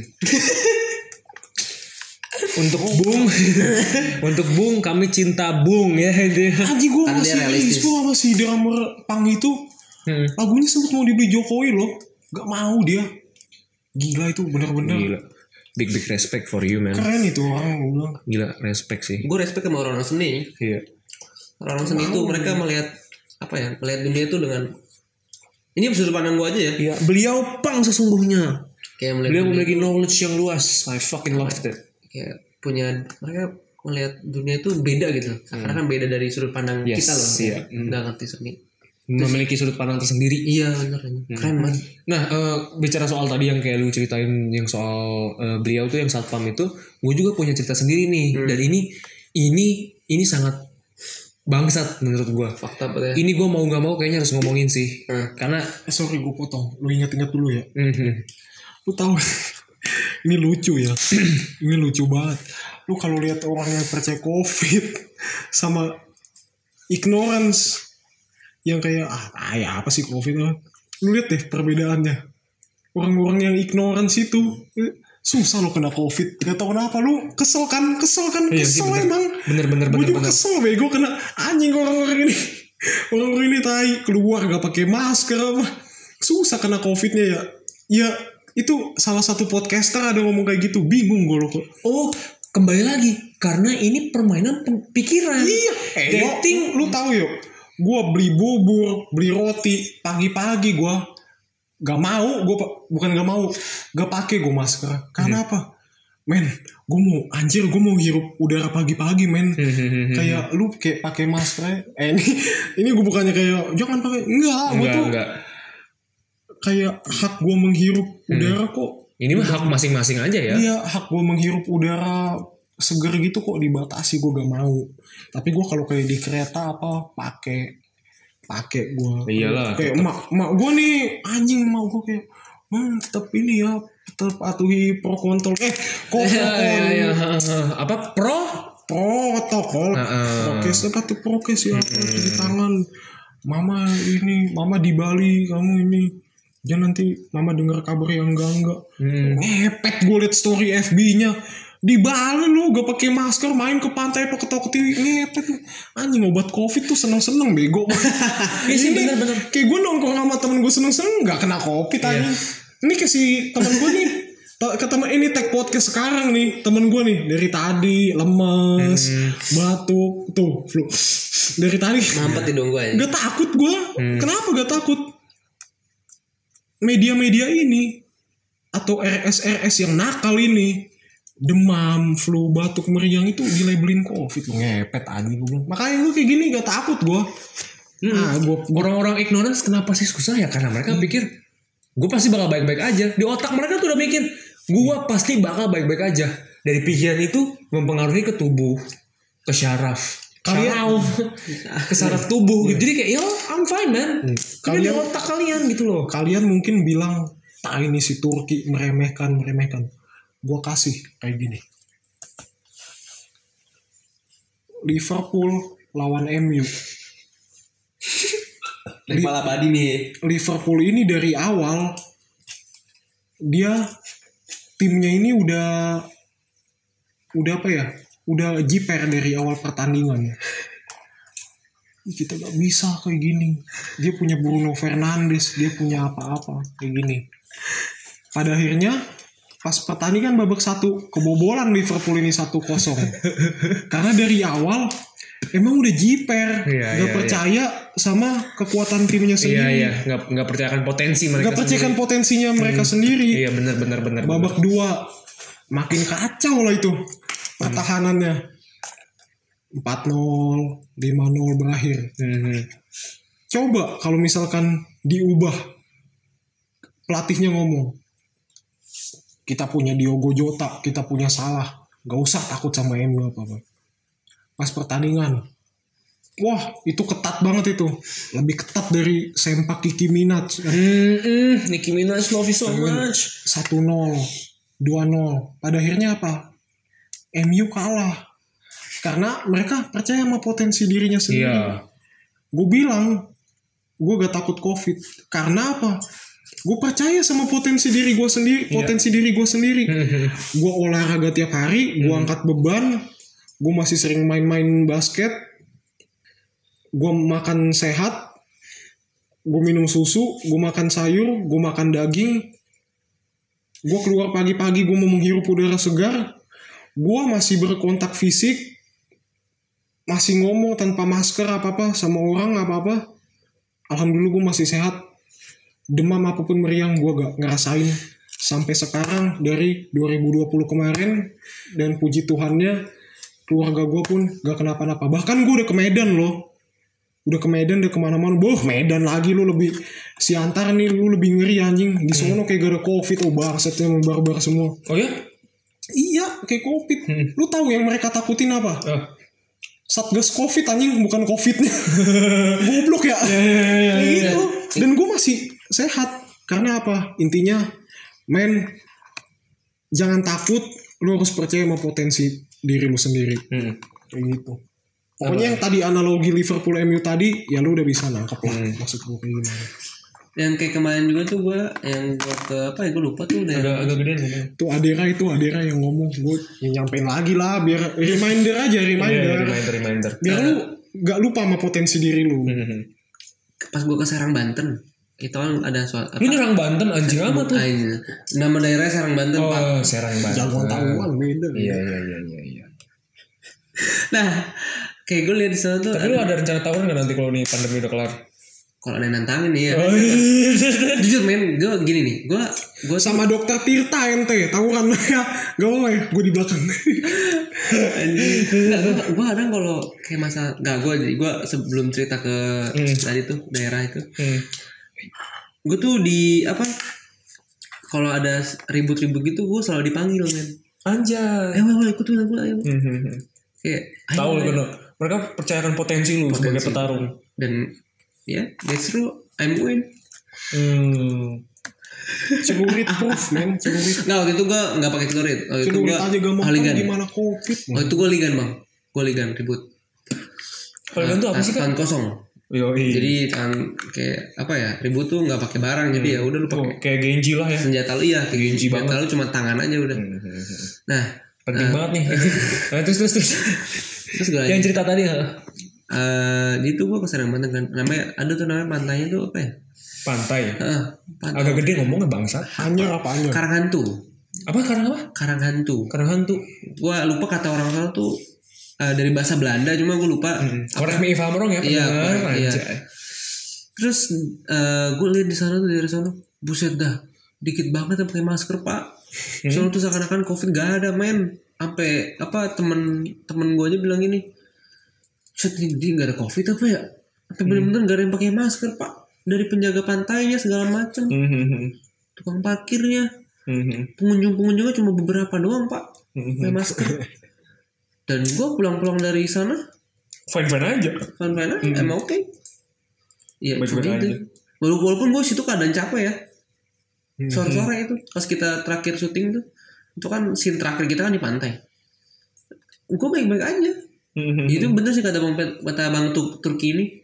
Untuk Bung, untuk Bung kami cinta Bung ya itu. Anjing gue Kan dia masih realistis. respect sama si drummer pang itu. Hmm. Lagunya sempat mau dibeli Jokowi loh. Gak mau dia. Gila itu bener-bener. Gila. Big big respect for you, man. Keren itu orang gue bilang. Gila, respect sih. Gue respect sama orang-orang seni. Iya. Orang-orang seni itu mereka melihat apa ya? Melihat dunia itu dengan ini sudut pandang gue aja ya. Iya, beliau pang sesungguhnya. Kayak melihat Beliau dunia, memiliki knowledge yang luas. I fucking love that. kayak punya mereka melihat dunia itu beda gitu. Karena kan beda dari sudut pandang Yes, kita loh. iya. Nggak ngerti seni. Memiliki sudut pandang tersendiri. Iya benar. Keren banget. Nah, eh, bicara soal tadi yang kayak lu ceritain yang soal eh, beliau tuh yang satpam itu, gue juga punya cerita sendiri nih. Hmm. Dan ini ini ini sangat bangsat menurut gue. Fakta apa ya? Ini gue mau nggak mau kayaknya harus ngomongin sih. Hmm. Karena Eh, sorry gue potong. Lu ingat-ingat dulu ya. mhm. Lu tahu ini lucu ya. Ini lucu banget. Lu kalau lihat orang yang percaya COVID sama ignorance yang kayak ah ya apa sih COVID lah. Lu lihat deh perbedaannya. Orang-orang yang ignorance itu eh, susah lo kena COVID. Gak tau kenapa lu kesel kan? Kesel kan? Iya sih, Kesel bener. emang. Bener bener Gue bener juga bener. kesel bego kena anjing orang-orang ini. Orang-orang ini tai keluar gak pakai masker apa. Susah kena COVID-nya ya. Ya itu salah satu podcaster ada ngomong kayak gitu. Bingung gue loh kok. Oh, kembali lagi karena ini permainan pem- pikiran. Iya. Eh, Dating. yo, lu tahu yuk. Gue beli bubur, beli roti pagi-pagi gue gak mau. Gue bukan gak mau, gak pakai gue masker. Karena apa? Men, gue mau anjir, gue mau hirup udara pagi-pagi, men. Kayak lu kayak pakai masker. Eh ini, ini gue bukannya kayak jangan pakai. Enggak, gue Enggak tuh enggak. kayak hak gue menghirup udara kok. Ini mah hak masing-masing aja ya. Iya, hak gue menghirup udara seger gitu kok dibatasi, gue gak mau. Tapi gue kalau kayak di kereta apa pakai pakai gue. Iyalah, Kayak mak mak gue nih anjing mak gue kayak hmm, tetap ini ya tetap patuhi protokol eh kok Ya, protokol ya, ya. Apa pro? protokol Heeh. prokes apa tuh prokes ya cuci tangan. Mama ini mama di Bali kamu ini jangan nanti mama dengar kabar yang enggak enggak. Hmm. Ngepet gue liat story F B-nya di Bali lu gak pakai masker main ke pantai apa ketawa ketiwi ngepet lu. Anjing obat covid tuh seneng-seneng bego. Iya sih, Ini bener-bener. kayak gue nongkrong sama temen gue seneng-seneng gak kena covid Iya. anjing. Ini kayak si temen gue nih ta- ke temen ini tag podcast sekarang nih temen gue nih dari tadi lemes Hmm. batuk tuh flu dari tadi Mampet hidung gue ya. gak takut gue. Hmm. Kenapa gak takut? Media-media ini atau R S R S yang nakal ini demam, flu, batuk, meriang itu dilabelin covid lu ngepet anjing gue bilang. Makanya lu kayak gini gak takut gue. Nah, gue Orang-orang ignorance kenapa sih susah ya? Karena mereka pikir gue pasti bakal baik-baik aja. Di otak mereka tuh udah mikir gue pasti bakal baik-baik aja. Dari pikiran itu mempengaruhi ke tubuh, ke syaraf, Kalian- syaraf, ke saraf tubuh. Gitu. Jadi kayak yo I'm fine man. Tapi di Kalian- otak kalian gitu loh. kalian mungkin bilang tak ini si Turki meremehkan meremehkan. Gue kasih kayak gini. Liverpool lawan M U. Rival abadi nih. Liverpool ini dari awal dia timnya ini udah udah apa ya? Udah jiper dari awal pertandingan. Kita gak bisa kayak gini. Dia punya Bruno Fernandes, dia punya apa-apa kayak gini. Pada akhirnya pas pertandingan babak satu kebobolan Liverpool ini satu kosong. Karena dari awal emang udah jiper, Iya, gak iya, percaya sama kekuatan timnya Iya sendiri. iya nggak nggak percayakan potensi mereka. Gak percayakan sendiri. potensinya mereka sendiri. Iya benar benar benar. Babak dua makin kacau lah itu pertahanannya. empat nol, lima nol berakhir. Mhm. Coba kalau misalkan diubah pelatihnya ngomong, kita punya Diogo Jota, kita punya Salah, gak usah takut sama M U apa-apa. Pas pertandingan, wah itu ketat banget itu, lebih ketat dari sempak Kiki Minaj. Mm-mm, Nicki Minaj love you so much. satu nol, dua nol. Pada akhirnya apa? M U kalah. Karena mereka percaya sama potensi dirinya sendiri. Iya. Gue bilang, gue gak takut COVID. Karena apa? Gue percaya sama potensi diri gue sendiri. Potensi diri gue sendiri. Gue olahraga tiap hari. Gue angkat beban. Gue masih sering main-main basket. Gue makan sehat. gue minum susu, gue makan sayur, gue makan daging, gue keluar pagi-pagi, gue mau menghirup udara segar, gue masih berkontak fisik, masih ngomong tanpa masker apa-apa sama orang apa-apa. Alhamdulillah gue masih sehat. Demam apapun meriang gue gak ngerasain sampai sekarang dari dua ribu dua puluh kemarin. Dan puji Tuhannya keluarga gue pun gak kenapa-napa. Bahkan gue udah ke Medan loh. Udah ke Medan, udah kemana-mana. Boh, Medan lagi lu lebih Siantar nih, lu lebih ngeri anjing. Di sono hmm. kayak gak ada covid. Oh bangsetnya barbar semua. Oh ya? Iya, kayak covid. Hmm. Lu tahu yang mereka takutin apa? Oh. Satgas covid anjing, bukan covidnya. Goblok ya. Ya, ya, ya, ya, ya. Gitu. Dan gue masih sehat. Karena apa? Intinya, men, jangan takut. Lu harus percaya sama potensi diri lu sendiri. Hmm. Kayak gitu. Pokoknya yang tadi analogi Liverpool M U tadi, ya lu udah bisa nangkep lah. Hmm. Maksud gue kayak gimana. Yang kayak kemarin juga tuh gue, yang gue ke apa ya, gue lupa tuh. Udah agak, agak gedean gitu. Tuh Adera itu, Adera yang ngomong. Gue yang nyampein lagi lah, biar reminder aja, reminder. Yeah, reminder, reminder. Biar uh, lu gak lupa sama potensi diri lu. Hmm. Pas gue ke Serang Banten, itu kan ada suatu. Ini Serang Banten anjing amat tuh. Anjing. Nama daerahnya Serang Banten, oh, Pak. Oh, Serang Banten. Jagoan tahuan beda. Iya, iya, iya, iya, iya. Nah, kayak gue lihat di sana tuh. Tapi lu ada rencana tahun nggak nanti kalau nih pandemi udah kelar? Kalau ada yang nantangin nih ya. Oh, iya. Jujur men, gue gini nih, gue gue sama dokter Tirta ente, tahu kan ya? Gak apa ya, gue di belakang. Nggak, gue gue kadang kalau kayak masa, nggak gue jadi gue sebelum cerita ke hmm. tadi tuh daerah itu, hmm. gue tuh di apa? Kalau ada ribut-ribut gitu, gue selalu dipanggil men. Anjay. Eh, wah, wah, ikut tuh, ikut ayo. Hmm. Kayak tahu kan mereka percayakan potensi lu potensi. Sebagai petarung dan ya yeah, that's true, I'm win. Hmm. Celurit proof men, celurit. Nggak, waktu itu gue nggak pakai celurit. Waktu itu celurit aja gak mau ligan. Gimana covid? Waktu itu gue ligan bang, gue ligan ribut. Ligan tuh apa sih kan? Tangan kosong. Yoi. Jadi tangan kayak apa ya, ribut tuh nggak pakai barang, hmm. jadi ya udah lu pakai. Oh, kayak Genji lah ya. Senjata lu iya, kayak Genji banget. Senjata lu cuma tangan aja udah. Hmm. Nah. Penting uh, banget nih. Nah, terus terus terus. Terus gue yang cerita tadi ya. Uh, itu gue ke Serang Banten kan. Namanya ada tuh namanya pantainya tuh apa ya? Pantai. Uh, pantai. Agak gede ngomongnya bangsat. Anyar apa anyar? Karanghantu. Apa karang apa? Karanghantu. Karanghantu. Gue lupa kata orang sana tuh uh, dari bahasa Belanda, cuma gue lupa. Hmm. Correct me if I'm wrong ya. Iya, iya. Terus uh, gue lihat di sana tuh dari sana, buset dah, dikit banget yang pakai masker pak. Hmm. Soalnya tuh seakan-akan covid gak ada men. Sampai apa temen temen gue aja bilang gini, set dia gak ada covid apa ya? Sampai hmm. bener-bener gak ada yang pakai masker pak. Dari penjaga pantainya segala macem, hmm. tukang parkirnya, hmm. pengunjung-pengunjungnya cuma beberapa doang pak hmm. pakai masker. Dan gue pulang-pulang dari sana fine-fine aja, fine-fine aja, hmm. emang oke. Okay. Iya cuma itu. Walaupun gue situ keadaan capek ya. Sore-sore itu pas kita terakhir syuting tuh, itu kan scene terakhir kita kan di pantai. Gue baik-baik aja. Mm-hmm. Itu bener sih kata bang kata bang Turki ini.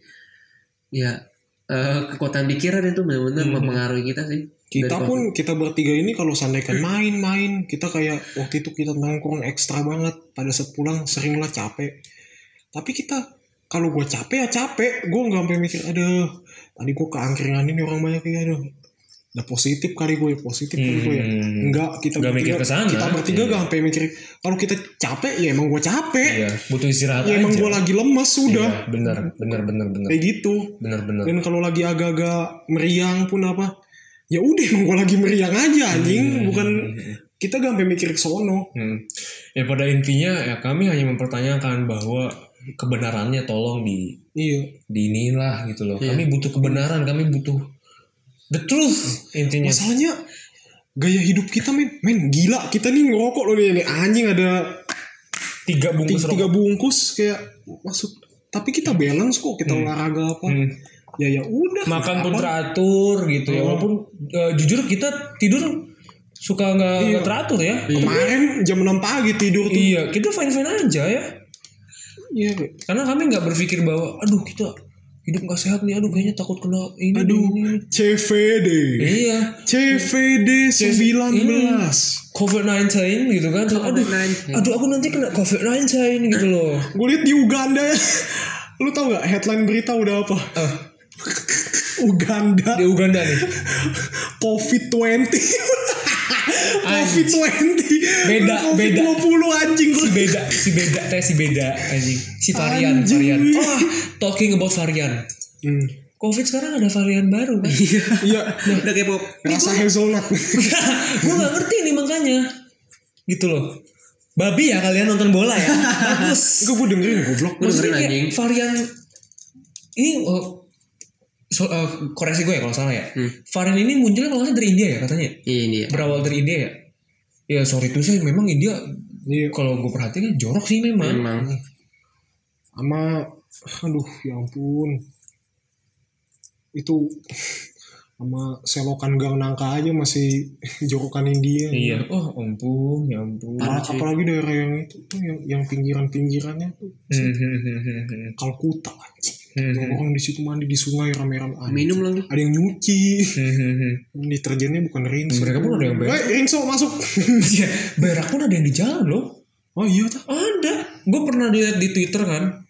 Ya uh, kekuatan pikiran itu benar-benar mm-hmm. mempengaruhi kita sih. Kita pun kita bertiga ini kalau seandainya main-main, kita kayak waktu itu kita nongkrong ekstra banget. Pada saat pulang sering lah capek. Tapi kita kalau gue capek ya capek, gue nggak sampai mikir, aduh tadi gue keangkringan ini orang banyak ya, aduh. Udah positif kali gue, positif kali gue ya. Enggak, kita gak bertiga, mikir kesana. Kita bertiga iya. gak sampai mikir. Kalau kita capek ya emang gue capek. Iya, butuh istirahat ya aja. emang gue lagi lemas sudah. Iya, bener, bener, bener, bener. Kayak gitu. Bener, bener. Dan kalau lagi agak-agak meriang pun apa, ya udah emang gue lagi meriang aja anjing. Hmm. Bukan kita gak sampai mikir ke sono. Hmm. Ya pada intinya ya kami hanya mempertanyakan bahwa kebenarannya tolong di iya. di inilah gitu loh. Iya. Kami butuh kebenaran, kami butuh the truth intinya. Masalahnya gaya hidup kita men, men gila kita nih ngerokok loh nih, anjing ada tiga bungkus tiga, tiga bungkus kayak maksud, tapi kita balance kok kita hmm. olahraga apa, hmm. ya ya udah. Makan pun teratur gitu oh. ya, walaupun uh, jujur kita tidur suka nggak iya. teratur ya. Kemarin jam enam pagi tidur tuh. Iya, kita fine fine aja ya. Iya, karena kami nggak berpikir bahwa aduh kita hidup gak sehat nih, aduh kayaknya takut kena ini. Aduh, ini. C V D. Iya. C V D sembilan belas. covid sembilan belas gitu kan. Aduh, aduh aku nanti kena covid sembilan belas gitu loh. Gue liat di Uganda ya. Lu tau gak headline berita udah apa? Uh. Uganda. Di Uganda nih. covid dua puluh. covid dua puluh. Beda, covid beda. dua puluh anjing. Si beda, si beda, teh si beda anjing. Si varian, Anjing. varian. Oh, talking about varian. Hmm. Covid sekarang ada varian baru kan? Iya. Udah kayak pop. Rasa hazelnut. Gue gak ngerti nih makanya. Gitu loh. Babi ya kalian nonton bola ya. Bagus. Gue gue dengerin goblok. Gue dengerin Maksudnya kayak anjing. varian ini oh, so, uh, koreksi gue ya kalau salah ya. Hmm. Varian ini munculnya kalau nggak salah dari India ya katanya. Iya ini ya. Berawal dari India ya. Ya sorry tuh saya memang India. Iya. Kalau gue perhatiin jorok sih memang. Memang. Sama aduh ya ampun. Itu sama selokan gang nangka aja masih jorokan India. Iya. Oh ampun, ya ampun. Apalagi, cuy. apalagi daerah yang itu tuh yang, yang pinggiran-pinggirannya tuh Hmm, hmm, hmm, hmm, hmm. Kalkuta. Hmm, Yang orang di situ mandi di sungai rame-rame. Ah, Minum lagi. ada yang nyuci. hmm, hmm, hmm. Deterjennya bukan Rinso. Mereka pun ada yang berak. Eh, Rinso masuk. Iya, berak pun ada yang di jalan loh. Oh iya tuh. Ada. Gue pernah lihat di Twitter kan.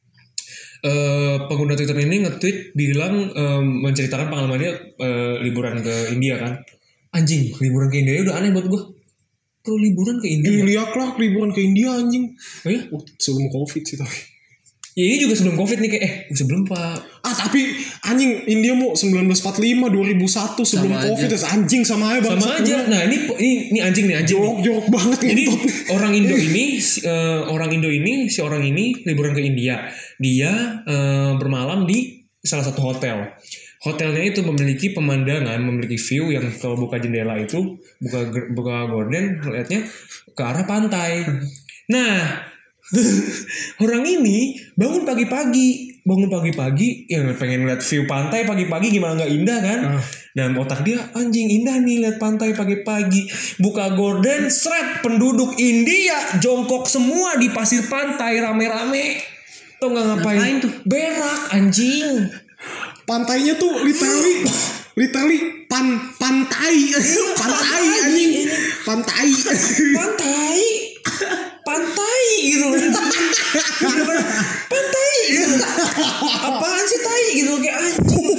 Eh pengguna Twitter ini nge-tweet bilang em, menceritakan pengalamannya eh, liburan ke India kan. Anjing, liburan ke India udah aneh buat gue. Kalau liburan ke India. Ini lihat lah liburan ke India anjing. Oh ya? Oh, sebelum Covid sih tapi. Ya ini juga sebelum Covid nih kayak eh sebelum Pak. Ah tapi anjing India mau seribu sembilan ratus empat puluh lima dua ribu satu sebelum Sama Covid aja. terus anjing sama aja bang. Sama aja. Nah, ini ini ini anjing nih, anjing. nih. Jorok-jorok banget Jadi ngentot. orang Indo ini si- eh, orang Indo ini si orang ini liburan ke India. Dia eh, bermalam di salah satu hotel. Hotelnya itu memiliki pemandangan, memiliki view yang kalau buka jendela itu buka ger- buka gorden lihatnya ke arah pantai. Nah, orang ini bangun pagi-pagi, bangun pagi-pagi yang pengen lihat view pantai pagi-pagi gimana nggak indah kan? Ah. Dan otak dia anjing indah nih lihat pantai pagi-pagi. Buka gorden, seret penduduk India jongkok semua di pasir pantai rame-rame. Tuh nggak ngapain? Ngapain tuh? Berak anjing. Pantainya tuh literally literally pan pantai pantai anjing pantai. Pantai. Pantai gitu. Bener-bener pantai gitu. Apaan sih tai gitu kayak anjing.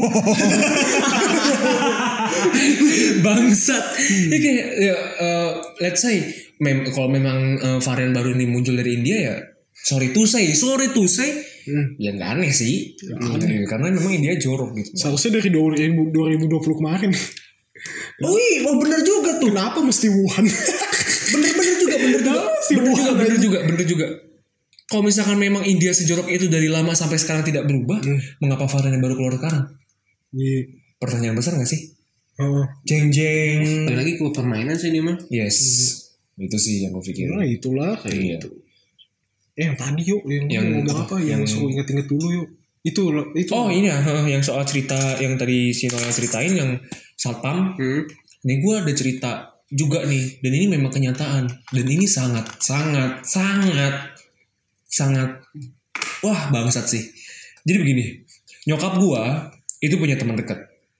Bangsat. Ya kayak ya, uh, let's say mem kalau memang uh, varian baru ini muncul dari India ya sorry to say, sorry to say Hmm. ya nggak aneh sih. Gitu. Karena memang India jorok gitu. Seharusnya dari dua ribu dua puluh kemarin. Oh iya, oh bener juga tuh. Kenapa mesti Wuhan? Bener-bener juga, bener juga, bener juga, bener juga, bener juga. Kalau misalkan memang India sejorok itu dari lama sampai sekarang tidak berubah, Hmm. mengapa varian yang baru keluar sekarang? Iya. Pertanyaan besar nggak sih? Oh. Jeng jeng. Balik lagi ke permainan sih ini mah. Yes, itu sih yang gue pikir. Nah itulah kayak Iya. gitu. Eh yang tadi yuk yang, Yang ngomong apa? apa yang, Yang- suruh inget-inget dulu yuk. Itu loh, itu. Oh ini ya, yang soal cerita yang tadi si Noel ceritain yang satpam. Hmm. Ini gue ada cerita juga nih, dan ini memang kenyataan, dan ini sangat, sangat, sangat, sangat, wah bangsat sih. Jadi begini, nyokap gue itu punya teman dekat.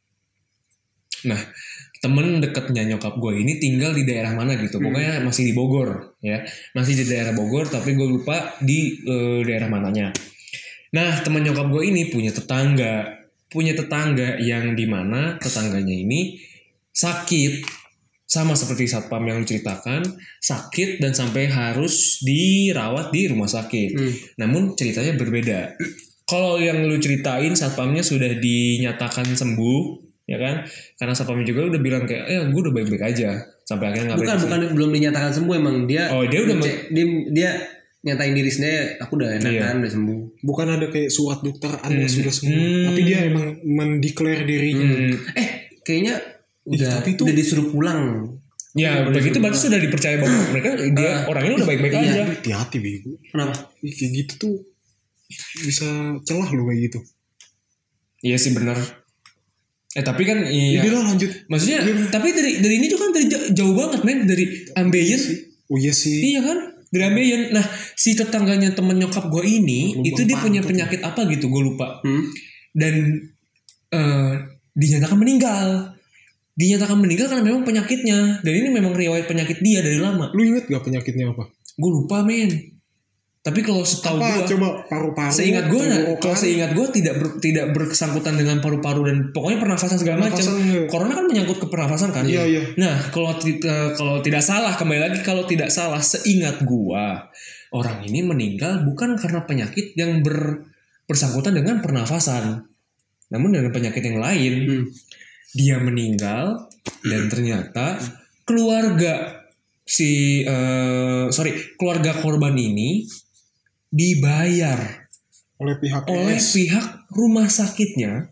Nah, temen deketnya nyokap gue ini tinggal di daerah mana gitu, pokoknya masih di Bogor, ya, masih di daerah Bogor, tapi gue lupa di eh, daerah mananya. Nah, teman nyokap gue ini punya tetangga, punya tetangga yang dimana tetangganya ini sakit, sama seperti satpam yang lu ceritakan, sakit dan sampai harus dirawat di rumah sakit. Hmm. Namun ceritanya berbeda. Kalau yang lu ceritain satpamnya sudah dinyatakan sembuh, ya kan? Karena satpamnya juga udah bilang kayak, ya gue udah baik-baik aja. Sampai akhirnya ngapain? Bukan, bukan belum dinyatakan sembuh emang dia. Oh, dia udah ngecek- dia, dia nyatain diri sendiri, aku udah enak Iya. kan, udah sembuh. Bukan ada kayak surat dokter Anda Hmm. sudah sembuh. Hmm. Tapi dia emang mendeklar dirinya. Hmm. Eh, kayaknya udah tapi itu- udah disuruh pulang. Ya, begitu berarti sudah dipercaya bahwa mereka dia orangnya udah baik-baik Iya. aja. Hati-hati bego. Kenapa? Ih, kayak gitu tuh bisa celah loh kayak gitu. Iya sih benar. Eh tapi kan iya. Jadi lah lanjut. Maksudnya tapi dari dari ini juga kan dari jauh, jauh banget men dari ambeien. Oh iya sih. Iya kan? Dari ambeien. Nah, si tetangganya temen nyokap gue ini Lubang itu dia punya pantat. penyakit apa gitu, gue lupa. Hmm? Dan eh dinyatakan meninggal. Dinyatakan meninggal karena memang penyakitnya. Dan ini memang riwayat penyakit dia dari lama. Lu inget gak penyakitnya apa? Gue lupa men. Tapi kalau setahu Apa gue, coba paru-paru. seingat gue, nah, tenggorokan. kalau seingat gue tidak ber, tidak bersangkutan dengan paru-paru dan pokoknya pernafasan segala macam. Pernafasan, iya. Corona kan menyangkut ke pernafasan kan. Iya, iya. Nah kalau tidak kalau tidak salah kembali lagi kalau tidak salah seingat gue orang ini meninggal bukan karena penyakit yang ber, bersangkutan dengan pernafasan, namun dengan penyakit yang lain. Hmm. Dia meninggal dan ternyata keluarga si uh, sorry keluarga korban ini dibayar Oleh pihak oleh E S. pihak rumah sakitnya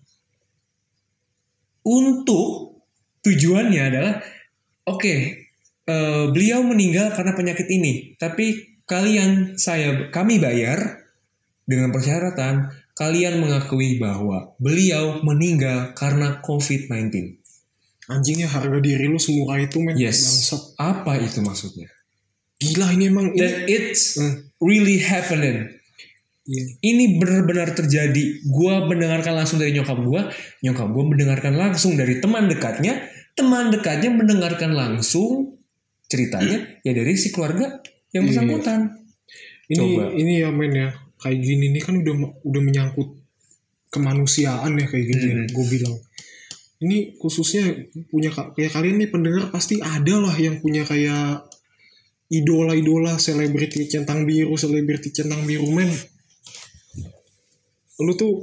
untuk tujuannya adalah oke okay, uh, beliau meninggal karena penyakit ini tapi kalian saya kami bayar dengan persyaratan kalian mengakui bahwa beliau meninggal karena covid sembilan belas. Anjingnya harga diri lu semurah itu men. Yes. Bangsat. Apa itu maksudnya? Gila ini emang ini. Dan it's Hmm. really happening. Iya. Ini benar-benar terjadi. Gua mendengarkan langsung dari nyokap gua, nyokap gua mendengarkan langsung dari teman dekatnya, teman dekatnya mendengarkan langsung ceritanya ya dari si keluarga yang Iya. bersangkutan. Ini Coba. ini ya men ya. Kayak gini nih kan udah udah menyangkut kemanusiaan ya kayak gini Hmm. ya. Gue bilang. Ini khususnya punya kayak kalian nih pendengar pasti ada lah yang punya kayak idola-idola selebriti centang biru, selebriti centang biru men. Lu tuh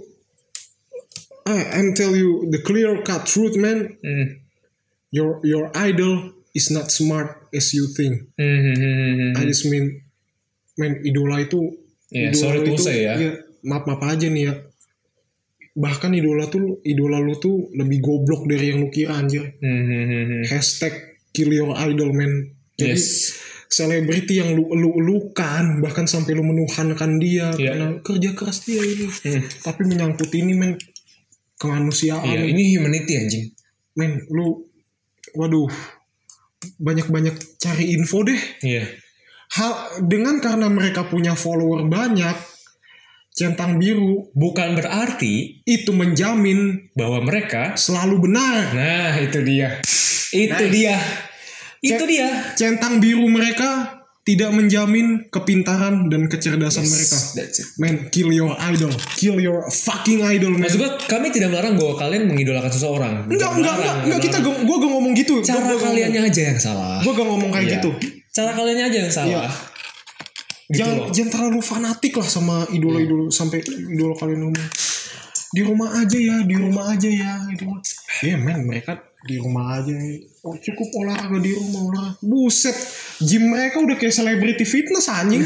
I, I'm tell you the clear cut truth man. Hmm. Your your idol is not smart as you think. Hmm, hmm, hmm, hmm, I hmm. just mean men idola itu Ya, idola sorry to itu, say ya. maaf maaf aja nih ya. Bahkan idola tuh idola lu tuh lebih goblok dari yang lu kira anjir. Hmm, hmm, hmm, hmm. Hashtag kill your idol man. Jadi Yes. selebriti yang lu lu elukan bahkan sampai lu menuhankan dia Iya. karena kerja keras dia ini. Hmm. Tapi menyangkut ini men kemanusiaan. Iya, ini humanity anjing. Men lu waduh banyak-banyak cari info deh. Iya. Hal dengan karena mereka punya follower banyak centang biru Bukan berarti itu menjamin bahwa mereka selalu benar. nah itu dia. Itu Nice. dia. Itu Cek- dia. Centang biru mereka tidak menjamin kepintaran dan kecerdasan mereka. That's it. Man, kill your idol. Kill your fucking idol, man. Maksud gue, kami tidak melarang bahwa kalian mengidolakan seseorang. Enggak, enggak, enggak, enggak, kita gue gue gak ngomong gitu. Cara kaliannya aja yang salah. Gue gak ngomong kayak Iya. gitu. Cara kaliannya aja yang salah. Iya. Gitu jangan, loh. jangan terlalu fanatik lah sama idola-idola sampai idola kalian ngomong di rumah aja ya, di rumah aja ya. Gitu. Ya men, mereka di rumah aja. Oh, cukup olahraga di rumah olahraga. Buset, gym mereka udah kayak selebriti fitness anjing.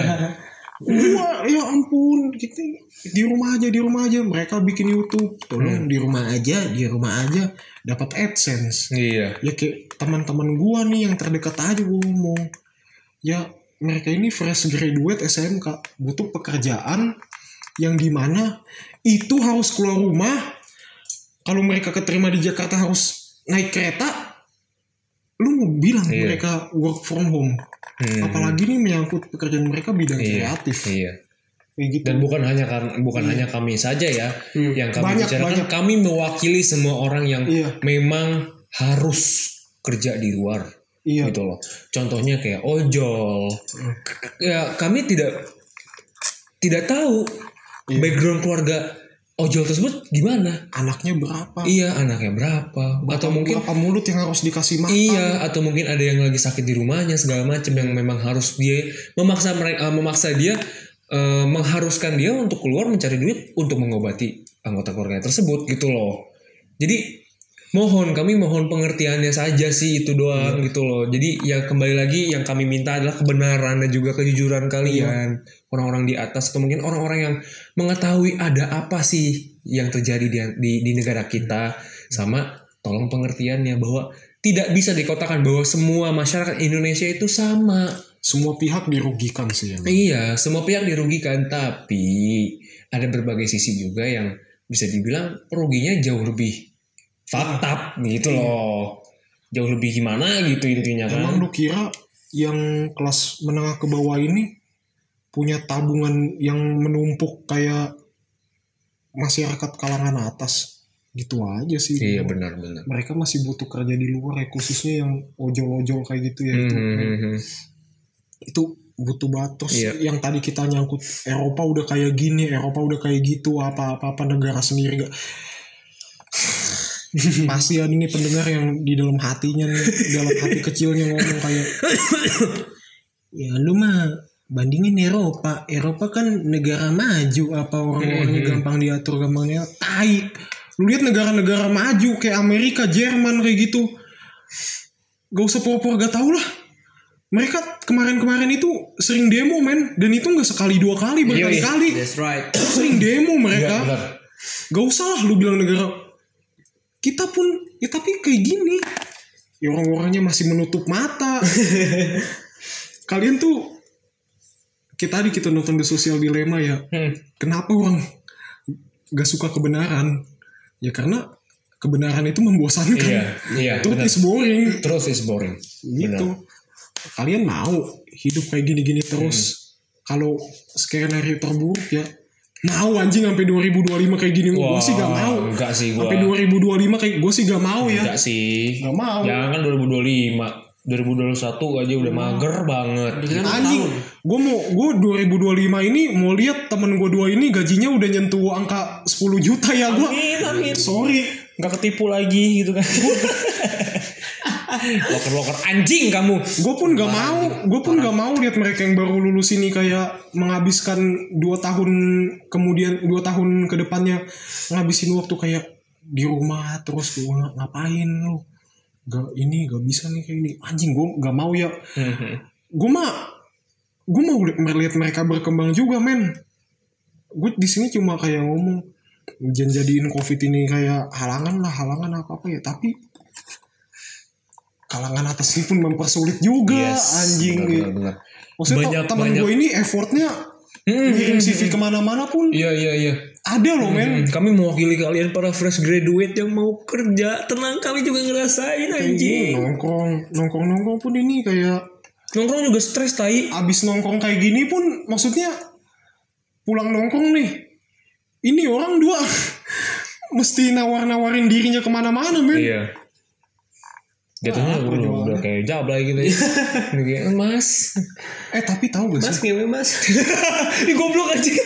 Wah, ya ampun, gitu. Di rumah aja, di rumah aja. Mereka bikin YouTube, tolong di rumah aja, di rumah aja dapat AdSense. Iya. Ya kayak teman-teman gua nih yang terdekat aja gua ngomong. Ya mereka ini fresh graduate S M K, butuh pekerjaan yang dimana itu harus keluar rumah. Kalau mereka keterima di Jakarta harus naik kereta. Lu mau bilang Iya. mereka work from home. Hmm. Apalagi nih menyangkut pekerjaan mereka bidang Iya. kreatif. Iya. Kayak gitu. Dan bukan hanya karena bukan hanya kami saja ya yang kami Banyak, bicarakan. banyak. Kami mewakili semua orang yang Iya. memang harus kerja di luar. Iya. Gitu loh. Contohnya kayak ojol. Ya kami tidak tidak tahu Iya. background keluarga ojol tersebut gimana. Anaknya berapa? Iya, anaknya berapa? Atau mungkin berapa mulut yang harus dikasih makan? iya, atau mungkin ada yang lagi sakit di rumahnya segala macam yang memang harus dia memaksa mereka memaksa dia eh, mengharuskan dia untuk keluar mencari duit untuk mengobati anggota keluarga tersebut gitu loh. Jadi mohon kami mohon pengertiannya saja sih itu doang gitu loh. Jadi ya kembali lagi yang kami minta adalah kebenaran dan juga kejujuran kalian orang-orang di atas atau mungkin orang-orang yang mengetahui ada apa sih yang terjadi di di, di negara kita sama tolong pengertiannya bahwa tidak bisa dikotakan bahwa semua masyarakat Indonesia itu sama. Semua pihak dirugikan sih. Ya. Iya, semua pihak dirugikan tapi ada berbagai sisi juga yang bisa dibilang ruginya jauh lebih fucked up gitu loh. Jauh lebih gimana gitu intinya kan. Emang lu kira yang kelas menengah ke bawah ini punya tabungan yang menumpuk kayak masyarakat kalangan atas? Gitu aja sih. Iya benar-benar. Mereka masih butuh kerja di luar ya, khususnya yang ojol-ojol kayak gitu ya. Itu, Hmm. itu butuh batas. Iya. Yang tadi kita nyangkut Eropa udah kayak gini, Eropa udah kayak gitu, apa-apa negara sendiri gak. Pasti ada nih pendengar yang di dalam hatinya nih, dalam hati kecilnya ngomong kayak, ya lu mah bandingin Eropa, Eropa kan negara maju, apa orang-orangnya Hmm. gampang diatur, gampang diatur. Tai. Lu lihat negara-negara maju kayak Amerika, Jerman kayak gitu. Gak usah pura-pura gak tau lah. Mereka kemarin-kemarin itu sering demo men, dan itu gak sekali dua kali, berkali-kali. That's right. Sering demo mereka. Iya, benar. Gak usah lah lu bilang negara. Kita pun ya tapi kayak gini. Ya orang-orangnya masih menutup mata. Kalian tuh kita tadi kita nonton The Social Dilemma ya. Hmm. Kenapa orang gak suka kebenaran? Ya karena kebenaran itu membosankan. Iya, iya, Truth benar. is boring. Truth is boring. Gitu. Kalian mau hidup kayak gini-gini terus? Hmm. Kalau skenario terburuk ya mau anjing sampai dua ribu dua puluh lima kayak gini. Gue sih gak mau. Enggak sih gua. Sampai dua ribu dua puluh lima kayak gue sih gak mau ya. Enggak sih. Gak mau. Jangan kan dua ribu dua puluh lima. dua ribu dua puluh satu aja udah mager banget. Anjing, gue mau gue dua ribu dua puluh lima ini mau lihat temen gue dua ini gajinya udah nyentuh angka sepuluh juta ya gue. Amin, amin. Sorry, Nggak ketipu lagi gitu kan. Loker-loker anjing kamu. gue pun gak mau, gue pun gak mau lihat mereka yang baru lulus ini kayak menghabiskan dua tahun kemudian dua tahun ke depannya ngabisin waktu kayak di rumah terus gue ngapain lu? Gak ini gak bisa nih kayak ini anjing gue gak mau ya. Gue mah gue mau melihat mereka berkembang juga men. Gue di sini cuma kayak ngomong jangan jadiin covid ini kayak halangan lah halangan apa apa ya, tapi kalangan atas ini pun mempersulit juga. Yes, anjing benar, nih. benar, benar. Maksudnya Banyak- teman banyak- gue ini effortnya ngirim C V kemana-mana pun Iya iya iya. ada loh men. Hmm, kami mewakili kalian para fresh graduate yang mau kerja. Tenang, kami juga ngerasain Kayak anjing. gini, nongkrong nongkrong nongkrong pun ini kayak Nongkrong juga stres tai. abis nongkrong kayak gini pun maksudnya pulang nongkrong nih ini orang dua mesti nawar-nawarin dirinya kemana-mana men. Iya. Jatuhnya Ah, udah, perjuangan. udah kayak jablay gitu ya. Udah kayak, mas. Eh tapi tahu gak Mas sih? ngewe mas. Ih goblok anjing.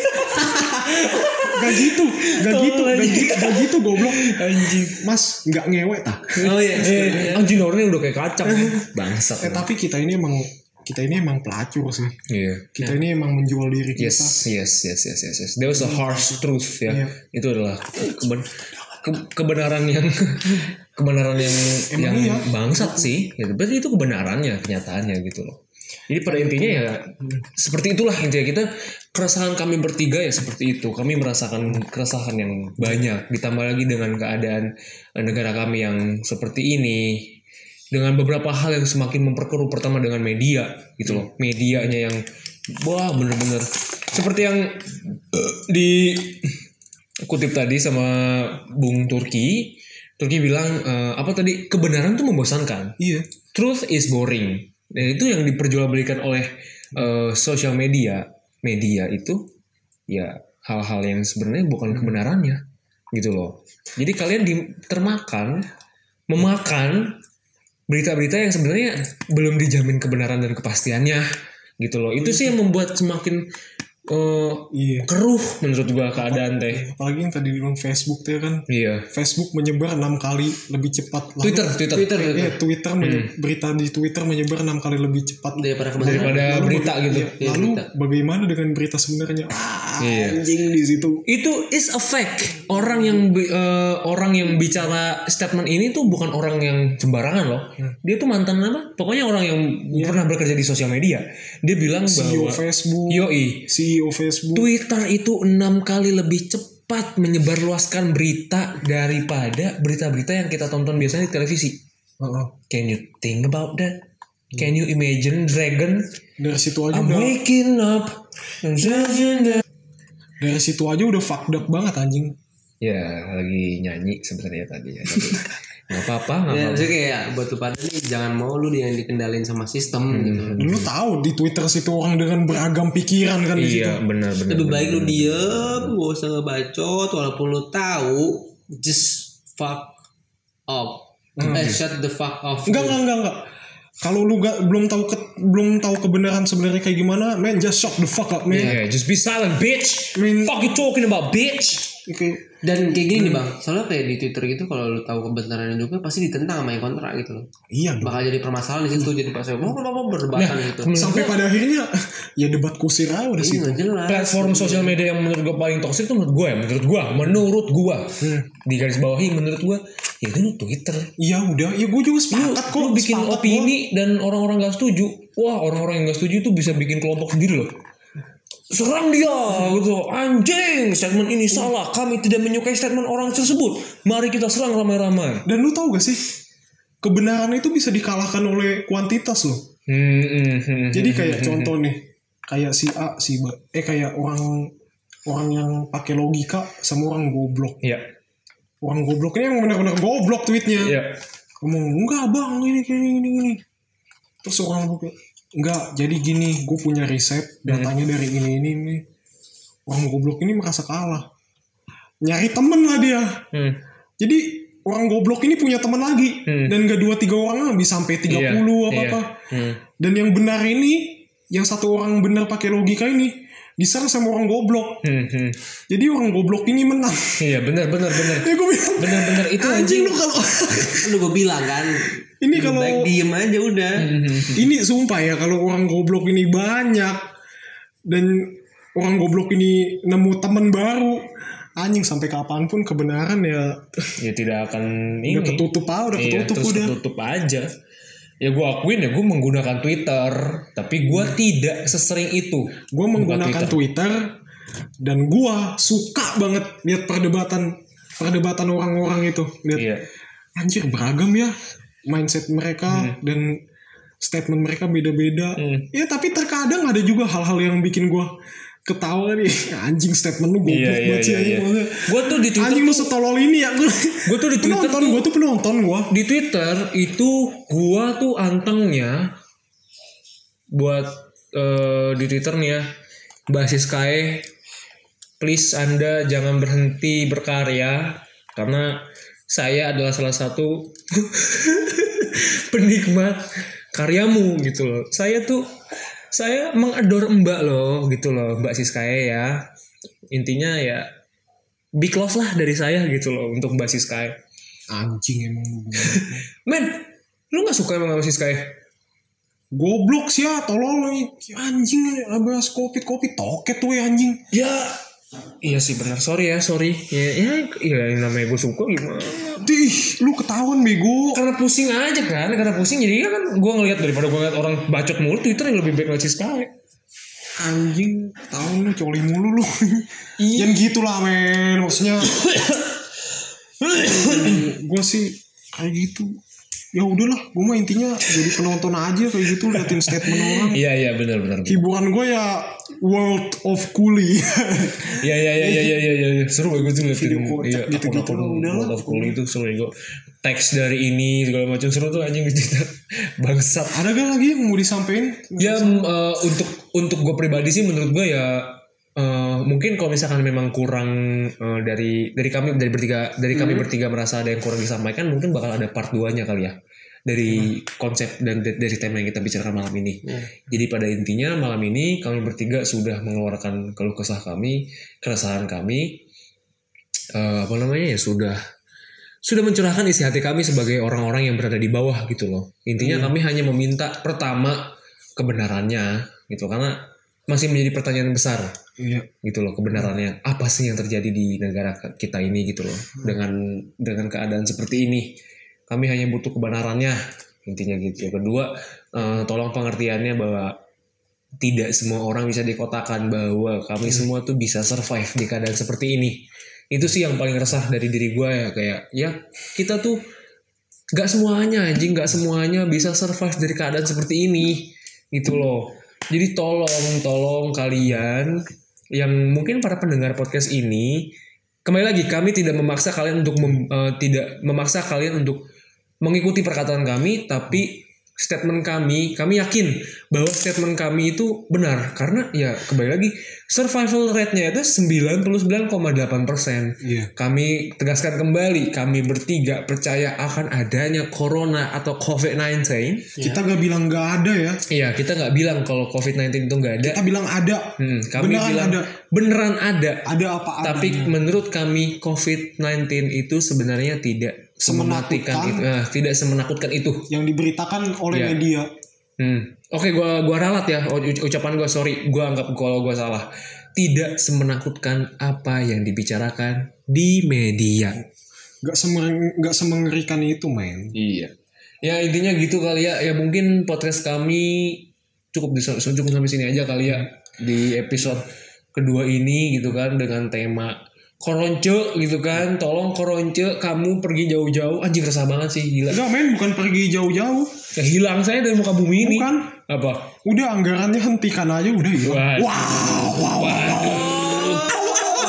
Gak gitu, gak gitu, gak gitu, gak gitu goblok. Anjing. Mas nggak ngewek tah. Oh iya. Eh, anjing orangnya udah kayak kacang. Bangsat. Eh tapi kita ini emang kita ini emang pelacur sih. Iya. Kita ini emang menjual diri kita. Yes, yes, yes, yes, yes, yes. That was a harsh truth ya. Iya. Itu adalah keben, ke- kebenaran yang kebenaran yang Emang yang iya. bangsat sih. Gitu. Berarti itu kebenarannya, kenyataannya gitu loh. Jadi pada intinya ya seperti itulah intinya kita keresahan kami bertiga ya seperti itu. Kami merasakan keresahan yang banyak ditambah lagi dengan keadaan eh, negara kami yang seperti ini. Dengan beberapa hal yang semakin memperkeruh, pertama dengan media gitu loh, medianya yang wah bener-bener seperti yang uh, dikutip tadi sama Bung Turki. Turki bilang uh, apa tadi, kebenaran tuh membosankan, Iya. truth is boring, dan itu yang diperjualbelikan oleh uh, sosial media. Media itu ya hal-hal yang sebenarnya bukan kebenarannya gitu loh. Jadi kalian di, termakan memakan berita-berita yang sebenarnya belum dijamin kebenaran dan kepastiannya gitu loh. Itu sih yang membuat semakin uh, Iya. keruh menurut gua keadaan teh. Apalagi yang tadi bilang Facebook tuh ya kan. Iya. Facebook menyebar enam kali lebih cepat. Lalu- Twitter, Twitter. Twitter Eh, gitu. Twitter menye- berita di Twitter menyebar enam kali lebih cepat Daripada kebenaran. Daripada Lalu berita baga- gitu. iya, Iya, lalu berita. bagaimana dengan berita sebenarnya? Ah, Iya. anjing di situ. Itu is a fact. Orang yang bi- eh, orang yang bicara statement ini tuh bukan orang yang sembarangan loh. Dia tuh mantan apa? Pokoknya orang yang pernah bekerja di sosial media. Dia bilang C E O bahwa Facebook, yoi, C E O Facebook. Twitter itu enam kali lebih cepat menyebarluaskan berita daripada berita-berita yang kita tonton biasanya di televisi. Heeh. Can you think about that? Can you imagine Dragon? Dari situ aja I'm udah waking up. dari situ aja udah fucked up banget anjing. Ya lagi nyanyi sebenarnya tadi ya. Tapi nggak apa-apa, nggak Ya, apa-apa. maksudnya kayak buat lu pada nih jangan mau lu yang dikendalin sama sistem gitu. Lu tahu di Twitter situ orang dengan beragam pikiran kan di situ. Iya benar-benar. Lebih baik lu diem, gak usah ngebacot, walaupun lu tahu, just fuck off. Eh, shut the fuck off. Enggak, enggak, enggak, enggak. Kalau lu gak belum tahu ke, belum tahu kebenaran sebenarnya kayak gimana, man, just shut the fuck up, man. Yeah, just be silent, bitch. Man. Fuck you talking about, bitch. Oke. Dan kayak gini nih bang, soalnya kayak di Twitter gitu kalau lu tahu kebenarannya juga pasti ditentang sama yang kontra gitu loh. Iya dong. Bakal jadi permasalahan di situ, jadi pas mau kenapa berdebatan gitu. Sampai pada akhirnya ya debat kusir aja udah Ini situ. nggak jelas. Platform sosial media yang menurut gue paling toksik itu menurut gue ya, menurut gue, menurut gue, Hmm. di garis bawahi menurut gue, ya itu Twitter. Iya udah, ya gue juga Lu, sepakat kok. lu bikin sepakat opini dan orang-orang gak setuju. Wah, orang-orang yang gak setuju itu bisa bikin kelompok sendiri loh. Serang dia gitu, anjing, statement ini salah, kami tidak menyukai statement orang tersebut, mari kita serang ramai-ramai. gua. Dan lu tahu gak sih, kebenaran itu bisa dikalahkan oleh kuantitas loh. Hmm, hmm, hmm, Jadi hmm, kayak hmm, contoh nih, kayak si A, si B, eh kayak orang orang yang pakai logika sama orang goblok. Iya, Orang goblok ini yang benar-benar goblok tweetnya. iya. Ngomong enggak bang, ini gini gini gini. Terus orang goblok, enggak, jadi gini, gue punya riset, datanya Hmm. dari ini ini ini. Orang goblok ini merasa kalah, nyari temen lah dia. Hmm. Jadi orang goblok ini punya teman lagi, Hmm. dan gak dua tiga orang bisa sampai tiga puluh Iya, apa apa. iya. Hmm. Dan yang benar ini, yang satu orang benar pakai logika ini diserang sama orang goblok. Hmm, hmm. Jadi orang goblok ini menang. Iya, benar, benar, benar. Ya gue bilang, Benar-benar itu anjing anjing. lu kalau Lu gue bilang kan, ini lebih kalau baik diem aja udah. ini sumpah ya, kalau orang goblok ini banyak dan orang goblok ini nemu teman baru, anjing sampai kapanpun kebenaran ya Ya tidak akan ini. udah ketutup aja, udah Iya, ketutup terus udah. ketutup aja. Ya gue akuin ya gue menggunakan Twitter, tapi gue tidak sesering itu. Gue Buka menggunakan Twitter. dan gue suka banget lihat perdebatan perdebatan orang-orang itu. Lihat, Iya. anjir beragam ya mindset mereka dan statement mereka beda-beda. Hmm. Ya tapi terkadang ada juga hal-hal yang bikin gue ketawa nih, anjing statement lu goblok Iya, iya, banget sih, iya, anjing. iya. Maksudnya, Gue tuh di Twitter anjing lu tuh- setolol ini ya. Gue tuh di Twitter penonton tuh- gue tuh penonton gue. Di Twitter itu gua tuh antengnya buat eh, di Twitter nih ya, basis K E, please Anda jangan berhenti berkarya karena saya adalah salah satu penikmat karyamu gitu loh. Saya tuh saya mengador Mbak loh gitu loh, Mbak Siskae ya. Intinya ya big love lah dari saya gitu loh untuk Mbak Siskae. Anjing emang lu. Men, lu gak suka emang sama Siskae? Goblok sih ya, tolol nih. Anjing abas kopi-kopi toket tuh ya anjing. Ya, iya sih benar. Sorry ya, sorry. Ya, ya, ya yang namanya gue suka gimana? Dih, lu ketahuan bego. Karena pusing aja kan, karena pusing jadi kan gue ngeliat daripada gue ngeliat orang bacot mulu Twitter yang lebih baik ngeliat Siskae. Anjing, tahu lu coli mulu lu. Jangan gitulah men, maksudnya. Gue sih kayak gitu. Ya udahlah, gue mah intinya jadi penonton aja kayak gitu, liatin statement orang. Iya iya benar benar. Hiburan gue ya World of Cooley. Iya iya iya iya iya iya iya. Seru gue tuh liat Video film. kocak Iya, gitu-gitu akun-akun udah World lah. of Cool itu seru gue. Teks dari ini segala macam seru tuh anjing di Twitter. Bangsat. Ada gak lagi yang mau disampaikan? Ya m- eh, untuk untuk gue pribadi sih menurut gue ya eh, mungkin kalau misalkan memang kurang eh, dari dari kami dari bertiga dari kami bertiga merasa ada yang kurang disampaikan, mungkin bakal ada part dua nya kali ya dari konsep dan da- dari tema yang kita bicarakan malam ini. Jadi pada intinya malam ini kami bertiga sudah mengeluarkan keluh kesah kami, keresahan kami, eh, apa namanya ya sudah sudah mencurahkan isi hati kami sebagai orang-orang yang berada di bawah gitu loh. Intinya kami hanya meminta pertama kebenarannya gitu, karena masih menjadi pertanyaan besar Iya. gitu loh, kebenarannya apa sih yang terjadi di negara kita ini gitu loh, dengan dengan keadaan seperti ini. Kami hanya butuh kebenarannya, intinya gitu. Yang kedua, eh, tolong pengertiannya bahwa tidak semua orang bisa dikotakan, bahwa kami semua tuh bisa survive di keadaan seperti ini. Itu sih yang paling resah dari diri gue ya, kayak ya kita tuh gak semuanya anjing, gak semuanya bisa survive dari keadaan seperti ini gitu loh. Jadi tolong tolong kalian yang mungkin para pendengar podcast ini, kembali lagi kami tidak memaksa kalian untuk mem- eh, tidak memaksa kalian untuk mengikuti perkataan kami, tapi statement kami, kami yakin bahwa statement kami itu benar karena ya kembali lagi survival rate-nya itu sembilan puluh sembilan koma delapan persen. Iya. Kami tegaskan kembali, kami bertiga percaya akan adanya corona atau covid sembilan belas. Kita gak bilang gak ada ya. Iya, kita nggak bilang kalau covid sembilan belas itu nggak ada. Kita bilang ada. Hmm, kami Beneran bilang ada. beneran ada. Ada apa adanya. Tapi menurut kami covid sembilan belas itu sebenarnya tidak semematikan Semenakutkan. itu, nah, tidak semenakutkan itu. Yang diberitakan oleh Iya. media. Hmm. Oke, gua gua ralat ya uc- ucapan gua, sorry, gua anggap kalau gua salah. Tidak semenakutkan apa yang dibicarakan di media. Gak semer gak semengerikan itu, men. Iya. Ya intinya gitu kali ya. Ya mungkin podcast kami cukup di cukup sampai sini aja kali ya di episode kedua ini gitu kan dengan tema koronce gitu kan. Tolong koronce kamu pergi jauh-jauh. Anjing resah banget sih, gila. Enggak, men, bukan pergi jauh-jauh. Ya, hilang saya dari muka bumi ini. Bukan. Apa? Udah anggarannya hentikan aja udah hilang. Waduh. Wow, wow, wow.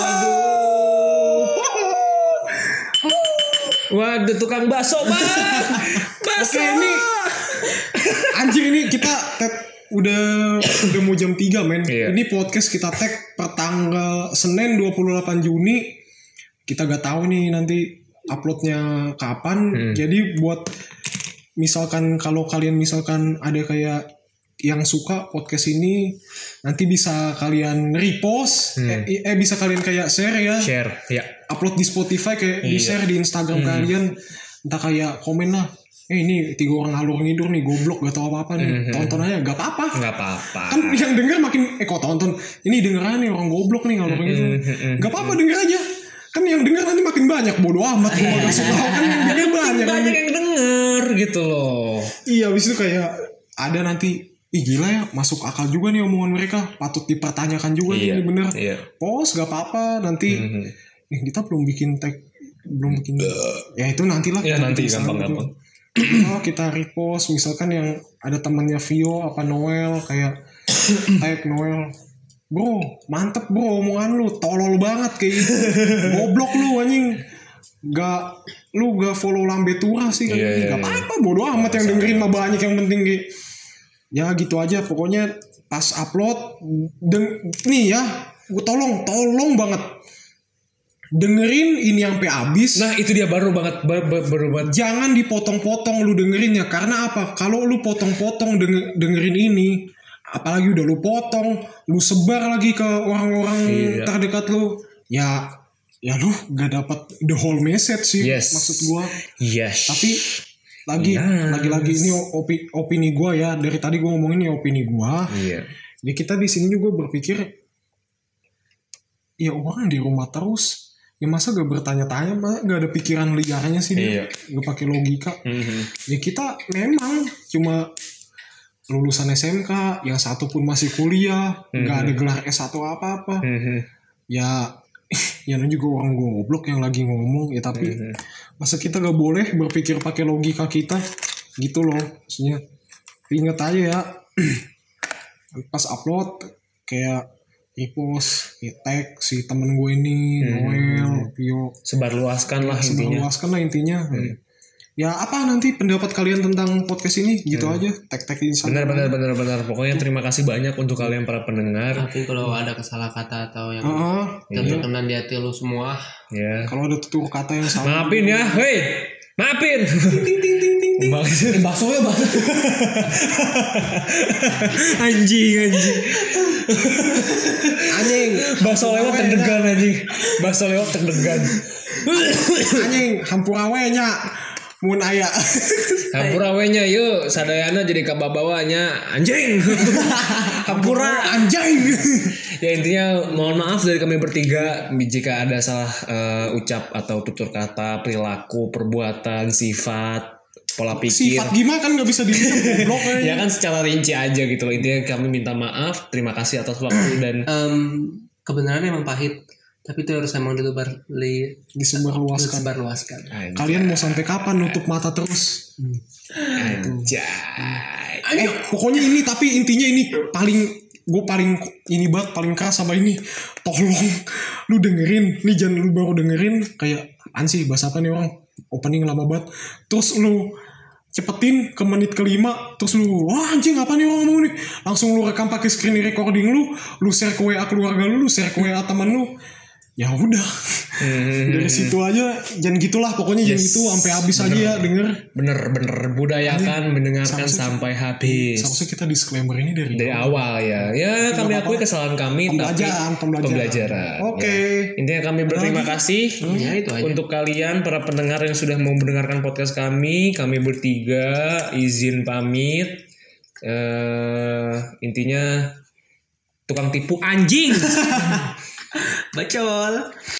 Waduh, tukang bakso banget. Bakso. Oke, ini anjing ini kita tag udah udah mau jam tiga, men. Iya. Ini podcast kita tag per tanggal Senin dua puluh delapan Juni. Kita gak tahu nih nanti uploadnya kapan. Hmm. Jadi buat misalkan kalau kalian misalkan ada kayak yang suka podcast ini, nanti bisa kalian repost, Hmm. eh, eh bisa kalian kayak share ya, Share, ya. upload di Spotify kayak di Iya. share di Instagram kalian, entah kayak komen lah, eh ini tiga orang ngalur ngidur nih, goblok gak tau apa apa nih, Mhm. tonton aja, gak apa apa, Nggak apa-apa. kan yang denger makin, eh kok tonton, ini denger aja nih orang goblok nih ngalur ngidur, Mhm. gak apa apa denger aja, kan yang denger nanti makin banyak, bodo amat, mau gak suka kan yang denger banyak, Banyak yang denger gitu loh. iya abis itu kayak ada nanti. Ih gila ya, masuk akal juga nih omongan mereka. Patut dipertanyakan juga Iya, nih ini bener. iya. Post gak apa-apa nanti. Mhm. Eh, kita belum bikin tag, belum bikin. Ya itu nantilah. Ya, kita nanti, bikin gampang-gampang. Instagram. Oh, kita repost misalkan yang ada temannya Vio apa Noel kayak tag Noel. Bro, mantep bro omongan lu, tolol banget kayak gitu. Goblok lu anjing. Gak lu gak follow Lambe Tura sih kan. Iya, iya, Gak iya. apa-apa, bodo amat yang dengerin mah banyak, yang penting kayak ya gitu aja pokoknya pas upload deng nih ya gue tolong tolong banget dengerin ini sampai habis. Nah itu dia baru banget baru, baru banget. Jangan dipotong-potong lu dengerinnya karena apa, kalau lu potong-potong denger, dengerin ini apalagi udah lu potong lu sebar lagi ke orang-orang Iya. terdekat lu ya ya lu gak dapat the whole message sih. Yes. Maksud gua Yes. tapi lagi Yes. lagi-lagi ini opini, opini gue ya, dari tadi gue ngomongin ini opini gue. Iya. Ya kita di sini juga berpikir ya orang di rumah terus ya masa gak bertanya-tanya, masa gak ada pikiran liarnya sih dia, Iya. gak pakai logika. Mhm. Ya kita memang cuma lulusan S M K, yang satu pun masih kuliah, gak ada gelar S satu apa-apa. Mhm. Ya ya ini juga orang goblok yang lagi ngomong ya, tapi masa kita gak boleh berpikir pakai logika kita gitu loh. Maksudnya inget aja ya pas upload kayak repost ya, tag si temen gue ini Noel Pio, Sebarluaskan lah intinya. sebarluaskan lah intinya. Ya apa nanti pendapat kalian tentang podcast ini gitu aja, tag-tag di Benar Instagram. benar benar benar. Pokoknya terima kasih banyak untuk kalian para pendengar. Maafin kalau ada kesalah kata atau yang Heeh. terkena di hati lu semua. Ya. Kalau ada tutur kata yang salah, Maafin ya, hei, maafin. Eh, bakso ya bakso. Anjing anjing. anjing, Bakso lewat terdegan anjing. Bakso lewat terdegan. anjing, hampura we nya. Mun aya. Hampura we nya yuk sadayana jadi kababawanya anjing. Hampura. Anjing. Ya intinya mohon maaf dari kami bertiga jika ada salah eh, ucap atau tutur kata, perilaku, perbuatan, sifat, pola pikir. Sifat gimana kan gak bisa dilihat goblok Ya kayaknya. kan secara rinci aja gitu loh. Intinya kami minta maaf. Terima kasih atas waktu dan Em, kebenaran emang pahit, tapi itu harus emang dilebar li, Disebarluaskan. disebarluaskan. Kalian mau sampai kapan nutup mata terus? Anjay. Eh, pokoknya ini tapi intinya ini paling gue paling ini banget paling keras sama ini. Tolong lu dengerin, nih jangan lu baru dengerin kayak apaan sih bahasa apa nih orang opening lama banget. Terus lu cepetin ke menit kelima, terus lu wah anjing apa nih orang ngomong nih, langsung lu rekam pakai screen recording lu, lu share ke W A keluarga lu, lu share ke W A teman lu, ya udah hmm. dari situ aja, jangan gitulah pokoknya yes. Jangan gitu sampai habis bener. Aja ya denger, bener-bener budayakan Ayo, mendengarkan sampai kita, habis. Seharusnya kita disclaimer ini dari dari awal, awal ya, ya kami akui kesalahan kami, pembelajaran, tapi pembelajaran. pembelajaran. Oke. Okay. Ya. Intinya kami berterima kasih hmm. ya, itu aja. Untuk kalian para pendengar yang sudah mau mendengarkan podcast kami. Kami bertiga izin pamit. Uh, intinya tukang tipu anjing. Bacol.